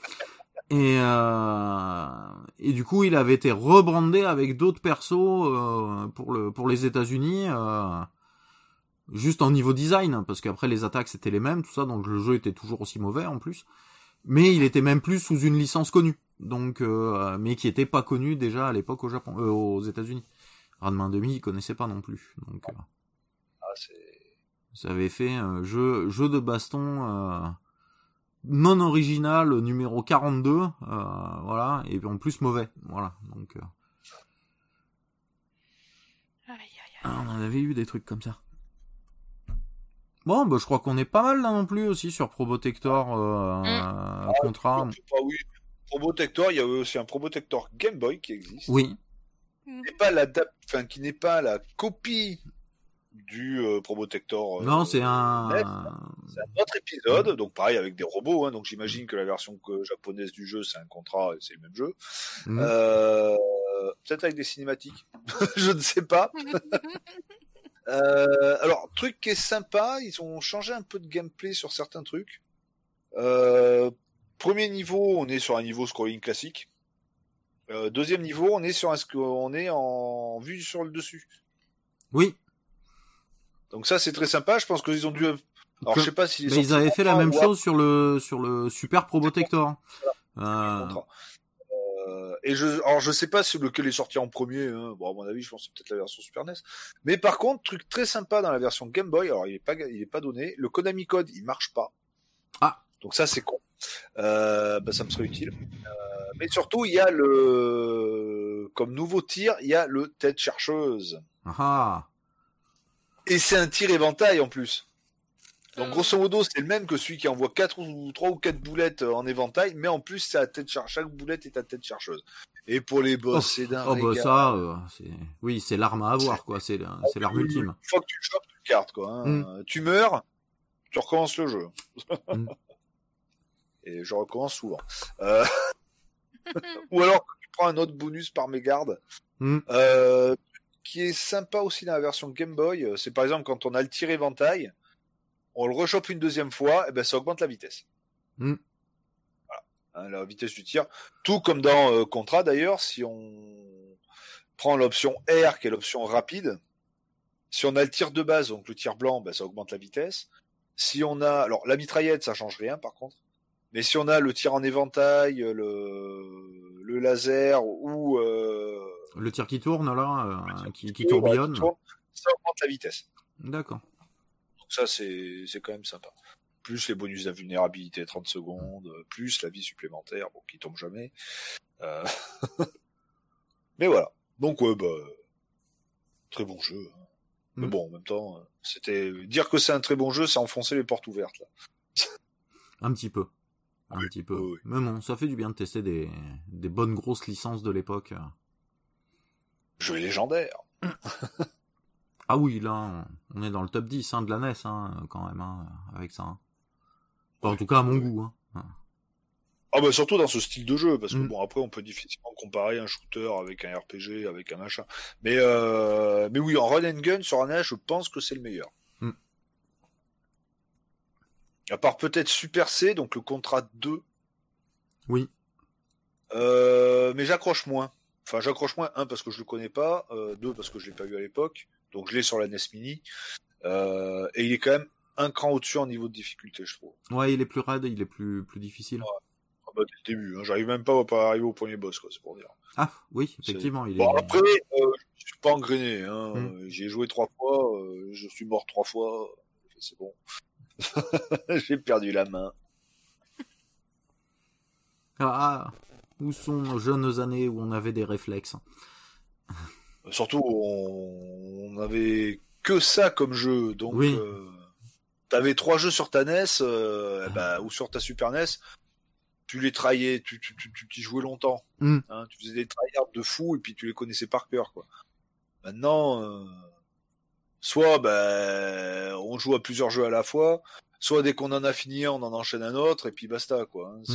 Et du coup, il avait été rebrandé avec d'autres persos pour les États-Unis, juste en niveau design, parce qu'après les attaques c'était les mêmes, tout ça, donc le jeu était toujours aussi mauvais en plus. Mais il était même plus sous une licence connue, donc mais qui était pas connue déjà à l'époque au Japon, aux États-Unis. Ranma 1.5, ils connaissaient pas non plus, donc ça avait fait jeu de baston non original numéro 42, voilà, et en plus mauvais, voilà, donc on en avait eu des trucs comme ça. Bon, je crois qu'on est pas mal là non plus aussi sur Probotector Contra. Oui, Probotector, il y a aussi un Probotector Game Boy qui existe. Oui. Qui n'est pas la copie du Probotector. Non, c'est un autre épisode, donc pareil avec des robots, donc j'imagine que la version japonaise du jeu c'est un Contra et c'est le même jeu. Peut-être avec des cinématiques, je ne sais pas. Alors, truc qui est sympa, ils ont changé un peu de gameplay sur certains trucs. Premier niveau, on est sur un niveau scrolling classique. Deuxième niveau, on est en vue sur le dessus. Oui. Donc ça, c'est très sympa. Je pense qu'ils ont dû. Alors, je sais pas si ils avaient fait la même chose sur le Super Probotector. Et je sais pas lequel est sorti en premier. Bon, à mon avis, je pense que c'est peut-être la version Super NES. Mais par contre, truc très sympa dans la version Game Boy. Alors, il est pas donné. Le Konami Code, il marche pas. Ah. Donc ça, c'est con. Ça me serait utile. Mais surtout, il y a comme nouveau tir, il y a le tête chercheuse. Ah. Et c'est un tir éventail en plus. Donc grosso modo, c'est le même que celui qui envoie 3 ou 4 boulettes en éventail, mais en plus, c'est chaque boulette est à tête chercheuse. Et pour les boss, c'est d'un régal. C'est l'arme à avoir, quoi. C'est l'arme ultime. Une fois que tu chopes une carte, quoi. Tu meurs, tu recommences le jeu. Et je recommence souvent. Ou alors, tu prends un autre bonus par mégarde. Qui est sympa aussi dans la version Game Boy, c'est par exemple quand on a le tir éventail, on le rechoppe une deuxième fois, et ça augmente la vitesse. Voilà. La vitesse du tir. Tout comme dans Contra d'ailleurs, si on prend l'option R, qui est l'option rapide, si on a le tir de base, donc le tir blanc, ça augmente la vitesse. Si on a, alors la mitraillette, ça change rien par contre. Mais si on a le tir en éventail, le laser ou le tir qui tourne là, qui tourbillonne, ça augmente la vitesse. D'accord. Donc ça c'est quand même sympa. Plus les bonus d'invulnérabilité 30 secondes, plus la vie supplémentaire, qui tombe jamais. Mais voilà. Donc très bon jeu. Mais bon, en même temps, c'était dire que c'est un très bon jeu, c'est enfoncer les portes ouvertes là. Un petit peu. Un petit peu. Oui. Mais bon, ça fait du bien de tester des bonnes grosses licences de l'époque. Jeu légendaire. Ah oui, là, on est dans le top 10 de la NES, quand même, avec ça. Enfin, en tout cas, à mon goût. Surtout dans ce style de jeu, parce que après, on peut difficilement comparer un shooter avec un RPG, avec un machin. Mais oui, en run and gun sur un NES, je pense que c'est le meilleur. À part peut-être Super C, donc le Contra 2. Oui. Mais j'accroche moins. Enfin, j'accroche moins, 1 parce que je le connais pas, 2 parce que je l'ai pas eu à l'époque, donc je l'ai sur la NES Mini. Et il est quand même un cran au-dessus en niveau de difficulté, je trouve. Ouais, il est plus raide, il est plus difficile. Ouais. Dès le début, j'arrive même pas à arriver au premier boss, quoi, c'est pour dire. Ah, oui, effectivement. Après, je suis pas engrené, J'ai joué 3 fois, je suis mort 3 fois, c'est bon. J'ai perdu la main. Ah, où sont nos jeunes années où on avait des réflexes? Surtout, on avait que ça comme jeu, donc Oui. t'avais 3 jeux sur ta NES ou sur ta Super NES, tu les traillais, tu y jouais longtemps. Mm. Hein, tu faisais des tryhards de fou et puis tu les connaissais par cœur, quoi. Maintenant, soit on joue à plusieurs jeux à la fois, soit dès qu'on en a fini un, on en enchaîne un autre et puis basta, quoi. Hein,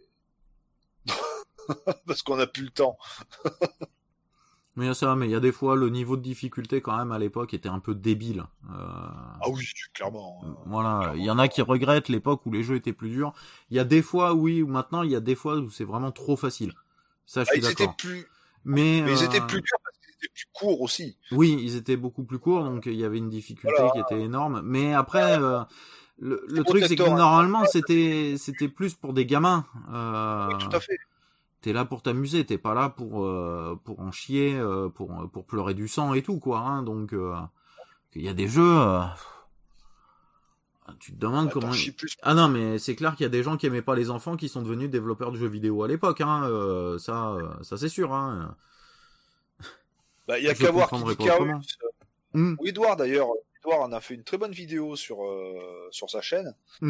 parce qu'on n'a plus le temps. Mais il y a ça, mais il y a des fois le niveau de difficulté quand même à l'époque était un peu débile. Ah oui, clairement. Voilà, Clairement. il y en a qui regrettent l'époque où les jeux étaient plus durs. Il y a des fois, oui, ou maintenant il y a des fois où c'est vraiment trop facile. Ça, je suis d'accord. Mais ils étaient plus durs parce qu'ils étaient plus courts aussi. Oui, ils étaient beaucoup plus courts, donc il y avait une difficulté qui était énorme. Mais après, le truc c'est que normalement c'était plus pour des gamins. Oui, tout à fait. T'es là pour t'amuser, t'es pas là pour en chier, pour pleurer du sang et tout, quoi. Hein, donc il y a des jeux. Tu te demandes comment. Ah non, mais c'est clair qu'il y a des gens qui aimaient pas les enfants qui sont devenus développeurs de jeux vidéo à l'époque. Hein, ça c'est sûr. Hein. Il y a qu'à voir Kid Icarus. Ou Edouard d'ailleurs. Edouard en a fait une très bonne vidéo sur sa chaîne.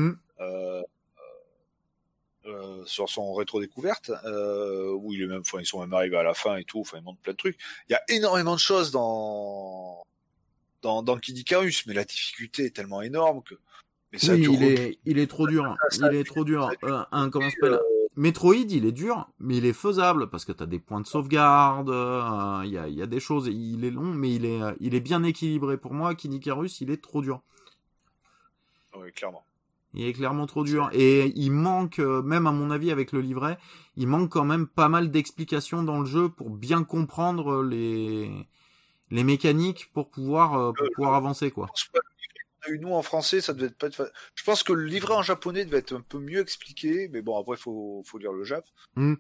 Sur son rétro découverte où ils sont même arrivés à la fin et tout, ils montrent plein de trucs. Il y a énormément de choses dans Kid Icarus, mais la difficulté est tellement énorme que ça il est trop dur. Il est trop dur. Comment s'appelle Metroid, il est dur, mais il est faisable parce que t'as des points de sauvegarde. Il y a des choses. Il est long, mais il est bien équilibré. Pour moi, Kid Icarus, il est trop dur. Oui, clairement. Il est clairement trop dur. Et il manque, même à mon avis avec le livret, il manque quand même pas mal d'explications dans le jeu pour bien comprendre les mécaniques pour pouvoir avancer, quoi. Nous en français, ça devait pas être. Je pense que le livret en japonais devait être un peu mieux expliqué, mais bon, après faut lire le Jap. Mais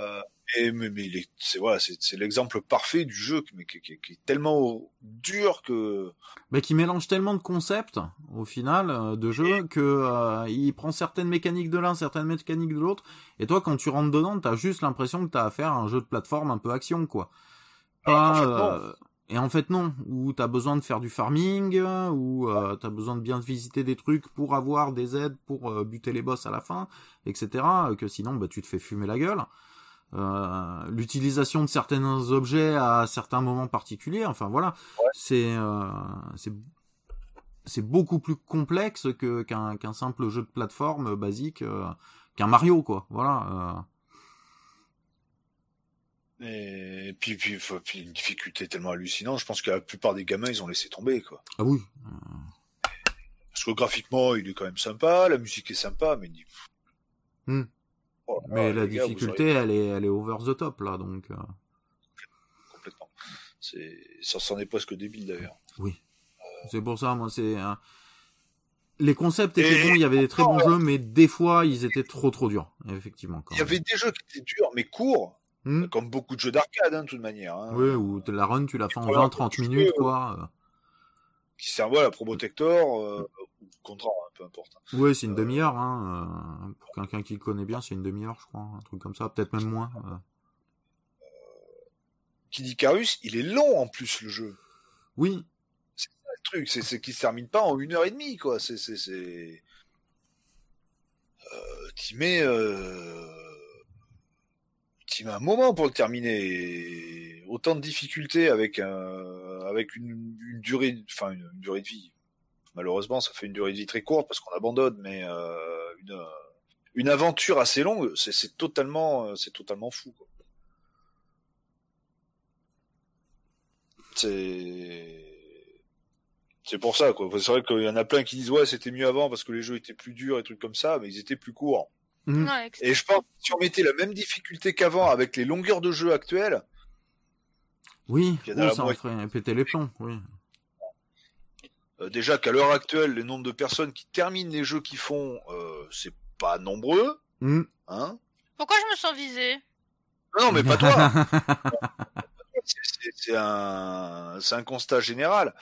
c'est l'exemple parfait du jeu, mais qui est tellement dur que. Mais qui mélange tellement de concepts au final de jeu que il prend certaines mécaniques de l'un, certaines mécaniques de l'autre, et toi quand tu rentres dedans, t'as juste l'impression que t'as affaire à un jeu de plateforme un peu action, quoi. Et en fait non, où t'as besoin de faire du farming, où t'as besoin de bien visiter des trucs pour avoir des aides pour buter les boss à la fin, etc. Que sinon tu te fais fumer la gueule. L'utilisation de certains objets à certains moments particuliers, enfin voilà, c'est beaucoup plus complexe qu'un simple jeu de plateforme basique, qu'un Mario, quoi. Voilà. Et puis une difficulté tellement hallucinante, je pense que la plupart des gamins ils ont laissé tomber, quoi. Ah oui. Parce que graphiquement il est quand même sympa, la musique est sympa, mais mais la difficulté elle est over the top là, donc. Complètement. Ça s'en est presque débile d'ailleurs. Oui. C'est pour ça, moi c'est. Les concepts étaient bons, il y avait des très bons jeux, mais des fois ils étaient trop durs, effectivement. Il y avait des jeux qui étaient durs mais courts. Comme beaucoup de jeux d'arcade, de toute manière. Hein. Oui, ou la run, tu la fais en 20-30 minutes, quoi. Qui servent à Probotector, ou Contra, peu importe. Oui, c'est une demi-heure, pour quelqu'un qui le connaît bien, c'est une demi-heure, je crois. Un truc comme ça, peut-être même moins. Kid Icarus, il est long en plus, le jeu. Oui. C'est ça le truc, c'est qu'il se termine pas en 1h30, quoi. T'y mets un moment pour le terminer. Autant de difficultés avec une durée de vie. Malheureusement, ça fait une durée de vie très courte parce qu'on abandonne, mais une aventure assez longue, c'est totalement fou, quoi. C'est pour ça, quoi. C'est vrai qu'il y en a plein qui disent ouais, c'était mieux avant parce que les jeux étaient plus durs et trucs comme ça, mais ils étaient plus courts. Ouais, et je pense que si on mettait la même difficulté qu'avant avec les longueurs de jeu actuelles, oui, ça en ferait péter les plombs, oui. Déjà qu'à l'heure actuelle, le nombre de personnes qui terminent les jeux qu'ils font, c'est pas nombreux. Hein ? Pourquoi je me sens visé ? Non, mais pas toi. C'est un constat général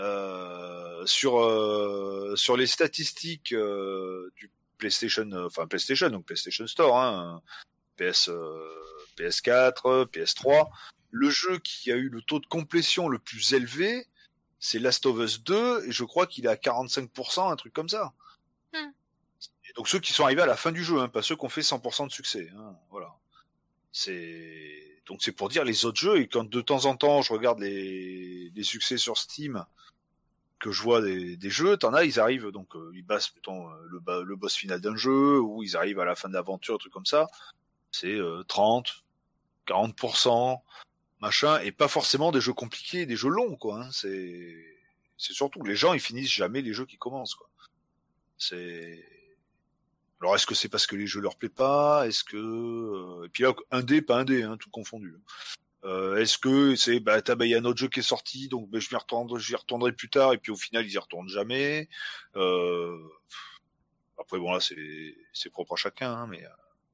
sur les statistiques du PlayStation, donc PlayStation Store, PS4, PS3. Le jeu qui a eu le taux de complétion le plus élevé, c'est Last of Us 2, et je crois qu'il est à 45%, un truc comme ça. Et donc ceux qui sont arrivés à la fin du jeu, hein, pas ceux qui ont fait 100% de succès. Hein, voilà. Donc c'est pour dire les autres jeux, et quand de temps en temps je regarde les succès sur Steam, que je vois des jeux, t'en as, ils arrivent, donc ils battent mettons, le boss final d'un jeu, ou ils arrivent à la fin de l'aventure, un truc comme ça, c'est 30, 40%, machin, et pas forcément des jeux compliqués, des jeux longs, quoi. Hein, c'est surtout que les gens, ils finissent jamais les jeux qui commencent, quoi. Alors est-ce que c'est parce que les jeux leur plaisent pas, est-ce que et puis là indé, pas indé, hein, tout confondu. Est-ce que c'est y a un autre jeu qui est sorti, donc j'y retournerai plus tard, et puis au final ils y retournent jamais. Après bon là c'est propre à chacun, hein, mais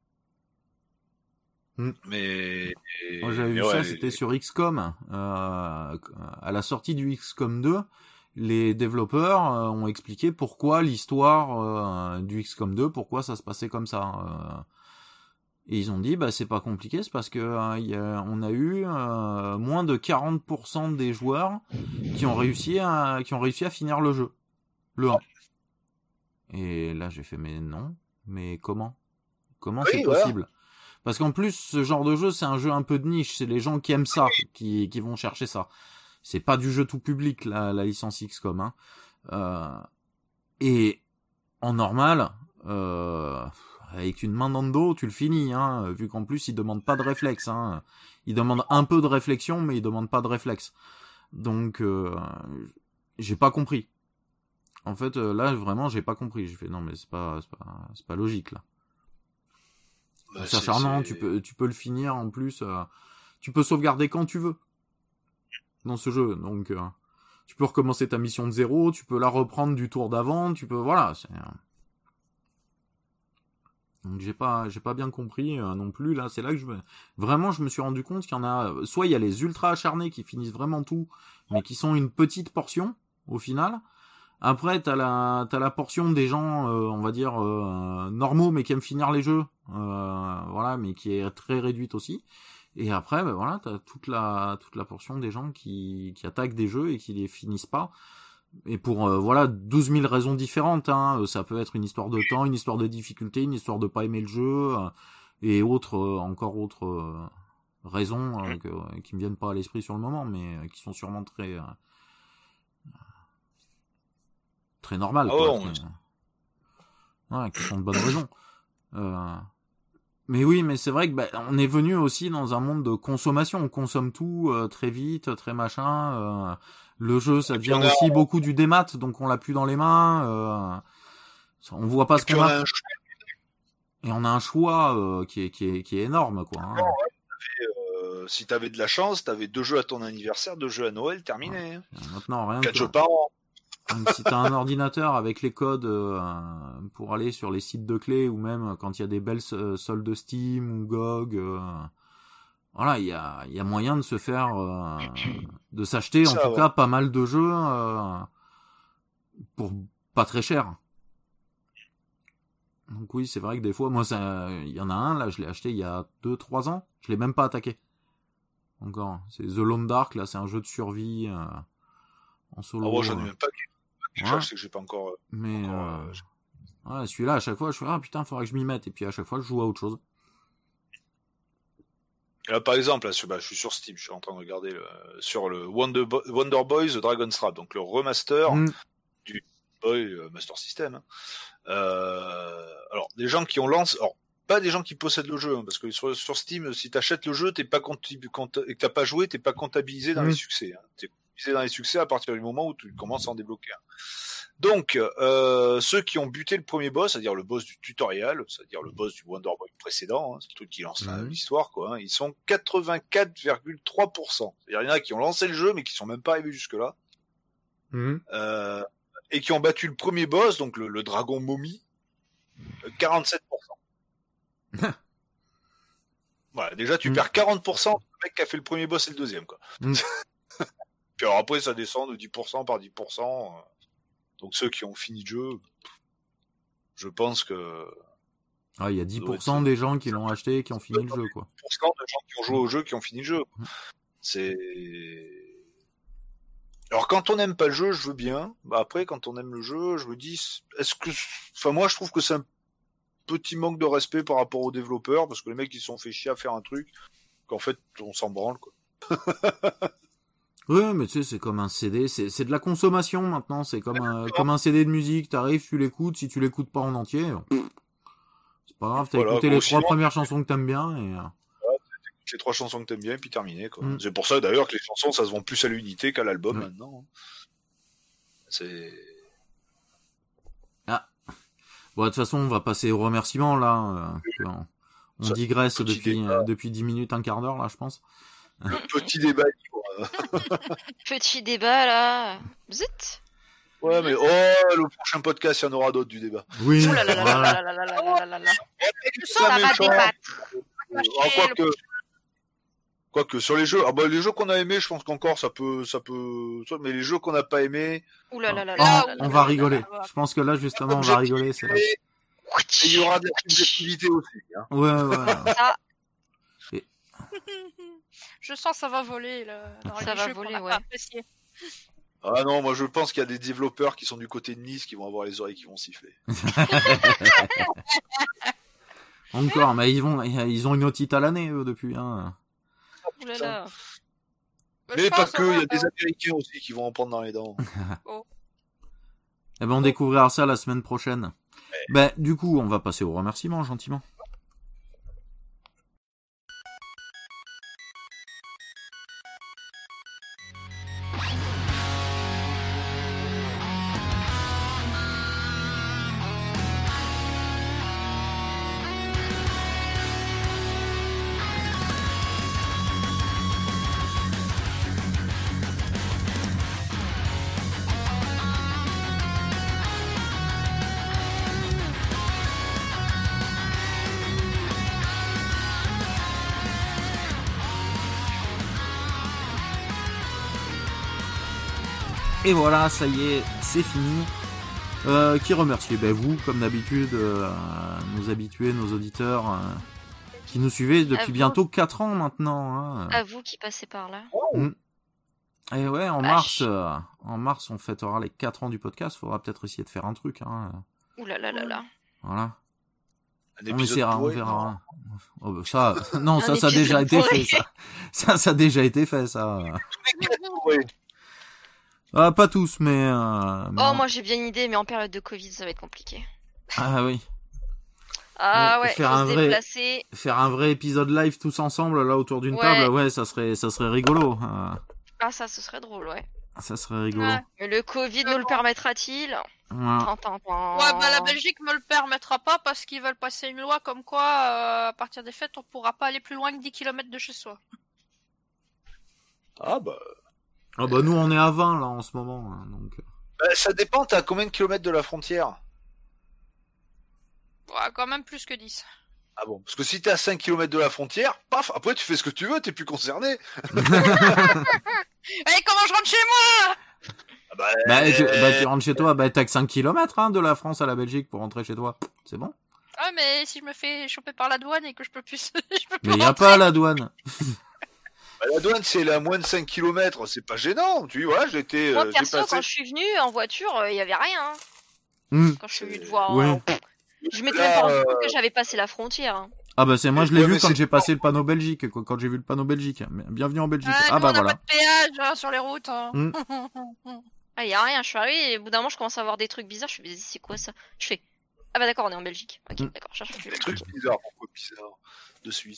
moi j'avais vu ça, c'était sur XCOM. À la sortie du XCOM 2, les développeurs ont expliqué pourquoi l'histoire du XCOM 2, pourquoi ça se passait comme ça. Et ils ont dit c'est pas compliqué, c'est parce que on a eu moins de 40% des joueurs qui ont réussi à finir le jeu, le 1. Et là j'ai fait mais non, mais comment c'est possible? Voilà. Parce qu'en plus ce genre de jeu c'est un jeu un peu de niche, c'est les gens qui aiment ça qui vont chercher ça. C'est pas du jeu tout public la licence XCOM, hein. Et en normal avec une main dans le dos, tu le finis, hein, vu qu'en plus, il demande pas de réflexe, hein. Il demande un peu de réflexion, mais il demande pas de réflexe. Donc, j'ai pas compris. En fait, là, vraiment, j'ai pas compris. J'ai fait, non, mais c'est pas logique, là. C'est acharnant, tu peux le finir, en plus, tu peux sauvegarder quand tu veux. Dans ce jeu, donc, tu peux recommencer ta mission de zéro, tu peux la reprendre du tour d'avant, voilà, donc j'ai pas bien compris non plus, là c'est là que je me suis rendu compte qu'il y en a, soit il y a les ultra acharnés qui finissent vraiment tout, mais qui sont une petite portion au final. Après t'as la portion des gens on va dire normaux mais qui aiment finir les jeux, voilà, mais qui est très réduite aussi. Et après voilà, t'as toute la portion des gens qui attaquent des jeux et qui les finissent pas. Et pour 12 000 raisons différentes, hein. Ça peut être une histoire de temps, une histoire de difficulté, une histoire de pas aimer le jeu, et encore autres raisons qui me viennent pas à l'esprit sur le moment, mais qui sont sûrement très normales, qui sont de bonnes raisons. Mais oui, mais c'est vrai que on est venu aussi dans un monde de consommation, on consomme tout très vite, très machin. Le jeu, ça devient aussi beaucoup du démat, donc on l'a plus dans les mains. On voit pas ce qu'on a. Et on a un choix qui est énorme, quoi. Hein. Si t'avais de la chance, t'avais 2 jeux à ton anniversaire, 2 jeux à Noël, terminé. Ouais. Maintenant, rien 4 jeux par an. Si t'as un ordinateur avec les codes pour aller sur les sites de clés, ou même quand il y a des belles soldes Steam ou GOG, voilà, il y a moyen de se faire, de s'acheter en tout cas pas mal de jeux pour pas très cher. Donc oui, c'est vrai que des fois, moi, il y en a un, là, je l'ai acheté il y a 2-3 ans, je l'ai même pas attaqué. Encore, c'est The Lone Dark, là, c'est un jeu de survie en solo. Moi, j'en ai même pas. Je sais que j'ai pas encore. Mais celui-là, à chaque fois, je fais putain, faudrait que je m'y mette, et puis à chaque fois, je joue à autre chose. Là, par exemple, là, je suis sur Steam, je suis en train de regarder sur le Wonder Boy The Dragon's Trap, donc le remaster du Boy Master System. Alors, des gens qui ont lancé, alors pas des gens qui possèdent le jeu, hein, parce que sur Steam, si t'achètes le jeu, t'es pas et que t'as pas joué, t'es pas comptabilisé dans les succès. Hein. T'es comptabilisé dans les succès à partir du moment où tu commences à en débloquer. Hein. Donc, ceux qui ont buté le premier boss, c'est-à-dire le boss du tutoriel, c'est-à-dire le boss du Wonder Boy précédent, hein, c'est le truc qui lance l'histoire, quoi. Hein, ils sont 84,3%. C'est-à-dire il y en a qui ont lancé le jeu, mais qui sont même pas arrivés jusque-là. Et qui ont battu le premier boss, donc le dragon momie, 47%. Voilà, déjà tu perds 40% du mec qui a fait le premier boss et le deuxième, quoi. Puis alors après ça descend de 10% par 10%. Donc ceux qui ont fini le jeu, je pense que Ah, il y a 10% des gens qui l'ont acheté et qui ont fini le jeu, quoi. 10% de gens qui ont joué au jeu, qui ont fini le jeu. C'est... Alors, quand on n'aime pas le jeu, je veux bien. Bah, après, quand on aime le jeu, je me dis, moi, je trouve que c'est un petit manque de respect par rapport aux développeurs, parce que les mecs, ils se sont fait chier à faire un truc qu'en fait, on s'en branle, quoi. Ouais, mais tu sais, c'est comme un CD, c'est de la consommation maintenant, c'est comme un CD de musique, t'arrives, tu l'écoutes, si tu l'écoutes pas en entier, c'est pas grave, t'as écouté les 3 premières chansons que t'aimes bien, et... les 3 chansons que t'aimes bien, et puis terminé, quoi. C'est pour ça, d'ailleurs, que les chansons, ça se vend plus à l'unité qu'à l'album, maintenant. C'est... Ah. Bon, de toute façon, on va passer aux remerciements, là, on digresse depuis 10 minutes, un quart d'heure, là, je pense. Petit débat libre. Petit débat, là. Zut. Ouais, mais le prochain podcast, il y en aura d'autres du débat. Oui. Oh là là là là là là là là là là. Ça va débattre. Quoique, sur les jeux, les jeux qu'on a aimés, je pense qu'encore ça peut, mais les jeux qu'on n'a pas aimés. Ouh là là là là. On va rigoler. Je pense que là, justement, on va rigoler, c'est là. Et il y aura de la subjectivité aussi, hein. Ouais. Ça. Je sens ça va voler, là. Dans Ça les va jeux voler, qu'on a ouais. pas appréciés. Ah non, moi je pense qu'il y a des développeurs qui sont du côté de Nice qui vont avoir les oreilles qui vont siffler. Encore, mais ils ont une otite à l'année, eux, depuis, hein. Ouh là là. Mais pas que, il y a des Américains aussi qui vont en prendre dans les dents. Eh ben, on découvrira ça la semaine prochaine. Ben, du coup, on va passer aux remerciements, gentiment. Et voilà, ça y est, c'est fini. Qui remercier? Ben vous, comme d'habitude, nos habitués, nos auditeurs, qui nous suivez depuis bientôt 4 ans maintenant. Hein. À vous qui passez par là. Et ouais, en mars, on fêtera les 4 ans du podcast. Faudra peut-être essayer de faire un truc. Hein. Ouh là là là là. Voilà. On essaiera, on verra. Oh, bah, ça, non, ça a déjà été fait. Ça a déjà été fait, ça. Pas tous, mais... moi j'ai bien une idée, mais en période de Covid, ça va être compliqué. Ah oui. Ah ouais, faire un vrai épisode live tous ensemble, là, autour d'une table, ouais, ça serait rigolo. Ah, ça, ce serait drôle, ouais. Ça serait rigolo. Ouais. Mais le Covid nous le permettra-t-il? Ouais, la Belgique me le permettra pas parce qu'ils veulent passer une loi comme quoi, à partir des fêtes, on pourra pas aller plus loin que 10 km de chez soi. Ah bah, nous on est à 20 là en ce moment, hein, donc... ça dépend, t'as combien de kilomètres de la frontière? Ouais, quand même plus que 10. Ah bon, parce que si t'es à 5 km de la frontière, paf, après tu fais ce que tu veux, t'es plus concerné. Allez, comment je rentre chez moi? Tu rentres chez toi, t'as que 5 km hein, de la France à la Belgique pour rentrer chez toi, c'est bon? Ah, mais si je me fais choper par la douane et que je peux plus mais y a pas la douane. La douane, c'est à moins de 5 km, c'est pas gênant. Tu vois, j'étais. Moi, perso, quand je suis venu en voiture, il y avait rien. Quand je suis venu te voir. Je m'étais même pas rendu compte que j'avais passé la frontière. Hein. Ah bah c'est moi je l'ai vu quand j'ai passé le panneau Belgique, quand j'ai vu le panneau Belgique. Bienvenue en Belgique. Nous, on a pas de péage sur les routes. Hein. Ah, y a rien, je suis arrivé et au bout d'un moment je commence à voir des trucs bizarres, je fais c'est quoi ça? Je fais ah bah d'accord, on est en Belgique. OK, d'accord, cherche plus. Des trucs bizarres, pourquoi bizarre de Suisse.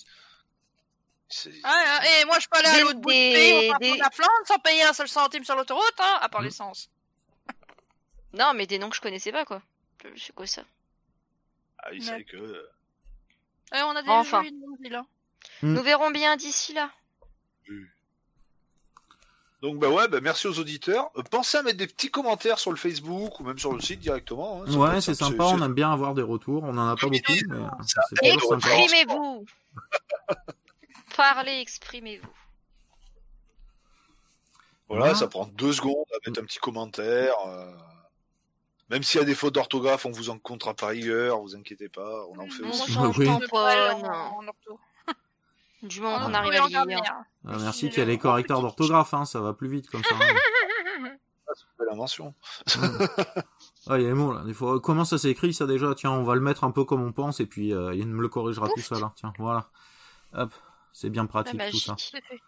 Et moi je peux aller à l'autre bout de pays, au de la Flandre sans payer un seul centime sur l'autoroute, hein, à part l'essence. Non, mais des noms que je connaissais pas quoi. C'est quoi ça? Ah, il savait que... on a déjà vu une ville, hein. Nous verrons bien d'ici là. Donc merci aux auditeurs. Pensez à mettre des petits commentaires sur le Facebook ou même sur le site directement. Hein. Ouais, c'est sympa, on aime bien avoir des retours. On en a pas beaucoup, mais exprimez-vous. Parlez, exprimez-vous. Voilà, ça prend 2 secondes à mettre un petit commentaire. Même s'il y a des fautes d'orthographe, on vous en comptera par rigueur, vous inquiétez pas, on en fait Moi, aussi. j'en Oui. tamponne. En ortho. Du moment Ah. qu'on arrive Oui, à en le lire. grammaire. Merci qu'il y a les correcteurs d'orthographe, hein, ça va plus vite comme ça. Hein. C'est une belle invention. Ah, il y a les mots là. Des fois, comment ça s'écrit ça déjà? Tiens, on va le mettre un peu comme on pense et puis il me le corrigera tout seul. Hein. Tiens, voilà. Hop, c'est bien pratique tout ça. C'est fait.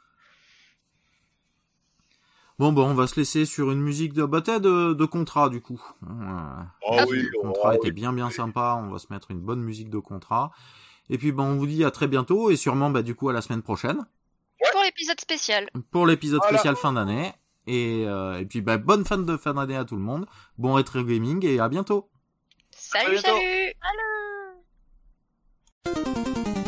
Bon, on va se laisser sur une musique de contrat du coup. Ah oui, Le contrat ah était oui. bien sympa. On va se mettre une bonne musique de contrat. Et puis on vous dit à très bientôt et sûrement du coup à la semaine prochaine Pour l'épisode spécial. pour l'épisode Voilà. spécial fin d'année. Et puis bonne fin de fin d'année à tout le monde. Bon rétro gaming et à bientôt. Salut, bientôt. salut! Allô